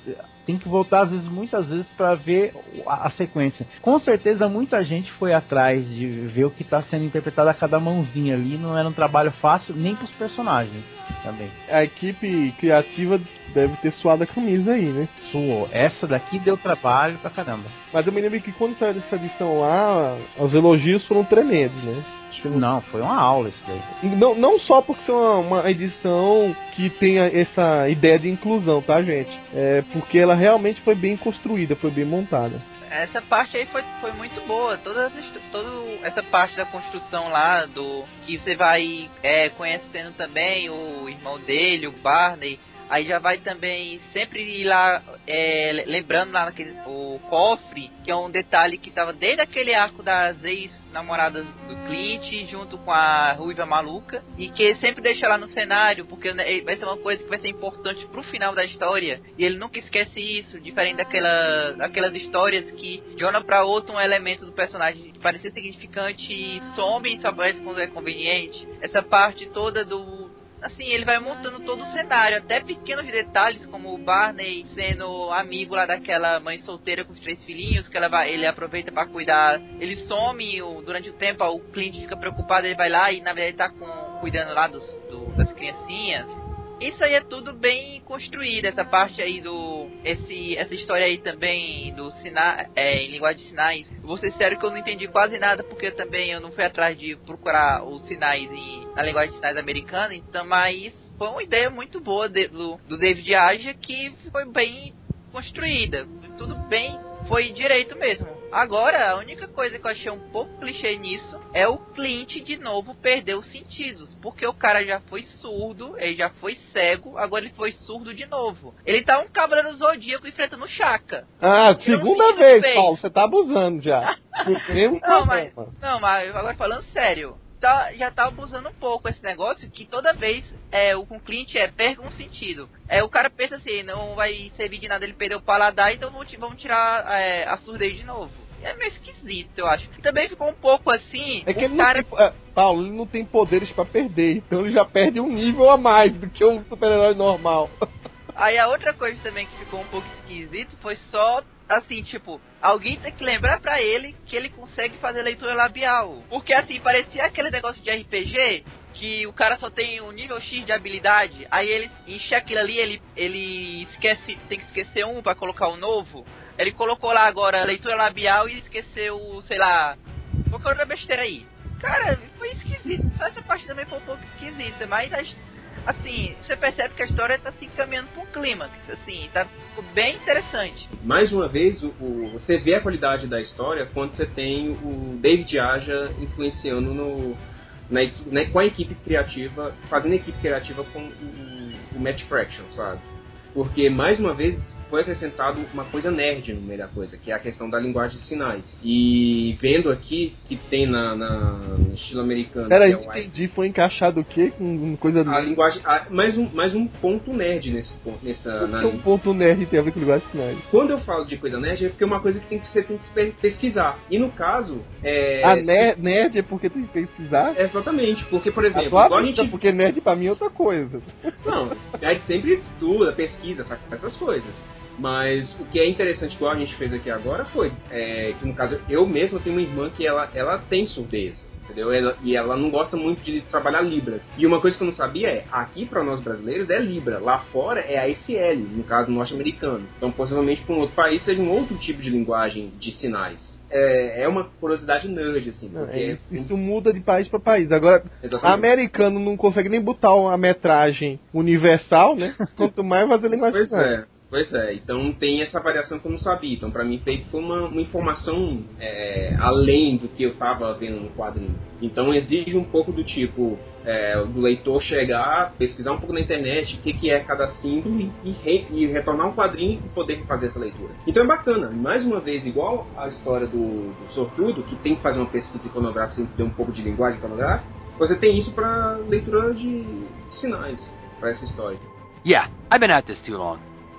[SPEAKER 4] tem que voltar às vezes, muitas vezes, para ver a, a sequência. Com certeza muita gente foi atrás de ver o que está sendo interpretado a cada mãozinha ali, não era um trabalho fácil nem para os personagens também.
[SPEAKER 2] A equipe criativa deve ter suado a camisa aí, né?
[SPEAKER 4] Suou. Essa daqui deu trabalho pra caramba.
[SPEAKER 2] Mas eu me lembro que quando saiu dessa edição lá, os elogios foram tremendos, né?
[SPEAKER 4] Não, foi uma aula isso daí.
[SPEAKER 2] Não, não só porque é uma, uma edição que tem essa ideia de inclusão, tá, gente? É porque ela realmente foi bem construída, foi bem montada.
[SPEAKER 3] Essa parte aí foi, foi muito boa. Toda, toda essa parte da construção lá, do que você vai é, conhecendo também o irmão dele, o Barney. Aí já vai também sempre ir lá, é, lembrando lá naquele, o cofre, que é um detalhe que tava desde aquele arco das ex-namoradas do Clint, junto com a Ruiva Maluca, e que sempre deixa lá no cenário, porque vai ser uma coisa que vai ser importante pro final da história, e ele nunca esquece isso, diferente daquela, daquelas histórias que de uma pra outra um elemento do personagem que parecia significante e some e só aparece quando é conveniente. Essa parte toda do... Assim, ele vai montando todo o cenário, até pequenos detalhes, como o Barney sendo amigo lá daquela mãe solteira com os três filhinhos, que ela vai, ele aproveita pra cuidar, ele some o, durante o tempo, o Clint fica preocupado, ele vai lá e na verdade tá com, cuidando lá dos, do, das criancinhas. Isso aí é tudo bem construído, essa parte aí do... Esse, essa história aí também do sina, é, em linguagem de sinais. Eu vou ser sério que eu não entendi quase nada, porque também eu não fui atrás de procurar os sinais em, na linguagem de sinais americana, então, mas foi uma ideia muito boa de, do, do David Aja, que foi bem construída. Tudo bem, foi direito mesmo. Agora, a única coisa que eu achei um pouco clichê nisso é o Clint de novo perder os sentidos, porque o cara já foi surdo, ele já foi cego, agora ele foi surdo de novo. Ele tá um cavaleiro zodíaco enfrentando o Chaka.
[SPEAKER 2] Ah, segunda vez, Paulo, você tá abusando já.
[SPEAKER 3] não, mas, não, mas agora falando sério, tá, já tá abusando um pouco esse negócio, que toda vez é, o com o Clint é perca um sentido. É, o cara pensa assim, não vai servir de nada ele perder o paladar, então vamos, vamos tirar é, a surdez de novo. É meio esquisito, eu acho. E também ficou um pouco assim...
[SPEAKER 2] É que
[SPEAKER 3] o
[SPEAKER 2] ele
[SPEAKER 3] cara...
[SPEAKER 2] não tem, Paulo, ele não tem poderes pra perder, então ele já perde um nível a mais do que um super-herói normal.
[SPEAKER 3] Aí a outra coisa também que ficou um pouco esquisito foi só, assim, tipo, alguém tem que lembrar pra ele que ele consegue fazer leitura labial. Porque, assim, parecia aquele negócio de R P G... que o cara só tem um nível X de habilidade, aí ele enche aquilo ali, ele, ele esquece, tem que esquecer um pra colocar o novo. Ele colocou lá agora leitura labial e esqueceu, sei lá, qualquer outra besteira aí. Cara, foi esquisito, só essa parte também foi um pouco esquisita, mas assim, você percebe que a história tá se encaminhando pra um clímax, assim, tá bem interessante.
[SPEAKER 5] Mais uma vez, o, o, você vê a qualidade da história quando você tem o David Aja influenciando no... Na, na, com a equipe criativa, fazendo a equipe criativa com o, o Matt Fraction, sabe? Porque, mais uma vez, foi acrescentado uma coisa nerd no meio da coisa, que é a questão da linguagem de sinais. E vendo aqui que tem na, na no estilo americano...
[SPEAKER 2] Pera aí,
[SPEAKER 5] é
[SPEAKER 2] entendi, foi encaixado o quê? Com coisa
[SPEAKER 5] a nerd? Linguagem, a, mais, um, mais um ponto nerd nesse ponto. Nessa,
[SPEAKER 2] na um ponto nerd tem a ver com linguagem de sinais?
[SPEAKER 5] Quando eu falo de coisa nerd, é porque é uma coisa que, tem que você tem que pesquisar. E no caso... É,
[SPEAKER 2] a nerd, nerd é porque tem que pesquisar?
[SPEAKER 5] É exatamente, porque, por exemplo...
[SPEAKER 2] A
[SPEAKER 5] igual a gente...
[SPEAKER 2] porque nerd pra mim é outra coisa.
[SPEAKER 5] Não, nerd sempre estuda, pesquisa, faz essas coisas. Mas o que é interessante, igual a gente fez aqui agora, foi é, que, no caso, eu mesmo tenho uma irmã que ela, ela tem surdez, entendeu? Ela, e ela não gosta muito de trabalhar Libras. E uma coisa que eu não sabia é, aqui para nós brasileiros é Libra, lá fora é A S L, no caso norte-americano. Então, possivelmente, para um outro país seja um outro tipo de linguagem de sinais. É, é uma curiosidade nerd, assim.
[SPEAKER 2] Não,
[SPEAKER 5] porque
[SPEAKER 2] é, isso, isso muda de país para país. Agora, exatamente. Americano não consegue nem botar uma metragem universal, né? Quanto mais fazer linguagem de sinais.
[SPEAKER 5] É. Pois é, então tem essa variação que eu não sabia. Então, pra mim, foi uma, uma informação é, além do que eu tava vendo no quadrinho. Então, exige um pouco do tipo, é, do leitor chegar, pesquisar um pouco na internet o que, que é cada símbolo e, re, e retornar um quadrinho e poder fazer essa leitura. Então, é bacana. Mais uma vez, igual a história do, do Sortudo, que tem que fazer uma pesquisa iconográfica sem ter um pouco de linguagem iconográfica, você tem isso pra leitura de sinais, pra essa história.
[SPEAKER 6] Yeah, I've been at this too long.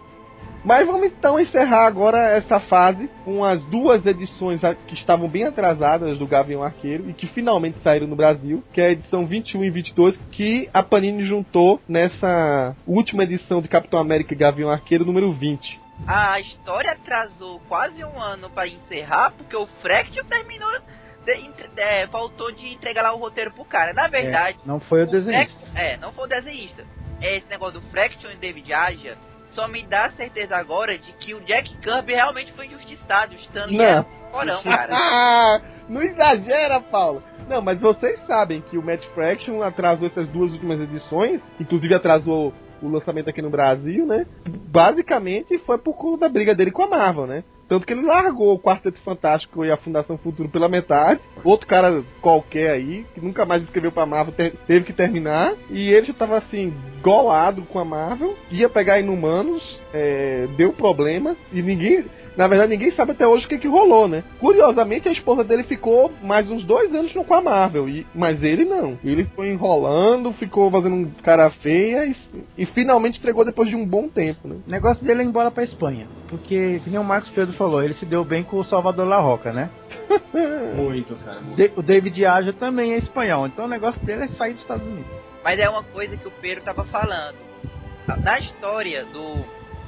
[SPEAKER 2] Mas vamos então encerrar agora essa fase com as duas edições que estavam bem atrasadas do Gavião Arqueiro e que finalmente saíram no Brasil, que é a edição vinte e um e vinte e dois, que a Panini juntou nessa última edição de Capitão América e Gavião Arqueiro número vinte.
[SPEAKER 3] a história atrasou quase um ano pra encerrar, porque o Fraction terminou... De, de, é, faltou de entregar lá o roteiro pro cara. Na verdade...
[SPEAKER 4] É, não foi o, o desenhista.
[SPEAKER 3] Fraction, é, não foi o desenhista. Esse negócio do Fraction e David Aja só me dá certeza agora de que o Jack Kirby realmente foi injustiçado. O Stanley é um porão, cara.
[SPEAKER 2] Não exagera, Paulo. Não, mas vocês sabem que o Matt Fraction atrasou essas duas últimas edições, inclusive atrasou o lançamento aqui no Brasil, né? Basicamente foi por conta da briga dele com a Marvel, né? Tanto que ele largou o Quarteto Fantástico e a Fundação Futuro pela metade. Outro cara qualquer aí, que nunca mais escreveu pra Marvel, te- teve que terminar. E ele já tava assim, golado com a Marvel. Ia pegar Inumanos, é, deu problema. E ninguém... Na verdade, ninguém sabe até hoje o que, que rolou, né? Curiosamente, a esposa dele ficou mais uns dois anos com a Marvel, e, mas ele não. Ele foi enrolando, ficou fazendo um cara feia e, e finalmente entregou depois de um bom tempo, né?
[SPEAKER 4] O negócio dele é ir embora pra Espanha. Porque, como o Marcos Pedro falou, ele se deu bem com o Salvador La Roca, né?
[SPEAKER 5] Muito, cara. Muito.
[SPEAKER 4] De, o David Aja também é espanhol, então o negócio dele é sair dos Estados Unidos.
[SPEAKER 3] Mas é uma coisa que o Pedro tava falando. Na história do,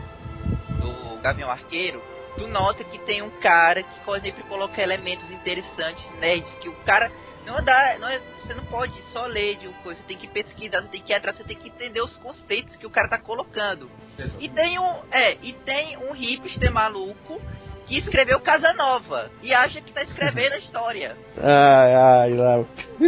[SPEAKER 3] do Gavião Arqueiro, tu nota que tem um cara que sempre coloca elementos interessantes, nerds, que o cara não dá, não é, você não pode só ler de uma coisa, você tem que pesquisar, você tem que ir atrás, você tem que entender os conceitos que o cara tá colocando. E tem um, é, e tem um hipster maluco que escreveu Casa Nova e acha que tá escrevendo a história.
[SPEAKER 2] Ai, ai, lá.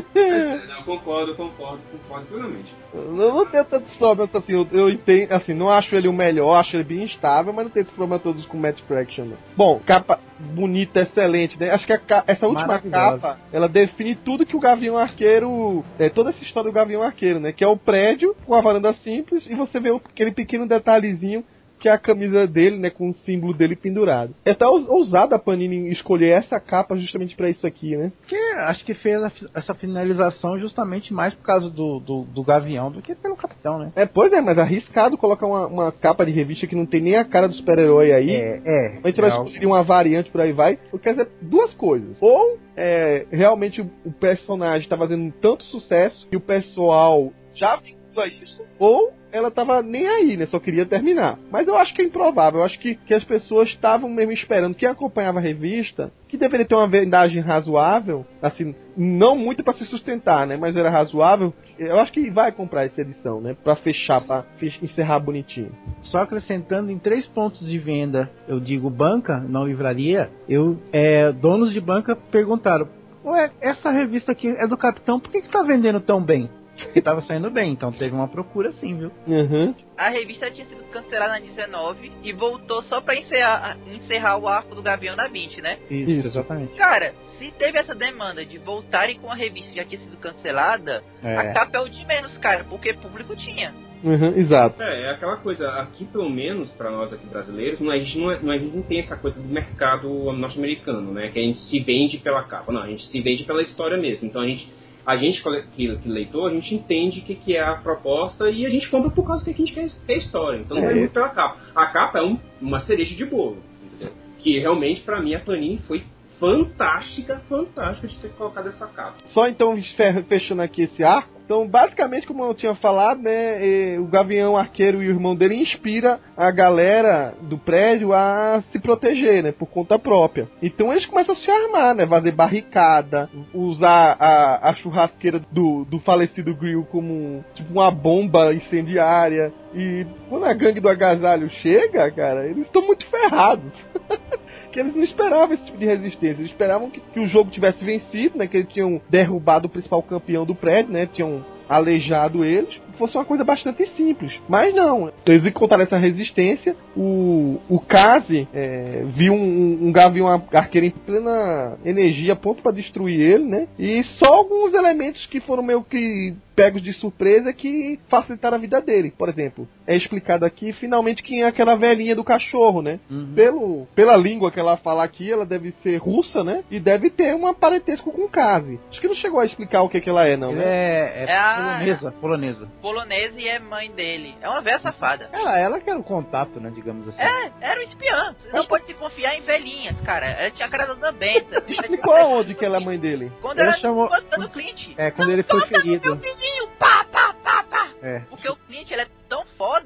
[SPEAKER 5] Não, concordo, concordo, concordo plenamente.
[SPEAKER 2] Eu não tenho tantos problemas assim, eu, eu entendo, assim, não acho ele o melhor, acho ele bem instável, mas não tenho esses problemas todos com o Matt Fraction, não. Bom, capa bonita, excelente, né? Acho que a, essa última capa, ela define tudo que o Gavião Arqueiro, é, toda essa história do Gavião Arqueiro, né? Que é o prédio com a varanda simples e você vê aquele pequeno detalhezinho que é a camisa dele, né, com o símbolo dele pendurado. É até ousado a Panini escolher essa capa justamente pra isso aqui, né?
[SPEAKER 4] Que acho que fez essa finalização justamente mais por causa do, do, do Gavião do que pelo Capitão, né?
[SPEAKER 2] É, pois é, mas arriscado colocar uma, uma capa de revista que não tem nem a cara do super-herói aí.
[SPEAKER 4] É, é.
[SPEAKER 2] A gente vai escolher uma variante por aí vai. Quer dizer, duas coisas. Ou, é, realmente o, o personagem tá fazendo tanto sucesso que o pessoal já vincula isso, ou ela tava nem aí, né? Só queria terminar. Mas eu acho que é improvável. Eu acho que, que as pessoas estavam mesmo esperando. Quem acompanhava a revista, que deveria ter uma vendagem razoável, assim, não muito pra se sustentar, né? Mas era razoável. Eu acho que vai comprar essa edição, né? Pra fechar, pra fech- encerrar bonitinho.
[SPEAKER 4] Só acrescentando em três pontos de venda, eu digo banca, não livraria, eu, é, donos de banca perguntaram: ué, essa revista aqui é do Capitão, por que que tá vendendo tão bem? Que tava saindo bem, então teve uma procura sim, viu?
[SPEAKER 2] Uhum.
[SPEAKER 3] A revista tinha sido cancelada em dezenove e voltou só pra encerrar, encerrar o arco do Gavião da vinte, né?
[SPEAKER 4] Isso, Isso, exatamente.
[SPEAKER 3] Cara, se teve essa demanda de voltarem com a revista que já tinha sido cancelada, é. A capa é o de menos, cara, porque público tinha.
[SPEAKER 2] Uhum, exato.
[SPEAKER 5] É, é aquela coisa, aqui pelo menos, pra nós aqui brasileiros, não, a, gente não, não, a gente não tem essa coisa do mercado norte-americano, né? Que a gente se vende pela capa. Não, a gente se vende pela história mesmo. Então a gente... A gente, que, que leitor, a gente entende o que, que é a proposta e a gente compra por causa que a gente quer, quer história. Então não é muito pela capa. A capa é um, uma cereja de bolo, entendeu? Que realmente, pra mim, a Panini foi fantástica, fantástica de ter colocado essa capa.
[SPEAKER 2] Só então, fechando aqui esse arco. Então, basicamente, como eu tinha falado, né, o Gavião Arqueiro e o irmão dele inspira a galera do prédio a se proteger, né, por conta própria. Então eles começam a se armar, né, fazer barricada, usar a, a churrasqueira do, do falecido Grill como tipo uma bomba incendiária. E quando a gangue do agasalho chega, cara, eles estão muito ferrados. Que eles não esperavam esse tipo de resistência. Eles esperavam que, que o jogo tivesse vencido, né? Que eles tinham derrubado o principal campeão do prédio, né? Tinham aleijado eles. Fosse uma coisa bastante simples. Mas não. Eles encontraram essa resistência. O, o Kazi é, viu um, um Gavião Arqueiro em plena energia, a ponto para destruir ele, né? E só alguns elementos que foram meio que pegos de surpresa que facilitaram a vida dele. Por exemplo, é explicado aqui finalmente quem é aquela velhinha do cachorro, né? Uhum. Pelo, pela língua que ela fala aqui, ela deve ser russa, né? E deve ter um parentesco com o Kazi. Acho que não chegou a explicar o que, que ela é, não, né?
[SPEAKER 4] É, é,
[SPEAKER 3] é a...
[SPEAKER 4] polonesa, polonesa.
[SPEAKER 3] Polonesa e é mãe dele. É uma velha safada.
[SPEAKER 4] Ela, ela que era o contato, né? Digamos assim.
[SPEAKER 3] É, era um espiã. Você não pode se confiar em velhinhas, cara. Ela tinha a cara da Benta.
[SPEAKER 2] Explicou onde que ela é mãe dele?
[SPEAKER 3] Quando
[SPEAKER 4] ela
[SPEAKER 3] era
[SPEAKER 4] chamou...
[SPEAKER 3] no Clint.
[SPEAKER 4] É, quando não ele foi ferido.
[SPEAKER 3] Meu vizinho, pá, pá, pá, pá.
[SPEAKER 4] É.
[SPEAKER 3] Porque o Clint, ele é tão foda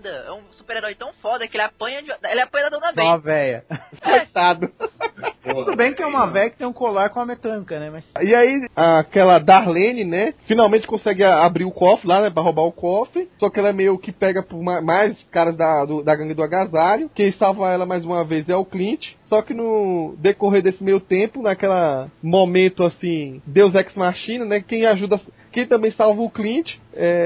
[SPEAKER 3] foda, é um super-herói tão foda que ele apanha, de, ele apanha da Dona
[SPEAKER 4] Só uma
[SPEAKER 3] Ben.
[SPEAKER 4] véia.
[SPEAKER 2] Coitado.
[SPEAKER 4] Tudo bem que é uma véia que tem um colar com a metanca, né? Mas...
[SPEAKER 2] E aí, aquela Darlene, né, finalmente consegue a- abrir o cofre lá, né, pra roubar o cofre. Só que ela é meio que pega por ma- mais caras da, do- da gangue do agasalho. Quem salva ela mais uma vez é o Clint. Só que no decorrer desse meio tempo, naquela momento assim, Deus Ex Machina, né, quem ajuda... Quem também salva o Clint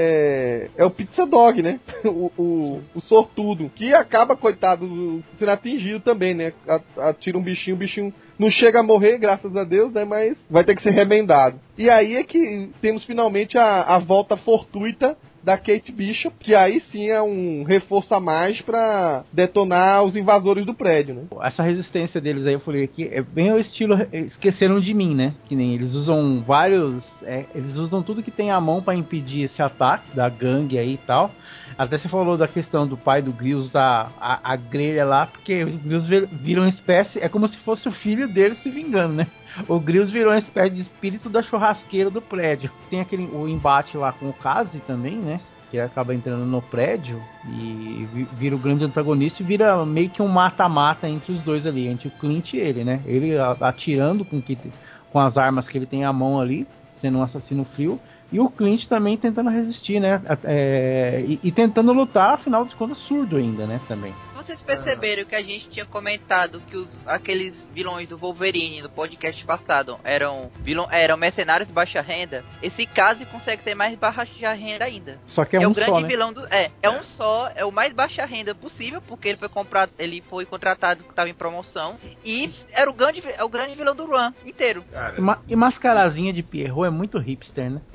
[SPEAKER 2] é, é o Pizza Dog, né? O, o, o sortudo. Que acaba, coitado, sendo atingido também, né? Atira um bichinho, o bichinho não chega a morrer, graças a Deus, né? Mas vai ter que ser remendado. E aí é que temos finalmente a, a volta fortuita da Kate Bishop, que aí sim é um reforço a mais pra detonar os invasores do prédio, né?
[SPEAKER 4] Essa resistência deles aí, eu falei aqui, é bem o estilo Esqueceram de Mim, né? Que nem eles usam vários... É, eles usam tudo que tem à mão pra impedir esse ataque da gangue aí e tal. Até você falou da questão do pai do Grills usar a, a grelha lá, porque os Grills viram uma espécie... É como se fosse o filho dele se vingando, né? O Grills virou uma espécie de espírito da churrasqueira do prédio. Tem aquele o embate lá com o Kazi também, né? Que acaba entrando no prédio e vira o grande antagonista e vira meio que um mata-mata entre os dois ali, entre o Clint e ele, né? Ele atirando com, que, com as armas que ele tem à mão ali, sendo um assassino frio, e o Clint também tentando resistir, né? É, e, e tentando lutar, afinal de contas, surdo ainda, né? Também.
[SPEAKER 3] Vocês perceberam que a gente tinha comentado que os, aqueles vilões do Wolverine no podcast passado eram, vilão, eram mercenários de baixa renda? Esse caso consegue ter mais baixa renda ainda.
[SPEAKER 4] Só que é,
[SPEAKER 3] é
[SPEAKER 4] um
[SPEAKER 3] o grande
[SPEAKER 4] só, né?
[SPEAKER 3] vilão do é, é um só, é o mais baixa renda possível, porque ele foi comprado, ele foi contratado, estava em promoção, e era o grande, é o grande vilão do run inteiro.
[SPEAKER 5] Cara,
[SPEAKER 4] Ma- e mascarazinha de Pierrot é muito hipster, né?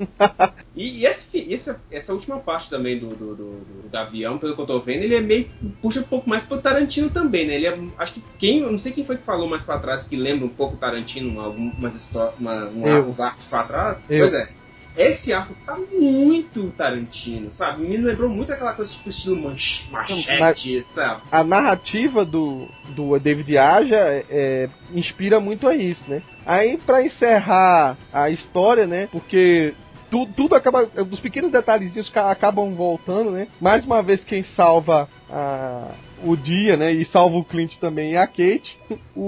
[SPEAKER 5] E, e esse, essa, essa última parte também do, do, do, do, do avião, pelo que eu tô vendo, ele é meio. Puxa um pouco mais pro Tarantino também, né? Ele é. Acho que quem. Eu não sei quem foi que falou mais pra trás que lembra um pouco o Tarantino, algumas histórias. Uma, um,
[SPEAKER 2] Eu.
[SPEAKER 5] uns arcos pra trás.
[SPEAKER 2] Eu.
[SPEAKER 5] Pois é. Esse arco tá muito Tarantino, sabe? Me lembrou muito aquela coisa tipo estilo manch, machete, sabe?
[SPEAKER 2] A narrativa do, do David Aja é, é, inspira muito a isso, né? Aí, pra encerrar a história, né? Porque tu, tudo acaba... Os pequenos detalhezinhos acabam voltando, né? Mais uma vez, quem salva a, o dia, né? E salva o Clint também e a Kate.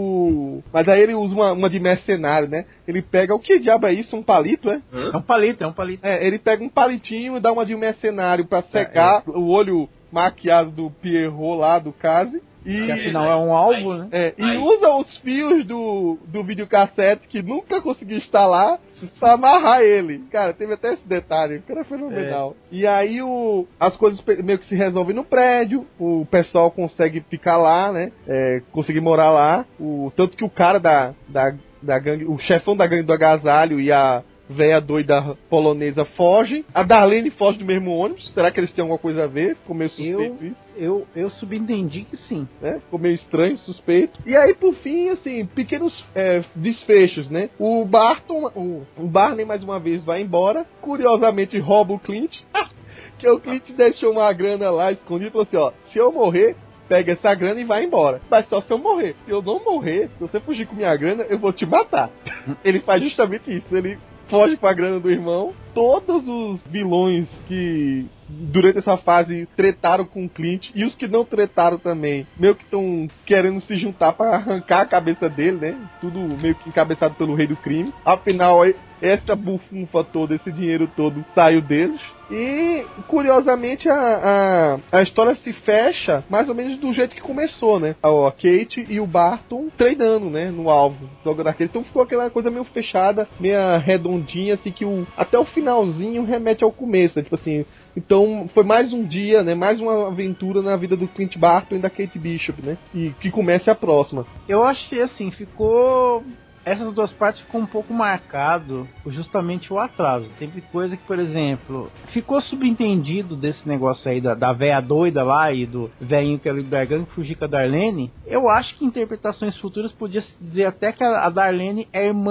[SPEAKER 2] O, mas aí ele usa uma, uma de mercenário, né? Ele pega... O que diabo é isso? Um palito, é?
[SPEAKER 5] Hã?
[SPEAKER 4] É um palito, é um palito.
[SPEAKER 2] É, ele pega um palitinho e dá uma de mercenário pra secar
[SPEAKER 4] É,
[SPEAKER 2] o olho maquiado do Pierrot lá, do Kazi. E,
[SPEAKER 4] Que afinal é um alvo, né?
[SPEAKER 2] é, e
[SPEAKER 5] Aí.
[SPEAKER 2] usa os fios do, do videocassete que nunca consegui instalar pra amarrar ele. Cara, teve até esse detalhe, que era fenomenal. E aí o, as coisas pe- meio que se resolvem no prédio, o pessoal consegue ficar lá, né? É, conseguir morar lá. O, tanto que o cara da, da, da gangue, o chefão da gangue do agasalho e a véia doida polonesa foge. A Darlene foge do mesmo ônibus. Será que eles têm alguma coisa a ver? Ficou meio suspeito
[SPEAKER 4] Eu,
[SPEAKER 2] isso,
[SPEAKER 4] eu, eu subentendi que sim.
[SPEAKER 2] né? Ficou meio estranho, suspeito. E aí, por fim, assim, pequenos é, desfechos, né? O Barton, o, o Barney, mais uma vez, vai embora. Curiosamente, rouba o Clint. Que o Clint deixou uma grana lá escondida e falou assim, ó, se eu morrer, pega essa grana e vai embora. Mas só se eu morrer. Se eu não morrer, se você fugir com minha grana, eu vou te matar. Ele faz justamente isso. Ele foge com a grana do irmão. Todos os vilões que durante essa fase tretaram com o Clint e os que não tretaram também, meio que estão querendo se juntar para arrancar a cabeça dele, né? Tudo meio que encabeçado pelo rei do crime. Afinal, essa bufunfa toda, esse dinheiro todo saiu deles. E, curiosamente, a, a, a história se fecha mais ou menos do jeito que começou, né? A, a Kate e o Barton treinando, né? No alvo. Então ficou aquela coisa meio fechada, meio redondinha, assim, que o, até o finalzinho remete ao começo, né? Tipo assim... Então foi mais um dia, né? Mais uma aventura na vida do Clint Barton e da Kate Bishop, né? E que comece a próxima.
[SPEAKER 4] Eu achei assim, ficou... Essas duas partes ficou um pouco marcado justamente o atraso. Teve coisa que, por exemplo, ficou subentendido desse negócio aí da, da véia doida lá e do velhinho que é o líder da gangue fugir com a Darlene. Eu acho que em interpretações futuras podia se dizer até que a, a Darlene é irmã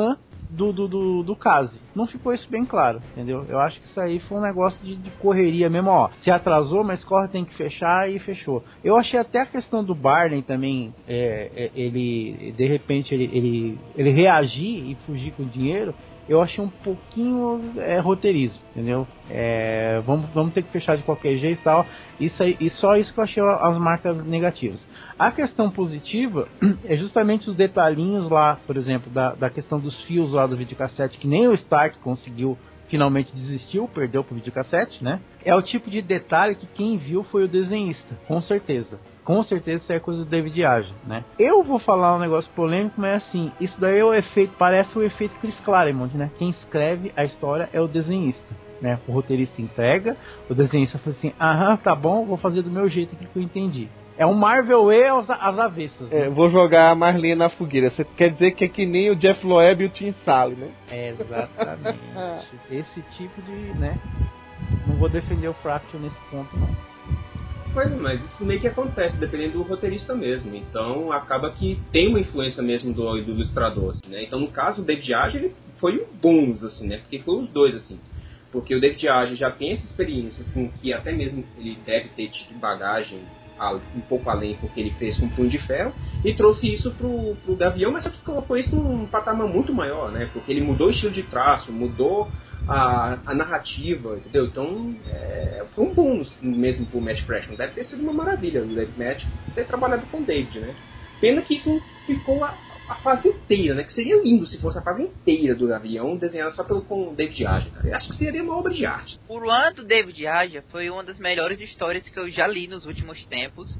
[SPEAKER 4] do, do, do, do Kazi. Não ficou isso bem claro, entendeu? Eu acho que isso aí foi um negócio de, de correria mesmo, ó. Se atrasou, mas corre, tem que fechar e fechou. Eu achei até a questão do Barney também, é, é, ele, de repente, ele, ele, ele reagir e fugir com o dinheiro, eu achei um pouquinho é, roteirismo, entendeu? É, vamos, vamos ter que fechar de qualquer jeito e tal. Isso aí, e só isso que eu achei as marcas negativas. A questão positiva é justamente os detalhinhos lá, por exemplo, da, da questão dos fios lá do videocassete, que nem o Stark conseguiu, finalmente desistiu, perdeu pro videocassete, né? É o tipo de detalhe que quem viu foi o desenhista, com certeza. Com certeza isso é coisa do David Aja, né? Eu vou falar um negócio polêmico, mas assim, isso daí é o efeito, parece o efeito Chris Claremont, né? Quem escreve a história é o desenhista, né? O roteirista entrega, o desenhista fala assim, aham, tá bom, vou fazer do meu jeito aqui que eu entendi. É um Marvel E às, às avessas. Né?
[SPEAKER 2] É, vou jogar a Marlene na fogueira. Você quer dizer que é que nem o Jeff Loeb e o Tim Sally, né?
[SPEAKER 4] É, exatamente. Esse tipo de, né? Não vou defender o Fraction nesse ponto, não.
[SPEAKER 5] Pois é, mas isso meio que acontece, dependendo do roteirista mesmo. Então, acaba que tem uma influência mesmo do, do ilustrador, assim, né? Então, no caso, o David Aja, ele foi um bônus, assim, né? Porque foi os dois, assim. Porque o David Aja já tem essa experiência com que até mesmo ele deve ter tido bagagem um pouco além, porque ele fez com Punho de Ferro, e trouxe isso pro, pro Gavião, mas só que colocou isso num patamar muito maior, né? Porque ele mudou o estilo de traço, mudou a, a narrativa, entendeu? Então, é, foi um boom mesmo pro Matt Fraction. Deve ter sido uma maravilha o David Matt ter trabalhado com o David, né? Pena que isso não ficou a, a fase inteira, né? Que seria lindo se fosse a fase inteira do Gavião desenhada só pelo com o David Aja, cara. Eu acho que seria uma obra de arte.
[SPEAKER 3] O Run do David Aja foi uma das melhores histórias que eu já li nos últimos tempos.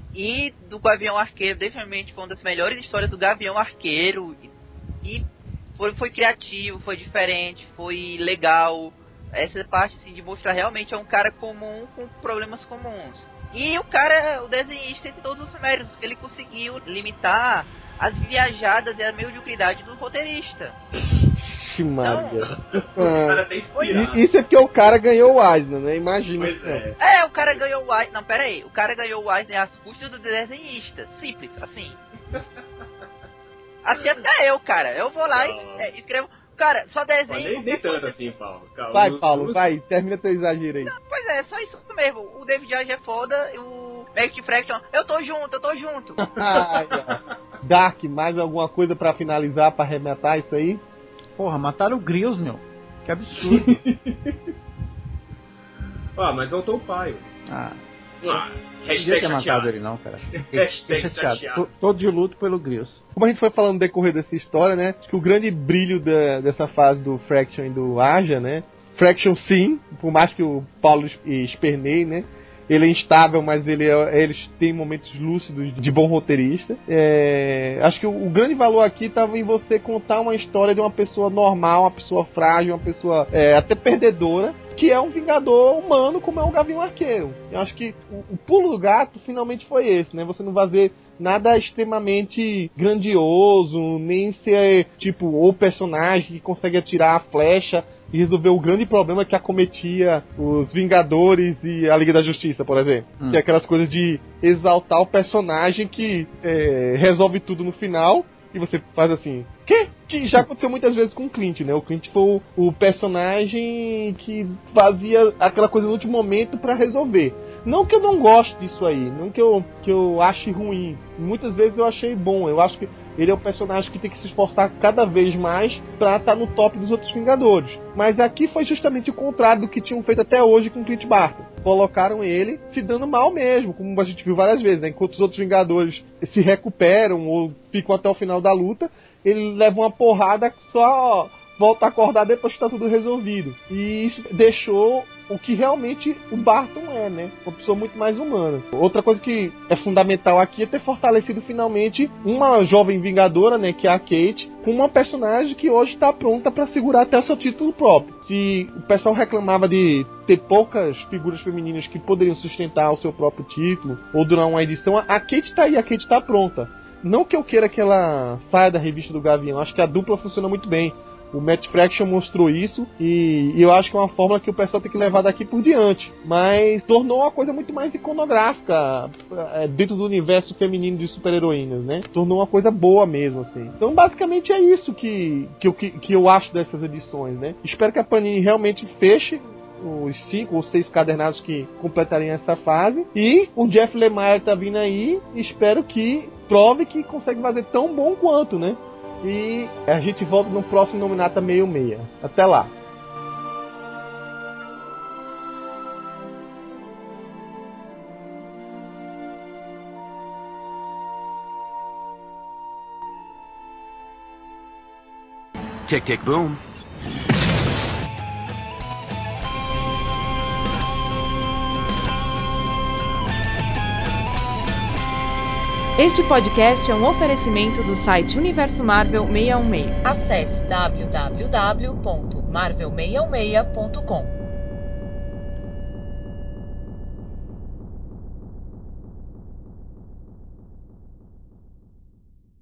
[SPEAKER 3] E do Gavião Arqueiro, definitivamente foi uma das melhores histórias do Gavião Arqueiro. E, e foi, foi criativo, foi diferente, foi legal. Essa parte assim, de mostrar realmente é um cara comum com problemas comuns. E o cara, o desenhista, tem todos os méritos, que ele conseguiu limitar as viajadas e a mediocridade do roteirista.
[SPEAKER 2] Maria.
[SPEAKER 3] Então,
[SPEAKER 2] Isso é porque o cara ganhou o Eisner, né? Imagina.
[SPEAKER 5] Pois é.
[SPEAKER 3] É, o cara ganhou o Eisner. Não, pera aí. O cara ganhou o Eisner às custas do desenhista. Simples, assim. Assim até eu, cara. Eu vou lá e é, escrevo. Cara, só desenho.
[SPEAKER 5] Nem, nem tanto assim, Paulo. Calma.
[SPEAKER 2] Vai,
[SPEAKER 5] Os,
[SPEAKER 2] Paulo,
[SPEAKER 5] os...
[SPEAKER 2] vai. Termina teu exagero aí.
[SPEAKER 3] Não, pois é, só isso mesmo. O David Aja é foda e o Matt Fraction, eu tô junto, eu tô junto.
[SPEAKER 2] Ai, Dark, mais alguma coisa pra finalizar, pra arrematar isso aí?
[SPEAKER 4] Porra, mataram o Grills, meu. Que absurdo.
[SPEAKER 5] Ah, mas voltou o pai.
[SPEAKER 4] Ah.
[SPEAKER 5] Ah,
[SPEAKER 4] Não devia ter matado ele não, cara.
[SPEAKER 5] Hashtag chateado.
[SPEAKER 4] Tô, tô de luto pelo Grills.
[SPEAKER 2] Como a gente foi falando no decorrer dessa história, né? Acho que o grande brilho da, dessa fase do Fraction e do Aja, né? Fraction sim, por mais que o Paulo esperneie, né? Ele é instável, mas ele é, eles têm momentos lúcidos de bom roteirista. É, acho que o, o grande valor aqui estava em você contar uma história de uma pessoa normal, uma pessoa frágil, uma pessoa é, até perdedora, que é um vingador humano como é o Gavião Arqueiro. Eu acho que o, o pulo do gato finalmente foi esse, né? Você não vai ver nada extremamente grandioso, nem ser tipo o personagem que consegue atirar a flecha e resolver o grande problema que acometia os Vingadores e a Liga da Justiça, por exemplo. Hum. Que é aquelas coisas de exaltar o personagem que é, resolve tudo no final e você faz assim, quê? Que já aconteceu muitas vezes com o Clint, né? O Clint foi o, o personagem que fazia aquela coisa no último momento pra resolver. Não que eu não goste disso aí, não que eu, que eu ache ruim. Muitas vezes eu achei bom. Eu acho que ele é o personagem que tem que se esforçar cada vez mais pra estar no top dos outros Vingadores. Mas aqui foi justamente o contrário do que tinham feito até hoje com Clint Barton. Colocaram ele se dando mal mesmo, como a gente viu várias vezes, né? Enquanto os outros Vingadores se recuperam ou ficam até o final da luta, ele leva uma porrada que só volta a acordar depois que está tudo resolvido. E isso deixou o que realmente o Barton é, né? Uma pessoa muito mais humana. Outra coisa que é fundamental aqui é ter fortalecido finalmente uma jovem vingadora, né? Que é a Kate, com uma personagem que hoje está pronta para segurar até o seu título próprio. Se o pessoal reclamava de ter poucas figuras femininas que poderiam sustentar o seu próprio título ou durar uma edição, a Kate está aí, a Kate está pronta. Não que eu queira que ela saia da revista do Gavião, acho que a dupla funciona muito bem. O Matt Fraction mostrou isso e, e eu acho que é uma fórmula que o pessoal tem que levar daqui por diante. Mas tornou uma coisa muito mais iconográfica é, dentro do universo feminino de super-heroínas, né? Tornou uma coisa boa mesmo, assim. Então, basicamente é isso que, que, eu, que, que eu acho dessas edições, né? Espero que a Panini realmente feche os cinco ou seis cadernados que completariam essa fase. E o Jeff Lemire tá vindo aí. Espero que prove que consegue fazer tão bom quanto, né? E a gente volta no próximo Nominata sessenta e seis. Até lá.
[SPEAKER 6] Tick, tick, boom.
[SPEAKER 1] Este podcast é um oferecimento do site Universo Marvel seiscentos e dezesseis. Acesse w w w ponto marvel seiscentos e sessenta ponto com.